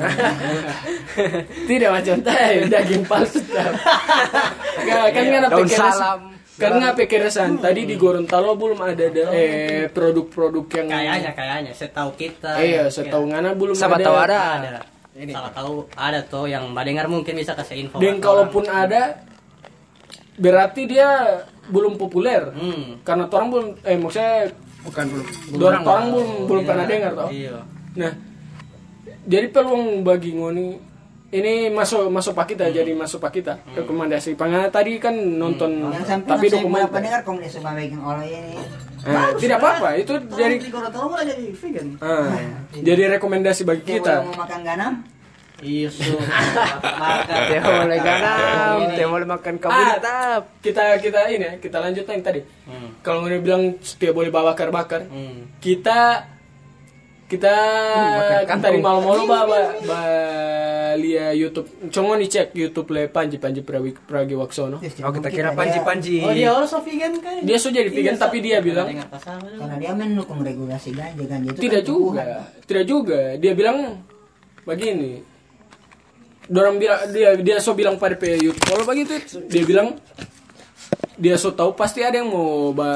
Speaker 3: tidak macam teh daging palsu dah. Nggak, kan nggak ada
Speaker 2: Daun
Speaker 3: pikiran-
Speaker 2: salam.
Speaker 3: kan nggak pikiran tadi di Gorontalo belum ada da- eh produk-produk yang
Speaker 4: Kayaknya, kayaknya setahu kita.
Speaker 3: iya
Speaker 4: ya,
Speaker 3: setahu ngana belum
Speaker 2: Siapa
Speaker 3: ada
Speaker 2: tahu ada.
Speaker 4: ada. Ini salah tahu ada tuh yang mbak dengar mungkin bisa kasih info.
Speaker 3: dan kalaupun ada berarti dia belum populer
Speaker 4: Hmm.
Speaker 3: karena orang belum eh maksudnya
Speaker 2: Bukan belum.
Speaker 3: orang orang belum belum pernah dengar toh.
Speaker 4: Iya.
Speaker 3: Nah, jadi peluang bagi ngoni ini masuk masuk pak kita jadi masuk pak kita rekomendasi. Pangan tadi kan nonton
Speaker 1: Yang sampai
Speaker 3: tapi
Speaker 1: saya
Speaker 3: dokumenter.
Speaker 1: apa dengar kamu suka bikin olah ini.
Speaker 3: Eh, tidak apa-apa itu
Speaker 4: Dari
Speaker 3: dari
Speaker 4: di Gorontalo malah jadi vegan.
Speaker 3: ah, jadi rekomendasi bagi
Speaker 1: Kita
Speaker 3: kita.
Speaker 1: mau makan ganam.
Speaker 4: Iya, so. Makan.
Speaker 2: Dia boleh ganam, dia boleh makan kamu
Speaker 3: Ah.
Speaker 2: tetap.
Speaker 3: Kita kita ini ya, kita lanjutkan yang tadi.
Speaker 4: Hmm.
Speaker 3: Kalau ngoni bilang dia boleh bawa bakar-bakar.
Speaker 4: Hmm.
Speaker 3: Kita kita
Speaker 2: bakar
Speaker 3: kan
Speaker 2: kangkung.
Speaker 3: tadi malam-malam bawa ba lihat YouTube. Coba nih cek YouTube le Panji Panji Prawi- Pragiwaksono.
Speaker 2: Oh kita kira panji-panji.
Speaker 4: Oh, dia also vegan kan?
Speaker 3: Dia sudah jadi vegan
Speaker 4: Iya,
Speaker 3: tapi
Speaker 4: so.
Speaker 3: dia bilang
Speaker 4: Dengar pasal juga.
Speaker 1: Karena dia mendukung regulasi ganja ganja itu
Speaker 3: tidak
Speaker 1: kan
Speaker 3: juga,
Speaker 1: tumbuhan.
Speaker 3: tidak juga. Dia bilang begini. Dorang bilang dia dia so bilang pada pe YouTube kalau begitu dia bilang dia so tahu pasti ada yang mau ba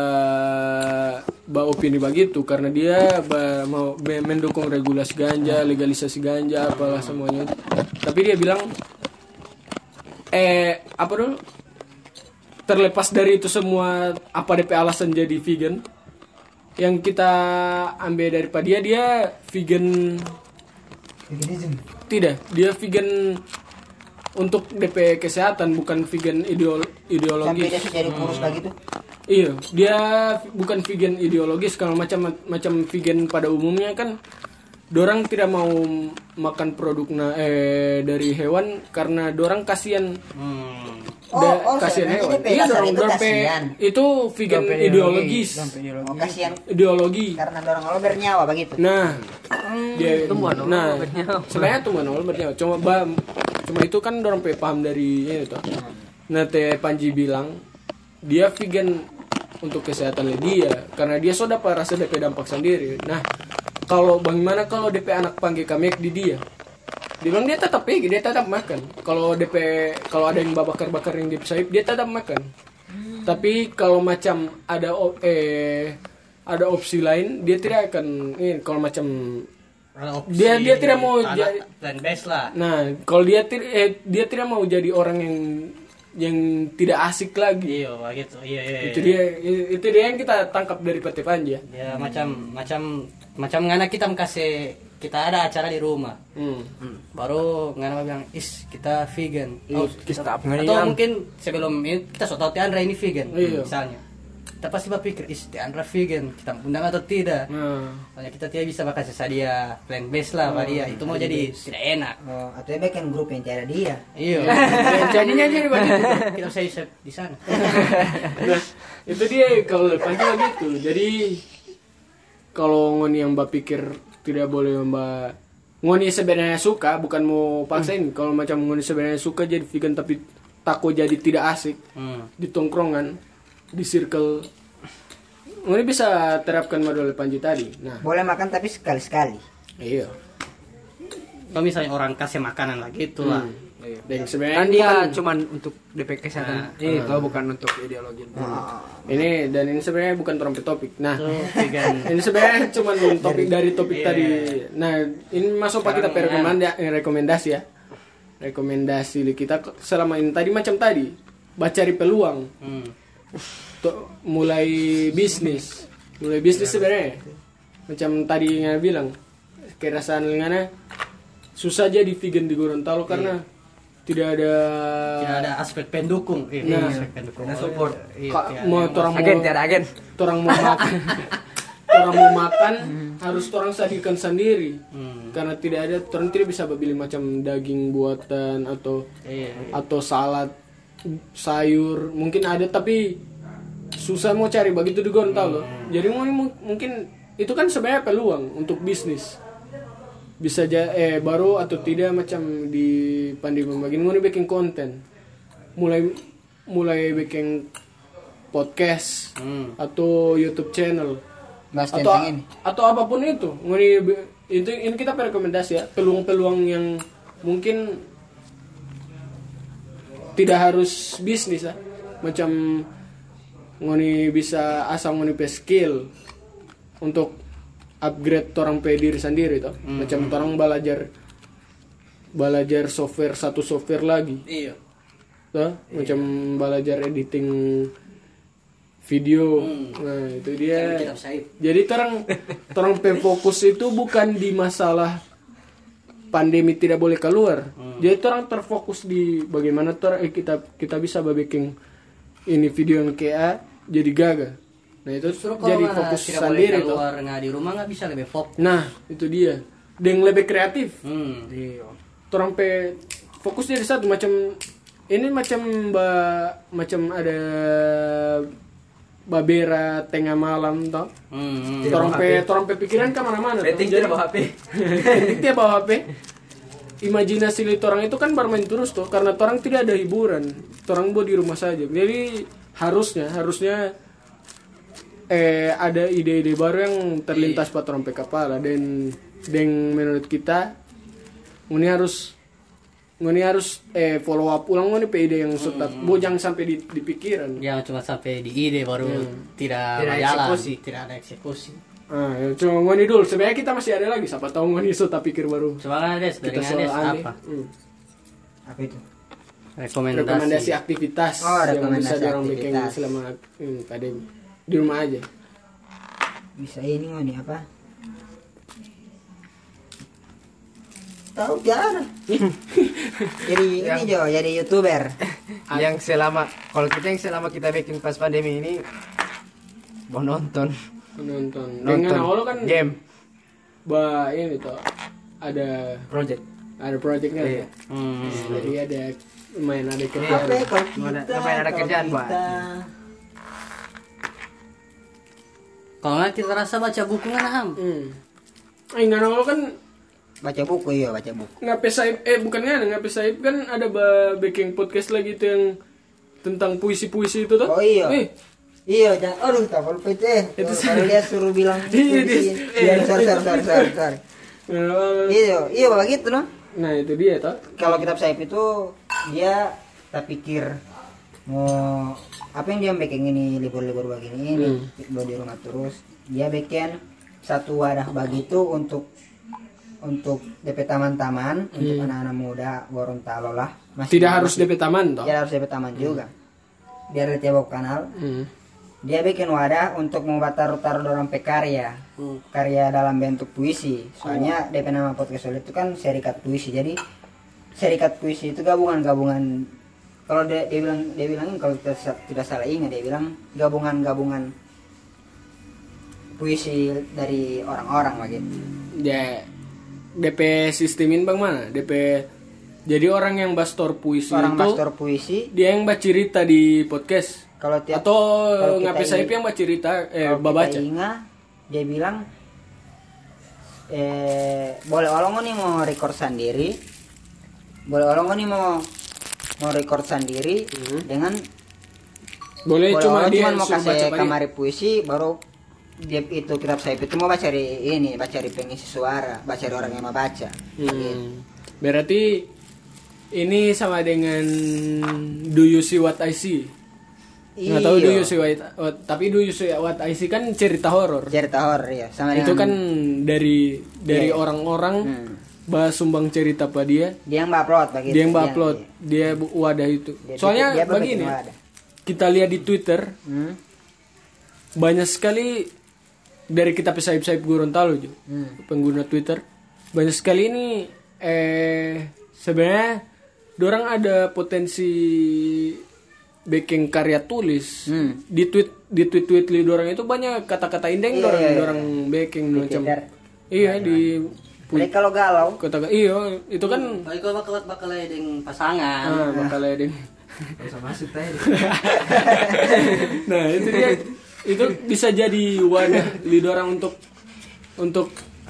Speaker 3: ba opini begitu karena dia ba, mau be- mendukung regulasi ganja, legalisasi ganja apalah semuanya. Tapi dia bilang eh apa dulu? Terlepas dari itu semua apa D P alasan jadi vegan yang kita ambil daripada dia dia vegan
Speaker 1: Veganism.
Speaker 3: Tidak, dia vegan untuk D P kesehatan, bukan vegan ideol
Speaker 1: Sampai dia
Speaker 3: ideologis.
Speaker 1: sudah jadi kurus lagi tuh.
Speaker 3: Iya, dia bukan vegan ideologis. Kalau macam macam vegan pada umumnya kan, dorang tidak mau makan produk na- eh dari hewan karena dorang kasihan.
Speaker 4: Hmm.
Speaker 1: Oh,
Speaker 3: Da-
Speaker 1: oh,
Speaker 3: kasihan
Speaker 1: sebenarnya
Speaker 3: hewan.
Speaker 1: D P
Speaker 3: Iya
Speaker 1: dasar
Speaker 3: dong,
Speaker 1: itu
Speaker 3: dorang pe-
Speaker 1: kasihan.
Speaker 3: itu vegan
Speaker 2: Sampai
Speaker 3: ideologis.
Speaker 2: Sampai ideologis.
Speaker 1: Oh, kasihan
Speaker 3: Ideologi.
Speaker 1: karena dorong lo bernyawa begitu.
Speaker 3: Nah, dia
Speaker 2: tumbuhan awal
Speaker 3: nah,
Speaker 2: bernyawa.
Speaker 3: sebenarnya tumbuhan awal bernyawa. Cuma bam, cuma itu kan dorang pe paham dari itu. Nah, Teh Panji bilang dia vegan untuk kesehatan dia karena dia sudah rasa D P dampak sendiri. Nah, kalau bagaimana kalau D P anak panggil kami di dia? Dia bilang dia tetap pergi, dia tetap makan. Kalau D P kalau ada yang bakar-bakar yang di sayap, dia tetap makan. Tapi kalau macam ada op- eh ada opsi lain, dia tidak akan ini kalau macam
Speaker 4: Ada opsi,
Speaker 3: Dia- dia tidak mau
Speaker 4: ada
Speaker 3: jadi-
Speaker 4: plan base lah.
Speaker 3: nah, kalau dia ti- eh, dia tidak mau jadi orang yang yang tidak asik lagi.
Speaker 4: Iya, gitu. Iya, iya.
Speaker 3: Itu
Speaker 4: iya.
Speaker 3: dia itu dia yang kita tangkap dari Pete Panji ya.
Speaker 4: Ya macam macam macam ngana kita kasih kita ada acara di rumah.
Speaker 3: Hmm.
Speaker 4: Baru ngana bilang, "Is, kita vegan."
Speaker 3: Iya,
Speaker 4: Oh,
Speaker 2: kita
Speaker 4: atau
Speaker 2: ngeriam.
Speaker 4: mungkin sebelum ini kita so tahu Tiandra ini vegan
Speaker 3: Iya.
Speaker 4: misalnya. Kita pasti berpikir, "Is, Tiandra vegan, kita undang atau tidak?"
Speaker 3: Nah,
Speaker 4: Soalnya kita tidak bisa bakal sedia plan base lah pada dia. Itu mau jadi tidak enak.
Speaker 1: Oh, atau dia bikin grup yang tiada dia.
Speaker 4: Iya.
Speaker 3: jadinya jadi begitu.
Speaker 4: Kita bisa bisa di sana.
Speaker 3: Nah, itu dia kalau Panji begitu. Jadi kalau ngoni yang mbak pikir tidak boleh mbak ngoni sebenarnya suka, bukan mau paksain. Kalau macam ngoni sebenarnya suka jadi vegan tapi takut jadi tidak asik
Speaker 4: Hmm.
Speaker 3: di tongkrongan, di circle, ngoni bisa terapkan model Panji tadi. Nah,
Speaker 1: Boleh makan tapi sekali-sekali.
Speaker 3: iya.
Speaker 4: Kalau misalnya orang kasih makanan lah gitu lah.
Speaker 3: Hmm. Dan sebenarnya
Speaker 2: Kan dia
Speaker 3: bukan-
Speaker 2: cuman untuk D P kesehatan. Itu bukan untuk ideologi.
Speaker 3: ini dan ini sebenarnya bukan trompet topik. Nah,
Speaker 4: Vegan.
Speaker 3: ini sebenarnya cuma topik dari topik
Speaker 4: Iya.
Speaker 3: tadi. Nah, ini masuk pak kita per rekomenda- eh, rekomendasi ya. Rekomendasi di kita selama ini tadi macam tadi, baca cari peluang.
Speaker 4: Hmm.
Speaker 3: Tuh, mulai bisnis, mulai bisnis sebenarnya. Macam tadi yang bilang, kerasaan ngana susah jadi vegan di Gorontalo karena tidak ada
Speaker 4: Tidak ada aspek pendukung. Eh,
Speaker 3: Nah.
Speaker 4: aspek pendukung.
Speaker 2: Ada support.
Speaker 4: Iya,
Speaker 3: Ka-
Speaker 4: tidak
Speaker 3: mau
Speaker 4: ada.
Speaker 3: orang
Speaker 2: Agen,
Speaker 3: mau
Speaker 2: tiada agen.
Speaker 3: orang mau makan orang mau makan harus orang sajikan sendiri
Speaker 4: Hmm.
Speaker 3: karena tidak ada orang tidak bisa beli macam daging buatan atau
Speaker 4: Iya.
Speaker 3: atau salad sayur mungkin ada tapi susah mau cari begitu di Gorontalo. Jadi mungkin mungkin itu kan sebenarnya peluang untuk bisnis bisa aja eh baru atau tidak macam di Pandi Pembagian mau bikin konten mulai mulai bikin podcast
Speaker 4: Hmm.
Speaker 3: atau YouTube channel
Speaker 1: Bahas
Speaker 3: atau
Speaker 1: tentang ini.
Speaker 3: atau apapun itu ngoni itu ini kita rekomendasi ya peluang-peluang yang mungkin tidak harus bisnis ya macam ngoni bisa asal ngoni pe skill untuk upgrade orang pe diri sendiri toh macam orang belajar belajar software satu software lagi
Speaker 4: Iya.
Speaker 3: toh macam belajar editing video nah itu dia
Speaker 4: Kita sahib.
Speaker 3: jadi terang terang pe fokus itu bukan di masalah pandemi tidak boleh keluar jadi terang terfokus di bagaimana terang eh, kita kita bisa bikin ini video yang kayak jadi gagah nah itu
Speaker 4: Justru kalau
Speaker 3: jadi
Speaker 4: nggak
Speaker 3: fokus
Speaker 4: tidak boleh
Speaker 3: sendiri tuh
Speaker 4: keluar nggak di rumah nggak bisa lebih fokus.
Speaker 3: nah itu dia dan lebih kreatif
Speaker 4: Hmm.
Speaker 3: orang pe fokus jadi satu macam ini macam ba, macam ada babera tengah malam toh
Speaker 4: Hmm.
Speaker 3: orang pe orang pe pikiran kemana-mana toh.
Speaker 2: Penting
Speaker 3: Jadi-
Speaker 2: tidak bawa H P.
Speaker 3: penting dia bawa H P imajinasi li orang itu kan bermain terus tuh karena orang tidak ada hiburan orang buat di rumah saja jadi harusnya harusnya eh ada ide-ide baru yang terlintas pada orang pe kepala dan dan menurut kita ini harus ini harus eh follow up ulang ini pe ide yang sudah bu jangan sampai di, di pikiran
Speaker 4: Yang cuma sampai di ide baru tidak
Speaker 2: Tidak
Speaker 4: berjalan,
Speaker 2: eksekusi.
Speaker 4: tidak ada eksekusi.
Speaker 3: ah ya, cuma ngoni dulu sebenarnya kita masih ada lagi siapa tahu ngoni sudah pikir baru
Speaker 4: Coba Ngades dari
Speaker 3: kita soal
Speaker 4: Ngades
Speaker 3: aneh.
Speaker 4: apa?
Speaker 3: Hmm.
Speaker 1: Apa itu?
Speaker 4: Rekomendasi.
Speaker 3: rekomendasi aktivitas
Speaker 1: Oh,
Speaker 3: yang bisa
Speaker 1: rekomendasi
Speaker 3: orang bikin
Speaker 1: aktivitas.
Speaker 3: selama hmm, kadang di rumah aja
Speaker 1: Bisa ini nih apa? Tahu jarang. Jadi ini Jo, jadi YouTuber.
Speaker 2: Yang selama kalau kita yang selama kita bikin pas pandemi ini mau nonton.
Speaker 3: Nonton.
Speaker 2: Nonton
Speaker 3: Dengan awal kan
Speaker 2: game
Speaker 3: bah ini tuh ada
Speaker 2: project.
Speaker 3: ada projectnya.
Speaker 2: Iya.
Speaker 4: Hmm.
Speaker 3: Jadi ada main ada
Speaker 1: Apa
Speaker 3: kerjaan.
Speaker 1: ya kalau
Speaker 2: Mana-
Speaker 1: kita
Speaker 2: ngapain ada
Speaker 1: kalau
Speaker 2: kerjaan,
Speaker 1: kita-
Speaker 2: Pak?
Speaker 4: Kalau nggak kita rasa baca buku nggak ham.
Speaker 3: Hmm. Eh, nggak awal kan
Speaker 1: baca buku ya, baca buku.
Speaker 3: ngape saib eh bukannya ngape saib kan ada ba baking podcast lagi tuh yang tentang puisi-puisi itu tuh.
Speaker 1: Oh iya.
Speaker 3: Eh,
Speaker 1: Iya, jangan. Aduh, tak lupa itu. eh.
Speaker 3: Itu
Speaker 1: Kalau dia suruh bilang
Speaker 3: Iya,
Speaker 1: itu
Speaker 3: dis-
Speaker 1: di- Iya, sorry, sorry, sorry, sorry, sorry.
Speaker 3: nah,
Speaker 1: Iya, iya begitu loh.
Speaker 3: nah itu dia toh.
Speaker 1: Kalau kitab Saib itu dia tak pikir mau apa yang dia bikin ini libur-libur begini ini libur di rumah terus dia bikin satu wadah begitu untuk untuk D P taman-taman untuk anak-anak muda Gorontalo lah masih
Speaker 3: Tidak harus D P taman toh.
Speaker 1: tidak harus D P taman juga biar di tiap kanal
Speaker 3: Hmm.
Speaker 1: dia bikin wadah untuk membuat taruh-taruh dalam pekarya karya dalam bentuk puisi soalnya D P nama podcast Solid itu kan serikat puisi jadi serikat puisi itu gabungan-gabungan kalau dia, dia bilang dia bilangin kalau kita sa- tidak salah ingat dia bilang gabungan-gabungan puisi dari orang-orang begitu.
Speaker 3: Ya D P sistemin bang mana? D P jadi orang yang bastor puisi
Speaker 1: Orang
Speaker 3: itu
Speaker 1: master puisi
Speaker 3: dia yang baca cerita di podcast
Speaker 1: kalau tiap
Speaker 3: atau
Speaker 1: kalau kita
Speaker 3: ngapain saya
Speaker 1: ini-
Speaker 3: yang baca cerita eh
Speaker 1: kalau
Speaker 3: babaca.
Speaker 1: kita ingat dia bilang eh boleh olongo nih mau record sendiri boleh olongo nih mau mau record sendiri dengan
Speaker 3: Boleh
Speaker 1: boleh
Speaker 3: cuma
Speaker 1: olongo
Speaker 3: dia
Speaker 1: cuma mau
Speaker 3: suruh baca
Speaker 1: kasih
Speaker 3: pagi.
Speaker 1: kamari puisi baru dia itu kitab saya itu mau baca dari ini baca dari pengisi suara baca dari orang yang mau baca.
Speaker 3: Hmm. Berarti ini sama dengan Do You See What I See? Nggak tahu Do You See What, what tapi Do You See What I See kan cerita horor.
Speaker 1: cerita horor ya sama
Speaker 3: Itu
Speaker 1: dengan
Speaker 3: kan dari dari
Speaker 1: Iya.
Speaker 3: orang-orang
Speaker 1: Hmm.
Speaker 3: bahas sumbang cerita pada dia.
Speaker 1: dia yang upload begitu.
Speaker 3: Dia yang upload, dia bu- wadah itu.
Speaker 1: Dia-
Speaker 3: Soalnya
Speaker 1: dia bikin
Speaker 3: begini,
Speaker 1: wadah.
Speaker 3: kita lihat di Twitter
Speaker 1: Hmm.
Speaker 3: banyak sekali dari kita pesaip-saip Gorontalo juga,
Speaker 1: Hmm.
Speaker 3: pengguna Twitter banyak sekali ini eh sebenarnya dorang ada potensi bikin karya tulis
Speaker 1: Hmm.
Speaker 3: di tweet di tweet tweet li dorang itu banyak kata-kata indeng
Speaker 1: Iya,
Speaker 3: dorang
Speaker 1: iya, iya.
Speaker 3: dorang bikin
Speaker 1: Di
Speaker 3: macam
Speaker 1: Twitter.
Speaker 3: iya di
Speaker 1: Jadi kalau galau
Speaker 3: kata iya itu kan
Speaker 4: Kalau itu bakal bakal dengan pasangan.
Speaker 3: ah, bakal ada
Speaker 2: sama masuk tadi.
Speaker 3: nah itu dia itu bisa jadi wadah lidah orang untuk untuk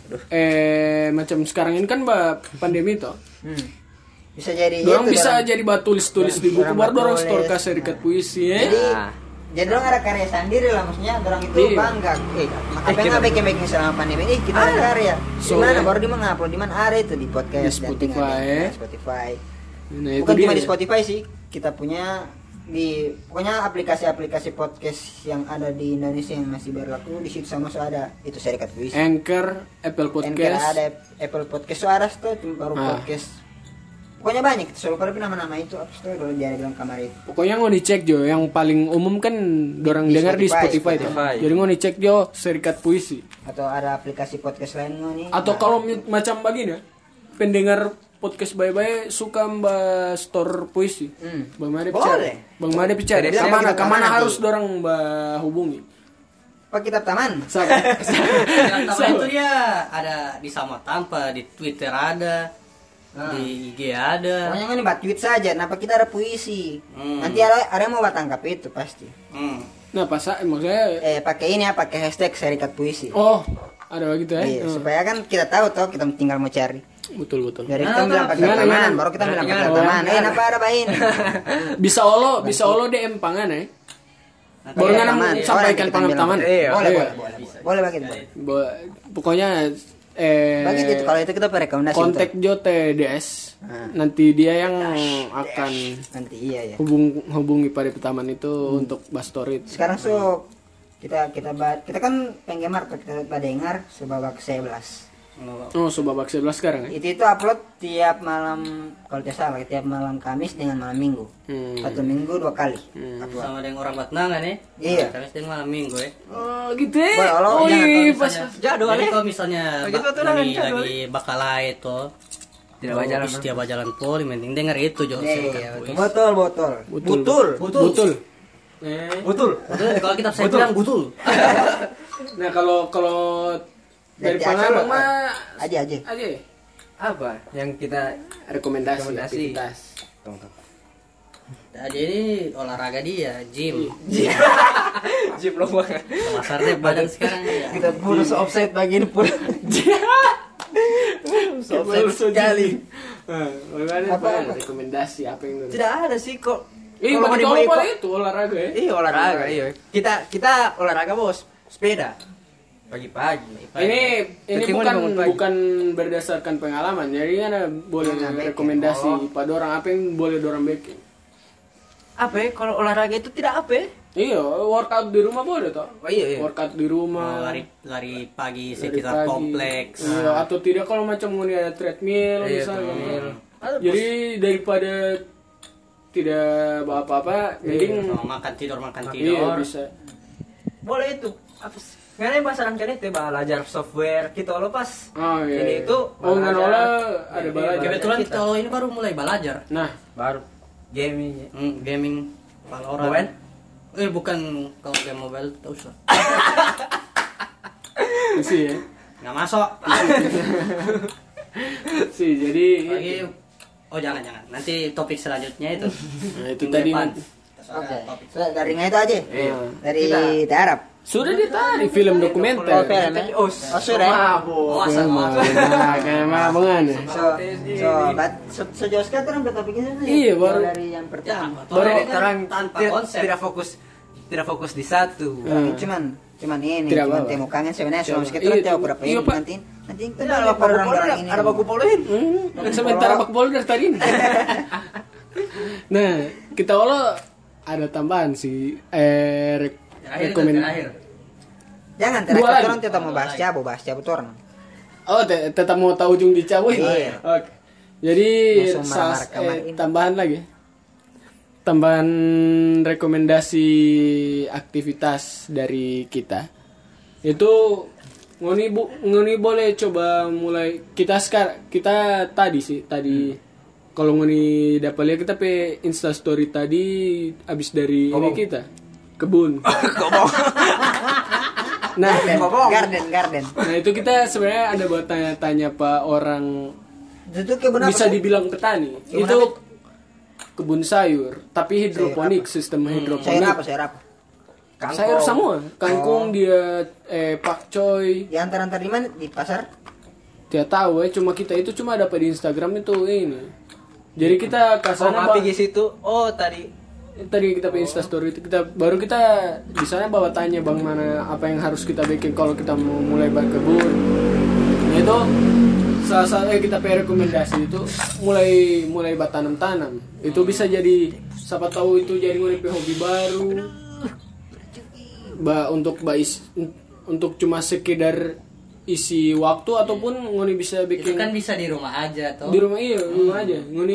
Speaker 3: eh macam sekarang ini kan mbak pandemi toh
Speaker 1: hmm. bisa jadi
Speaker 3: dorang
Speaker 1: itu,
Speaker 3: bisa
Speaker 1: dorang-
Speaker 3: jadi buat tulis-tulis di buku
Speaker 1: dorang
Speaker 3: baru dorang
Speaker 1: tulis.
Speaker 3: store ke serikat puisi ya
Speaker 1: jadi jadi orang ada karya sendiri lah maksudnya orang itu
Speaker 3: Iya.
Speaker 1: bangga eh apa yang nggak bikin bikin selama pandemi ini kita ada karya di
Speaker 3: So,
Speaker 1: mana
Speaker 3: ya.
Speaker 1: baru di mana upload di mana ada itu di podcast
Speaker 3: Di
Speaker 1: dan
Speaker 3: Spotify,
Speaker 1: tinggal di-
Speaker 3: ya.
Speaker 1: di Spotify
Speaker 3: nah itu
Speaker 1: bukan
Speaker 3: dia
Speaker 1: cuma di Spotify sih kita punya di pokoknya aplikasi-aplikasi podcast yang ada di Indonesia yang masih berlaku di situ sama so ada itu serikat puisi
Speaker 3: Anchor Apple
Speaker 1: Anchor
Speaker 3: Podcast
Speaker 1: ada Apple Podcast suara tuh baru
Speaker 3: Ah.
Speaker 1: podcast pokoknya banyak selalu kalau nama-nama itu apa sih kalau dia bilang kamar itu
Speaker 3: pokoknya mau dicek jo yang paling umum kan dorang
Speaker 1: Di
Speaker 3: dengar di
Speaker 1: Spotify,
Speaker 3: Spotify, tuh.
Speaker 2: Spotify.
Speaker 3: jadi mau dicek jo serikat puisi
Speaker 1: atau ada aplikasi podcast lain nggak nih
Speaker 3: atau
Speaker 1: Nah,
Speaker 3: kalau mi- macam begini ya, pendengar podcast bye-bye suka mbak store puisi
Speaker 1: hmm.
Speaker 3: Bang Made
Speaker 1: Boleh.
Speaker 3: Bang Made bicara.
Speaker 1: Bilang
Speaker 3: Kemana?
Speaker 1: kita
Speaker 3: Kemana
Speaker 1: taman
Speaker 3: harus
Speaker 1: nanti.
Speaker 3: dorang mbak hubungi?
Speaker 1: Pak kitab taman
Speaker 3: Sama.
Speaker 4: Yang pertama itu dia ada di Sama Tanpa, di Twitter ada, di I G ada.
Speaker 1: pokoknya ini buat tweet saja kenapa kita ada puisi
Speaker 4: Hmm.
Speaker 1: nanti ada ada yang mau buat tangkap itu pasti
Speaker 4: Hmm.
Speaker 3: Nah pas maksudnya
Speaker 1: eh pakai ini ya pakai hashtag serikat puisi
Speaker 3: oh ada begitu ya?
Speaker 1: iya,
Speaker 3: Hmm.
Speaker 1: supaya kan kita tahu toh kita tinggal mau cari
Speaker 3: Betul betul.
Speaker 1: dari
Speaker 4: Nah,
Speaker 1: kita bilang
Speaker 4: nah,
Speaker 1: pakai
Speaker 3: gimana,
Speaker 1: taman
Speaker 3: gimana?
Speaker 1: baru kita bilang
Speaker 4: Gimana,
Speaker 1: pakai
Speaker 3: gimana?
Speaker 1: taman eh kenapa ada bahin
Speaker 3: Bisa olo, bisa olo D M pangan ya.
Speaker 4: Nah,
Speaker 3: Baru
Speaker 1: Pakai
Speaker 3: nganam
Speaker 1: taman.
Speaker 3: sampaikan
Speaker 1: Boleh kita
Speaker 3: pangan
Speaker 1: bilang.
Speaker 3: taman.
Speaker 2: Iya.
Speaker 1: boleh
Speaker 3: Iya.
Speaker 1: boleh boleh boleh begitu boleh
Speaker 3: Bo- Pokoknya eh
Speaker 1: bagi gitu kalau itu kita rekomendasi
Speaker 3: kontak
Speaker 1: untuk-
Speaker 3: Jo T D S.
Speaker 1: Ah.
Speaker 3: Nanti dia yang akan
Speaker 1: nanti iya ya
Speaker 3: hubung hubungi pada taman itu untuk bastorit.
Speaker 1: sekarang so kita kita ba- kita kan penggemar tuh, kita dengar sebabak sebelas
Speaker 3: Oh, Subabak sebelas sekarang ya.
Speaker 1: itu itu upload tiap malam kalau tidak salah tiap malam Kamis dengan malam Minggu
Speaker 3: Hmm.
Speaker 1: satu minggu dua kali upload.
Speaker 4: sama dengan orang Batnangan ya.
Speaker 1: Iya.
Speaker 4: Terus dengan malam Minggu ya.
Speaker 3: Oh, gitu ya.
Speaker 1: Boleh, olo,
Speaker 3: Oh,
Speaker 1: jangan
Speaker 3: iya,
Speaker 1: kalau
Speaker 3: pas
Speaker 4: Misalnya-
Speaker 3: jadwal
Speaker 4: Jadi
Speaker 3: ya.
Speaker 4: kalau misalnya
Speaker 2: Begitu
Speaker 4: ba-
Speaker 2: tuh,
Speaker 4: lagi
Speaker 2: jadwal.
Speaker 4: lagi bakal itu
Speaker 2: Tidak bajalan.
Speaker 4: Setiap jalan poli mending denger itu Jo.
Speaker 1: Iya, betul. Botol, botol.
Speaker 3: Betul.
Speaker 1: Betul.
Speaker 3: Betul. Betul. Eh.
Speaker 2: Betul.
Speaker 4: Kalau kita saya bilang betul.
Speaker 3: Nah, kalau kalau dari
Speaker 1: Dari
Speaker 3: pengalaman
Speaker 1: Axel,
Speaker 3: mah
Speaker 1: Aja aja.
Speaker 3: aja
Speaker 2: Apa yang kita
Speaker 3: rekomendasi,
Speaker 2: Rekomendasi.
Speaker 3: aktivitas.
Speaker 4: Nah, jadi olahraga dia, gym.
Speaker 2: Jip lo banget.
Speaker 4: Pasarnya badan sekarang ya.
Speaker 2: Kita purus offset bagian pun. Offset sekali.
Speaker 3: Nah, bagaimana
Speaker 1: Apa,
Speaker 3: apa,
Speaker 1: apa?
Speaker 3: rekomendasi apa yang menurut?
Speaker 2: Tidak ada sih kok.
Speaker 3: Iya,
Speaker 2: Kalau
Speaker 3: bagi
Speaker 2: mau
Speaker 3: kamu
Speaker 2: ikut-
Speaker 3: boleh itu olahraga ya.
Speaker 2: Iya olahraga, iya. Kita kita olahraga bos, sepeda. Pagi-pagi.
Speaker 3: Ini ini
Speaker 2: Bikin
Speaker 3: bukan
Speaker 2: bangun pagi.
Speaker 3: bukan berdasarkan pengalaman. Jadi kan ada boleh
Speaker 1: Nah, bikin.
Speaker 3: rekomendasi
Speaker 2: Oh.
Speaker 3: pada orang apa yang boleh orang bikin.
Speaker 2: Apa ya? Kalau olahraga itu tidak apa ya?
Speaker 3: Iya, workout di rumah boleh toh.
Speaker 2: Oh iya iya.
Speaker 3: Workout di rumah.
Speaker 4: Mau lari lari pagi
Speaker 3: dari
Speaker 4: sekitar
Speaker 3: pagi.
Speaker 4: kompleks.
Speaker 3: Iya, atau tidak kalau macam mau ada treadmill
Speaker 2: Iya,
Speaker 3: misalnya.
Speaker 2: treadmill.
Speaker 3: Jadi daripada tidak apa-apa, mending
Speaker 4: Sama makan tidur makan
Speaker 3: iya
Speaker 4: tidur.
Speaker 3: bisa.
Speaker 2: Boleh itu. Apa sih? Karena yang bahasa kan itu belajar software kita lo pas.
Speaker 3: Oh iya.
Speaker 2: Jadi
Speaker 3: iya.
Speaker 2: itu
Speaker 3: oh nggak
Speaker 2: belajar.
Speaker 3: olah ada
Speaker 2: Iya,
Speaker 3: belajar.
Speaker 4: Kebetulan
Speaker 2: Kita.
Speaker 4: kita kalau ini baru mulai belajar.
Speaker 3: Nah,
Speaker 2: baru gaming. ya.
Speaker 4: Hmm, gaming Valorant.
Speaker 2: Mobile?
Speaker 4: Eh bukan kalau game mobile tahu usah.
Speaker 3: sih ya.
Speaker 4: Nggak masuk.
Speaker 3: Sih, jadi
Speaker 4: Lagi oh jangan jangan. Nanti topik selanjutnya itu.
Speaker 3: nah, itu
Speaker 4: Minggu
Speaker 3: tadi
Speaker 4: depan.
Speaker 3: nanti.
Speaker 1: Oke. So, dari itu aja.
Speaker 3: Iya.
Speaker 1: Dari
Speaker 2: Kita-
Speaker 1: Arab.
Speaker 3: Sudah dia tadi film dokumenter.
Speaker 1: Oh, film ya?
Speaker 2: Oh,
Speaker 1: Oh, sudah.
Speaker 4: Oh, asal
Speaker 3: Nah, kayak mah bagaimana?
Speaker 1: So, so, bat, so, sejauh sekarang kita topiknya sana.
Speaker 3: Iya, baru-
Speaker 1: dari yang pertama.
Speaker 4: Baru
Speaker 2: Baru
Speaker 4: kan
Speaker 2: sekarang
Speaker 4: tanpa
Speaker 2: tidak,
Speaker 4: konsep.
Speaker 2: tidak fokus tidak fokus di satu.
Speaker 3: Hmm.
Speaker 1: Cuman, cuman ini,
Speaker 3: Tidak
Speaker 1: cuman
Speaker 3: apa-apa.
Speaker 1: temu kangen sebenarnya
Speaker 3: Iya,
Speaker 1: sama kita
Speaker 3: iya,
Speaker 1: tahu berapa
Speaker 3: iya,
Speaker 1: ini
Speaker 3: Pak.
Speaker 1: nanti. Nanti kita
Speaker 2: Tidak ada
Speaker 1: lihat
Speaker 2: baku polo,
Speaker 1: orang-orang ini.
Speaker 2: ada baku poloin.
Speaker 3: Hmm, kan sementara bak bol dari tadi. Nah, kita olah ada tambahan sih. Eh, rek
Speaker 4: Terakhir,
Speaker 3: rekomend.
Speaker 4: terakhir.
Speaker 1: Jangan
Speaker 3: Dua
Speaker 1: terakhir
Speaker 3: lagi.
Speaker 1: orang tetap mau bahas cabu, bahas cabu tuh orang.
Speaker 3: Oh, te- tetap mau tahu ujung dicabut.
Speaker 1: Iya.
Speaker 3: Oke. Jadi
Speaker 1: Langsung
Speaker 3: sas-
Speaker 1: marah-marah
Speaker 3: eh,
Speaker 1: ini.
Speaker 3: tambahan lagi. Tambahan rekomendasi aktivitas dari kita. Itu ngoni bu, ngoni boleh coba mulai kita sekarang kita tadi sih tadi kalau ngoni dapat lihat kita pe Insta story tadi abis dari ini kita kebun. Nah,
Speaker 1: Garden, garden.
Speaker 3: nah itu kita sebenarnya ada buat tanya-tanya pak orang
Speaker 1: Itu kebun apa?
Speaker 3: bisa dibilang petani.
Speaker 1: Kebun
Speaker 3: Itu kebun sayur, tapi hidroponik, sistem
Speaker 1: Sayur
Speaker 3: hidroponik.
Speaker 1: apa, sayur apa?
Speaker 3: Sayur semua, kangkung dia eh pakcoy.
Speaker 1: Di antar-antar di mana? Di pasar?
Speaker 3: Tidak tahu ya, cuma kita itu cuma dapat di Instagram itu ini. Jadi kita ke
Speaker 2: Oh,
Speaker 3: sana
Speaker 2: ngapi
Speaker 3: ba-
Speaker 2: di situ. Oh, tadi
Speaker 3: tadi kita punya Insta story itu kita baru kita di sana bawa tanya bang mana apa yang harus kita bikin kalau kita mau mulai berkebun. Nah, itu salah satu eh, kita punya rekomendasi itu mulai mulai bertanam tanam itu bisa jadi siapa tahu itu jadi mulai hobi baru ba untuk ba is- untuk cuma sekedar isi waktu ataupun ngoni bisa
Speaker 4: Itu
Speaker 3: bikin
Speaker 4: kan bisa di rumah aja toh.
Speaker 3: di rumah iya di rumah aja ngoni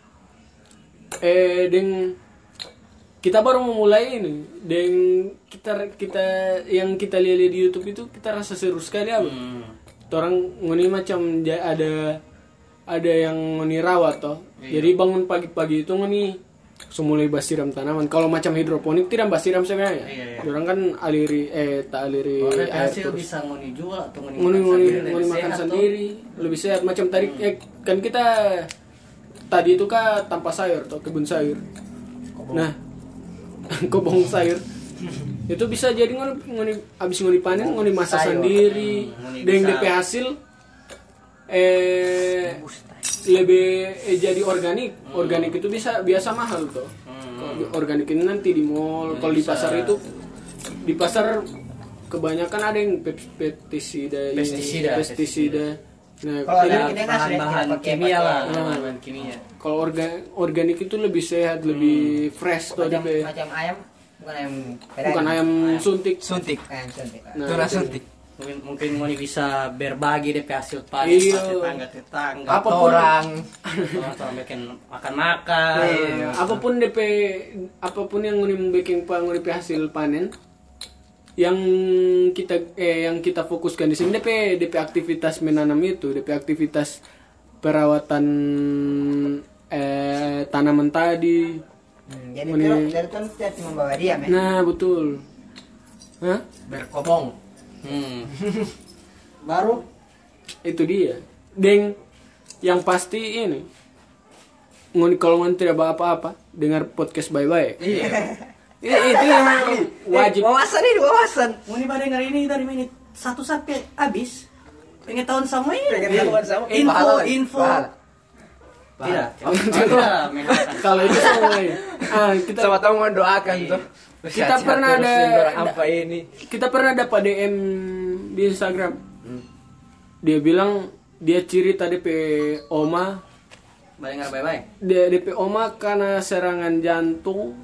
Speaker 3: eh deng kita baru mau mulai ini deng kita kita yang kita lihat di YouTube itu kita rasa seru sekali apa
Speaker 4: Hmm.
Speaker 3: orang ngoni macam ja- ada ada yang ngoni rawat toh jadi bangun pagi-pagi itu ngoni semulai basiram tanaman kalau macam hidroponik tidak basiram sebenarnya
Speaker 4: Iya, iya.
Speaker 3: orang kan aliri eh tak aliri
Speaker 4: Kalau
Speaker 3: air
Speaker 4: hasil
Speaker 3: terus
Speaker 4: bisa ngoni jual atau ngoni
Speaker 3: ngoni
Speaker 4: makan
Speaker 3: ngoni
Speaker 4: sendiri,
Speaker 3: ngoni
Speaker 4: lebih
Speaker 3: makan
Speaker 4: sehat, toh.
Speaker 3: sendiri lebih sehat macam tadi eh, kan kita tadi itu kan tanpa sayur atau kebun sayur nah kobong sayur itu bisa jadi ngoni ngoni abis ngoni panen ngoni masak
Speaker 2: sayur.
Speaker 3: sendiri
Speaker 4: Hmm, ngoni
Speaker 3: dengan
Speaker 4: bisa.
Speaker 3: D P hasil eh lebih eh, jadi organik organik itu bisa biasa mahal tuh kalau organik ini nanti di mall kalau di
Speaker 4: bisa.
Speaker 3: pasar itu di pasar kebanyakan ada yang pep- pestisida ini,
Speaker 4: Pestisida.
Speaker 3: pestisida nah
Speaker 1: Kalau
Speaker 3: ini-
Speaker 1: ada- Kita kan sudah
Speaker 4: bahan-bahan
Speaker 1: tidak pakai-
Speaker 4: kimia lah,
Speaker 3: pakai-
Speaker 4: bahan-bahan kimia.
Speaker 3: kalau orga, organik itu lebih sehat lebih fresh tuh
Speaker 1: Macam,
Speaker 3: dia
Speaker 1: macam ayam, bukan ayam
Speaker 3: bukan ayam suntik
Speaker 2: suntik.
Speaker 1: Ayam suntik.
Speaker 3: Nah,
Speaker 2: Tuna
Speaker 3: itu.
Speaker 2: suntik.
Speaker 4: Mungkin mungkin ngoni bisa berbagi D P hasil panen
Speaker 3: Iya.
Speaker 4: tetangga tetangga.
Speaker 3: Apapun
Speaker 2: Orang
Speaker 4: Orang bikin makan-makan.
Speaker 3: Iya, apapun D P apapun yang ngoni bikin pa ngoni hasil panen yang kita eh yang kita fokuskan di sini D P D P aktivitas menanam itu D P aktivitas perawatan eh, tanaman tadi.
Speaker 1: Hmm, jadi
Speaker 3: Meni-
Speaker 1: kalau dari tuan kita cuma bawa diam ya.
Speaker 3: Nah betul. Hah?
Speaker 2: Berkobong.
Speaker 4: Hmm.
Speaker 1: Baru
Speaker 3: Itu dia. Deng yang pasti ini. Ngoni kalau ngoni tidak apa-apa, dengar podcast bye-bye.
Speaker 2: Iya.
Speaker 3: Ya, itu yang wajib.
Speaker 2: Wawasan ini wawasan.
Speaker 4: Mau nih dengar ini dari menit satu sampai habis. Pengen tahun sama ini.
Speaker 2: Pengen tahuan sama eh,
Speaker 4: Info,
Speaker 2: pahala lagi,
Speaker 4: info.
Speaker 2: pahala.
Speaker 4: Tidak.
Speaker 3: Oh, Kalau itu semua ya. Ah, kita
Speaker 2: Sama tahu mendoakan tuh.
Speaker 3: Kita pernah ada
Speaker 2: apa ini?
Speaker 3: kita pernah dapat D M di Instagram. Dia bilang dia cerita D P Oma,
Speaker 4: Dengar bye-bye.
Speaker 3: dia D P Oma karena serangan jantung.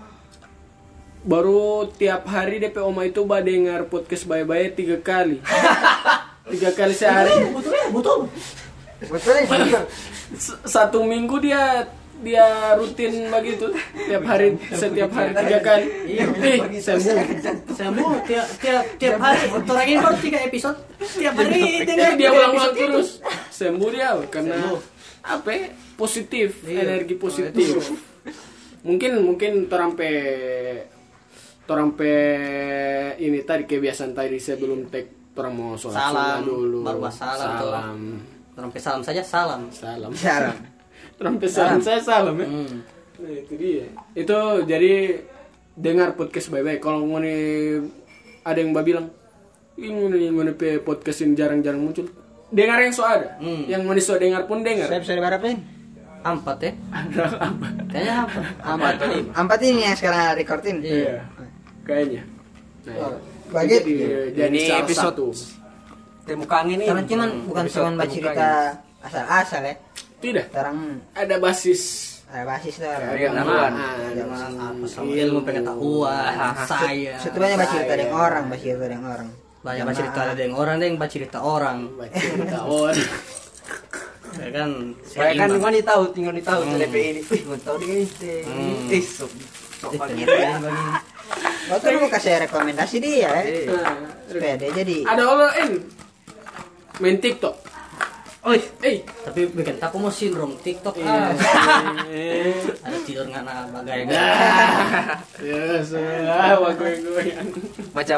Speaker 3: Baru tiap hari D P Oma itu bah dengar podcast bye-bye tiga kali. Tiga kali sehari.
Speaker 4: Betul ya, betul.
Speaker 1: betul ya.
Speaker 3: S- Satu minggu dia dia rutin begitu tiap hari setiap hari tiga kali. Eh, sembuh.
Speaker 4: Sembuh tiap tiap tiap hari. Orang ini baru tiga episode. Tiap hari dengar
Speaker 3: Eh, dia
Speaker 4: tiga
Speaker 3: ulang-ulang
Speaker 4: episode itu.
Speaker 3: terus. Sembuh dia karena apa? ya? Positif, energi positif. Mungkin mungkin terampe terampe ini tadi kebiasaan tadi sebelum tag orang mau sholat
Speaker 4: Salam,
Speaker 3: sunnah dulu.
Speaker 4: baru bahas salam tuh.
Speaker 3: Salam.
Speaker 4: Sampai salam saja salam.
Speaker 3: Salam.
Speaker 1: Salam.
Speaker 3: Terampe salam saya salam ya.
Speaker 4: Hmm.
Speaker 3: Nah, itu dia. Itu jadi dengar podcast bye-bye. Kalau ngone ada yang mbak bilang, ini ngone ngone pe podcast ini jarang-jarang muncul. Dengar yang so ada.
Speaker 4: Hmm.
Speaker 3: Yang ngone so dengar pun dengar.
Speaker 1: Saya bisa berapa ini?
Speaker 4: Empat ya? Kayaknya empat.
Speaker 1: Empat ini. Empat ini yang sekarang recordin.
Speaker 3: Iya. Kayaknya. Nah,
Speaker 1: Oh,
Speaker 3: itu
Speaker 1: bagi-
Speaker 3: jadi, jadi
Speaker 2: Ini
Speaker 3: salah
Speaker 2: episode
Speaker 3: satu.
Speaker 2: Temu kangen ini.
Speaker 1: Karena cuman bukan
Speaker 2: Episode
Speaker 1: cuma baca
Speaker 2: temu
Speaker 1: cerita asal-asal ya.
Speaker 3: Tidak.
Speaker 1: Sekarang
Speaker 3: Ada basis.
Speaker 1: ada basis lah.
Speaker 2: Iya, namuan.
Speaker 4: Apa sama ilmu pengetahuan saya.
Speaker 1: Itu banyak baca cerita dengan orang, baca cerita dengan orang.
Speaker 4: Banyak baca cerita ada yang orang ada yang baca cerita orang.
Speaker 3: Baca cerita orang.
Speaker 4: Ya kan.
Speaker 2: Supaya kan
Speaker 4: seimbang.
Speaker 2: ngoni tahu, tinggal tahu tuh D P ini. Wih, ngoni tahu dengan ini.
Speaker 4: Hmm.
Speaker 2: Eh, sok sok pagi.
Speaker 1: Lo tuh mau kasih rekomendasi dia ya.
Speaker 3: Nah,
Speaker 1: Supaya dia jadi
Speaker 3: ada orang main TikTok.
Speaker 4: Oi,
Speaker 3: Eh,
Speaker 4: tapi bikin takut mau sindrom TikTok
Speaker 3: Iya.
Speaker 4: ah. Ada tidur nggak nah bagai
Speaker 3: ya salah, wah gue goyang.
Speaker 2: Macam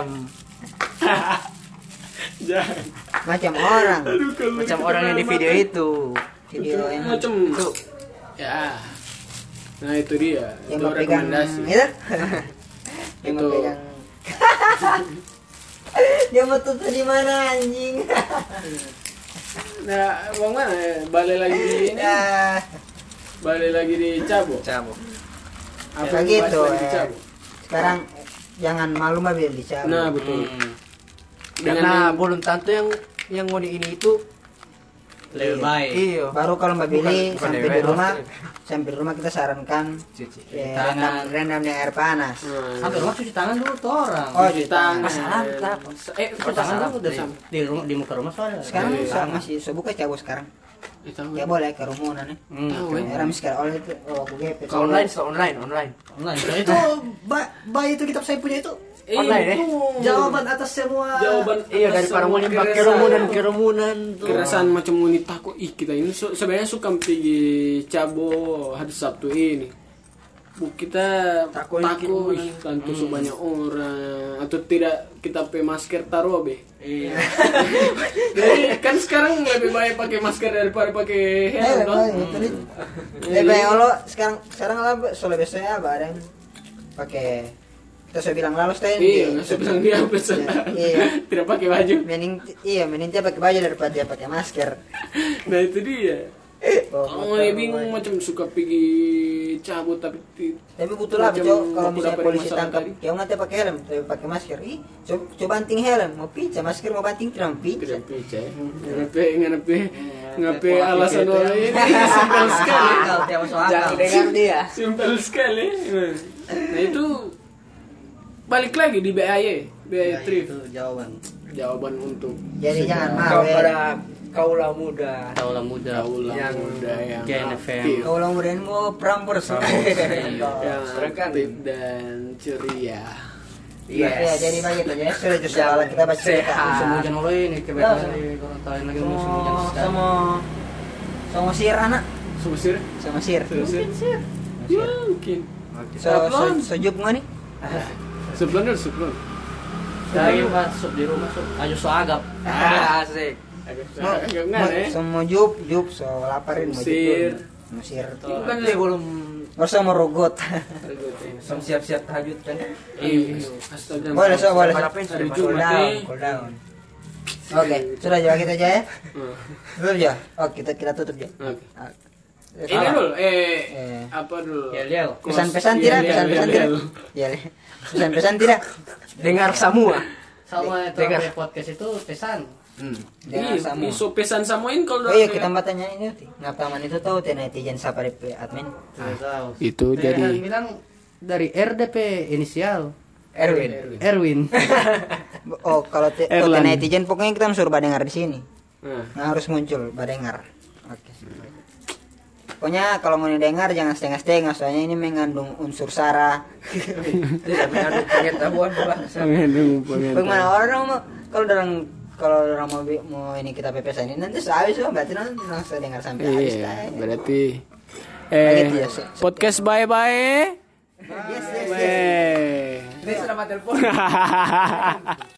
Speaker 3: Jangan.
Speaker 1: macam orang.
Speaker 3: Aduh, kalau
Speaker 2: macam
Speaker 3: kita
Speaker 2: orang yang di
Speaker 3: marah.
Speaker 2: video itu.
Speaker 1: Video yang
Speaker 3: Macam
Speaker 2: Tuh.
Speaker 3: ya. Nah itu dia.
Speaker 1: yang
Speaker 3: itu
Speaker 1: memegang
Speaker 3: rekomendasi.
Speaker 1: itu. Yang
Speaker 3: Itu.
Speaker 1: memegang. Dia mau tutup di mana anjing?
Speaker 3: Nah, bang mana? ya? Balik lagi di ini.
Speaker 1: Ya,
Speaker 3: Balik lagi di Cabo.
Speaker 2: Cabo.
Speaker 3: Apa
Speaker 1: Ya,
Speaker 3: yang
Speaker 1: gitu,
Speaker 3: dibahas lagi di
Speaker 1: eh.
Speaker 3: Cabo?
Speaker 1: sekarang jangan malu mah biar dicabut.
Speaker 3: Nah betul.
Speaker 4: Hmm.
Speaker 3: Dengan
Speaker 2: Karena
Speaker 3: yang-
Speaker 2: belum tentu yang yang ngoni ini itu
Speaker 4: Lebih baik.
Speaker 2: iya.
Speaker 1: Baru kalau Mbak Billy
Speaker 2: Bukan- bukan
Speaker 1: sampai
Speaker 2: dewe,
Speaker 1: di rumah,
Speaker 2: maksudnya.
Speaker 1: sampai di rumah kita sarankan
Speaker 2: Cuci.
Speaker 1: ya,
Speaker 4: Tangan.
Speaker 1: rendam rendam dengan air panas.
Speaker 3: Nah,
Speaker 4: Sampai rumah cuci tangan dulu tuh orang.
Speaker 1: Oh,
Speaker 3: cuci tangan.
Speaker 2: Masalah, kenapa?
Speaker 3: Eh,
Speaker 4: Cuci tangan
Speaker 3: masalah
Speaker 4: dulu udah
Speaker 3: Iya.
Speaker 4: sam- di rumah di muka rumah soalnya.
Speaker 1: Sekarang
Speaker 3: Iya.
Speaker 1: so- masih so buka cabut sekarang.
Speaker 3: Eh, tahu.
Speaker 1: Ya boleh kerumunan ya.
Speaker 4: Hmm.
Speaker 3: Tahu, eh.
Speaker 1: Orang sekarang oleh itu oh aku gepet.
Speaker 2: Kalau online, so online, online.
Speaker 4: Online. Nah, itu ba- bayi itu kitab saya punya itu
Speaker 3: Eh,
Speaker 2: Online, eh?
Speaker 3: itu.
Speaker 4: jawaban atas semua
Speaker 3: Jawaban
Speaker 2: Iya,
Speaker 3: atas
Speaker 2: daripada
Speaker 3: semua
Speaker 2: ngoni
Speaker 3: keresahan.
Speaker 2: kerumunan kerumunan tuh.
Speaker 3: Keresahan macam wanita kok ih kita ini su- sebenarnya suka pergi Cabo hari Sabtu ini. Bu kita
Speaker 2: Takut
Speaker 3: takut
Speaker 2: ini,
Speaker 3: ih, tentu sebanyak orang atau tidak kita pakai masker taruh be.
Speaker 2: Iya.
Speaker 3: Jadi kan sekarang lebih baik pakai masker daripada pakai
Speaker 1: Eh,
Speaker 3: helm dong.
Speaker 1: lebih lebih Allah sekarang sekarang lah soalnya biasanya apa ada yang pakai kita saya bilang lalu stay
Speaker 3: Iya, nggak usah bilang dia pesan.
Speaker 1: Iya.
Speaker 3: Tidak pakai baju.
Speaker 1: Mending iya mending dia pakai baju daripada dia pakai masker.
Speaker 3: Nah itu dia.
Speaker 1: Oh,
Speaker 3: Kalau oh, bingung macam suka pergi cabut tapi ti-
Speaker 1: Tapi betul lah,
Speaker 3: macam
Speaker 1: Cok, kalau
Speaker 3: aku
Speaker 1: misalnya
Speaker 3: dapat
Speaker 1: polisi
Speaker 3: masalah
Speaker 1: tangkap,
Speaker 3: tadi.
Speaker 1: kamu nanti pakai helm, tapi pakai masker. Ih, coba, coba banting helm, mau pinca masker, mau banting tidak mau pinca.
Speaker 3: tidak pica ya. Ngape ngape ngape alasan orang ini simpel sekali.
Speaker 4: akal tiap masuk akal.
Speaker 2: Jangan dengar dia.
Speaker 3: Simpel sekali. Nah itu balik lagi di B A Y, B A Y
Speaker 4: Ya,
Speaker 3: Trip.
Speaker 4: itu jawaban.
Speaker 3: Jawaban untuk
Speaker 1: Jadi jangan
Speaker 2: Kau
Speaker 1: malu.
Speaker 2: pada kaulah muda.
Speaker 4: Kaulah muda.
Speaker 3: kaulah
Speaker 2: Yang
Speaker 3: muda yang
Speaker 4: Gen F M.
Speaker 3: aktif,
Speaker 1: Kalau mudahan mau prambors.
Speaker 3: yang
Speaker 2: Serkan.
Speaker 3: aktif dan ceria.
Speaker 1: Ya, jadi begitu ya. Sudah justru kalau kita baca cerita.
Speaker 2: Sehat.
Speaker 4: Musim hujan mulai ini kebetulan orang tahu lagi musim hujan
Speaker 1: Sama
Speaker 4: sekarang.
Speaker 1: sama Sama sir anak.
Speaker 3: Subsir.
Speaker 1: Sama sir.
Speaker 3: Subsir. Ya, mungkin.
Speaker 1: So so so jup ngani?
Speaker 3: Sebelumnya sebelum.
Speaker 4: Dari masuk di rumah sup. Ayo so agap.
Speaker 2: Ah, asik.
Speaker 3: Agak ngane.
Speaker 1: Semua jup jup so laparin mau
Speaker 3: Sir.
Speaker 1: jup. Mesir.
Speaker 2: Kan dia belum
Speaker 1: Masa mau rogot.
Speaker 2: belum siap-siap tahajud kan.
Speaker 3: Iya. Astaga.
Speaker 1: Boleh so boleh.
Speaker 2: Harapin
Speaker 3: Hari
Speaker 2: sudah
Speaker 1: Cool
Speaker 3: Jumat
Speaker 1: down,
Speaker 3: nih.
Speaker 1: cool down. Oke, sudah jawab kita aja ya.
Speaker 3: Hmm.
Speaker 1: Tutup ya. Oke, kita kita tutup ya.
Speaker 3: Oke.
Speaker 1: Ah,
Speaker 3: Ini dulu, eh,
Speaker 1: Eh.
Speaker 3: apa dulu?
Speaker 4: Yel yel.
Speaker 1: Pesan-pesan
Speaker 3: Iya,
Speaker 1: tidak,
Speaker 3: iya,
Speaker 1: pesan-pesan
Speaker 3: iya,
Speaker 1: tidak.
Speaker 3: iya.
Speaker 1: Ya, pesan-pesan tidak.
Speaker 2: Dengar semua.
Speaker 4: Sama itu
Speaker 2: Dengar.
Speaker 4: P podcast itu pesan.
Speaker 2: Hmm.
Speaker 1: Jangan
Speaker 3: Iya,
Speaker 1: sama.
Speaker 3: iso pesan samuin kalau
Speaker 1: Oh iya, kita mbak tanya ini tuh. Ngapain itu tahu teh netizen siapa D P admin?
Speaker 4: Tidak tahu.
Speaker 3: Itu
Speaker 4: Dia
Speaker 3: jadi
Speaker 4: bilang dari R D P inisial
Speaker 1: Erwin.
Speaker 4: Erwin.
Speaker 1: Oh, kalau te- kalau teh
Speaker 3: Erlan.
Speaker 1: netizen pokoknya kita suruh badengar di sini.
Speaker 3: nah,
Speaker 1: Nah, harus muncul badengar. Oke. Pokoknya kalau mau didengar jangan setengah-setengah soalnya ini mengandung unsur sara.
Speaker 2: Tidak mengandung pengetahuan bangsa.
Speaker 3: pengen pengen.
Speaker 1: Bagaimana orang mau kalau dalam kalau orang mau bi- mau ini kita pepesan ini nanti habis loh berarti nanti langsung dengar sampai habis.
Speaker 3: Iya,
Speaker 1: lah.
Speaker 3: berarti
Speaker 1: Begitu ya,
Speaker 3: eh
Speaker 1: so-
Speaker 3: podcast bye bye.
Speaker 1: Yes, yes, yes.
Speaker 3: Bye.
Speaker 2: Ini sudah mati telepon.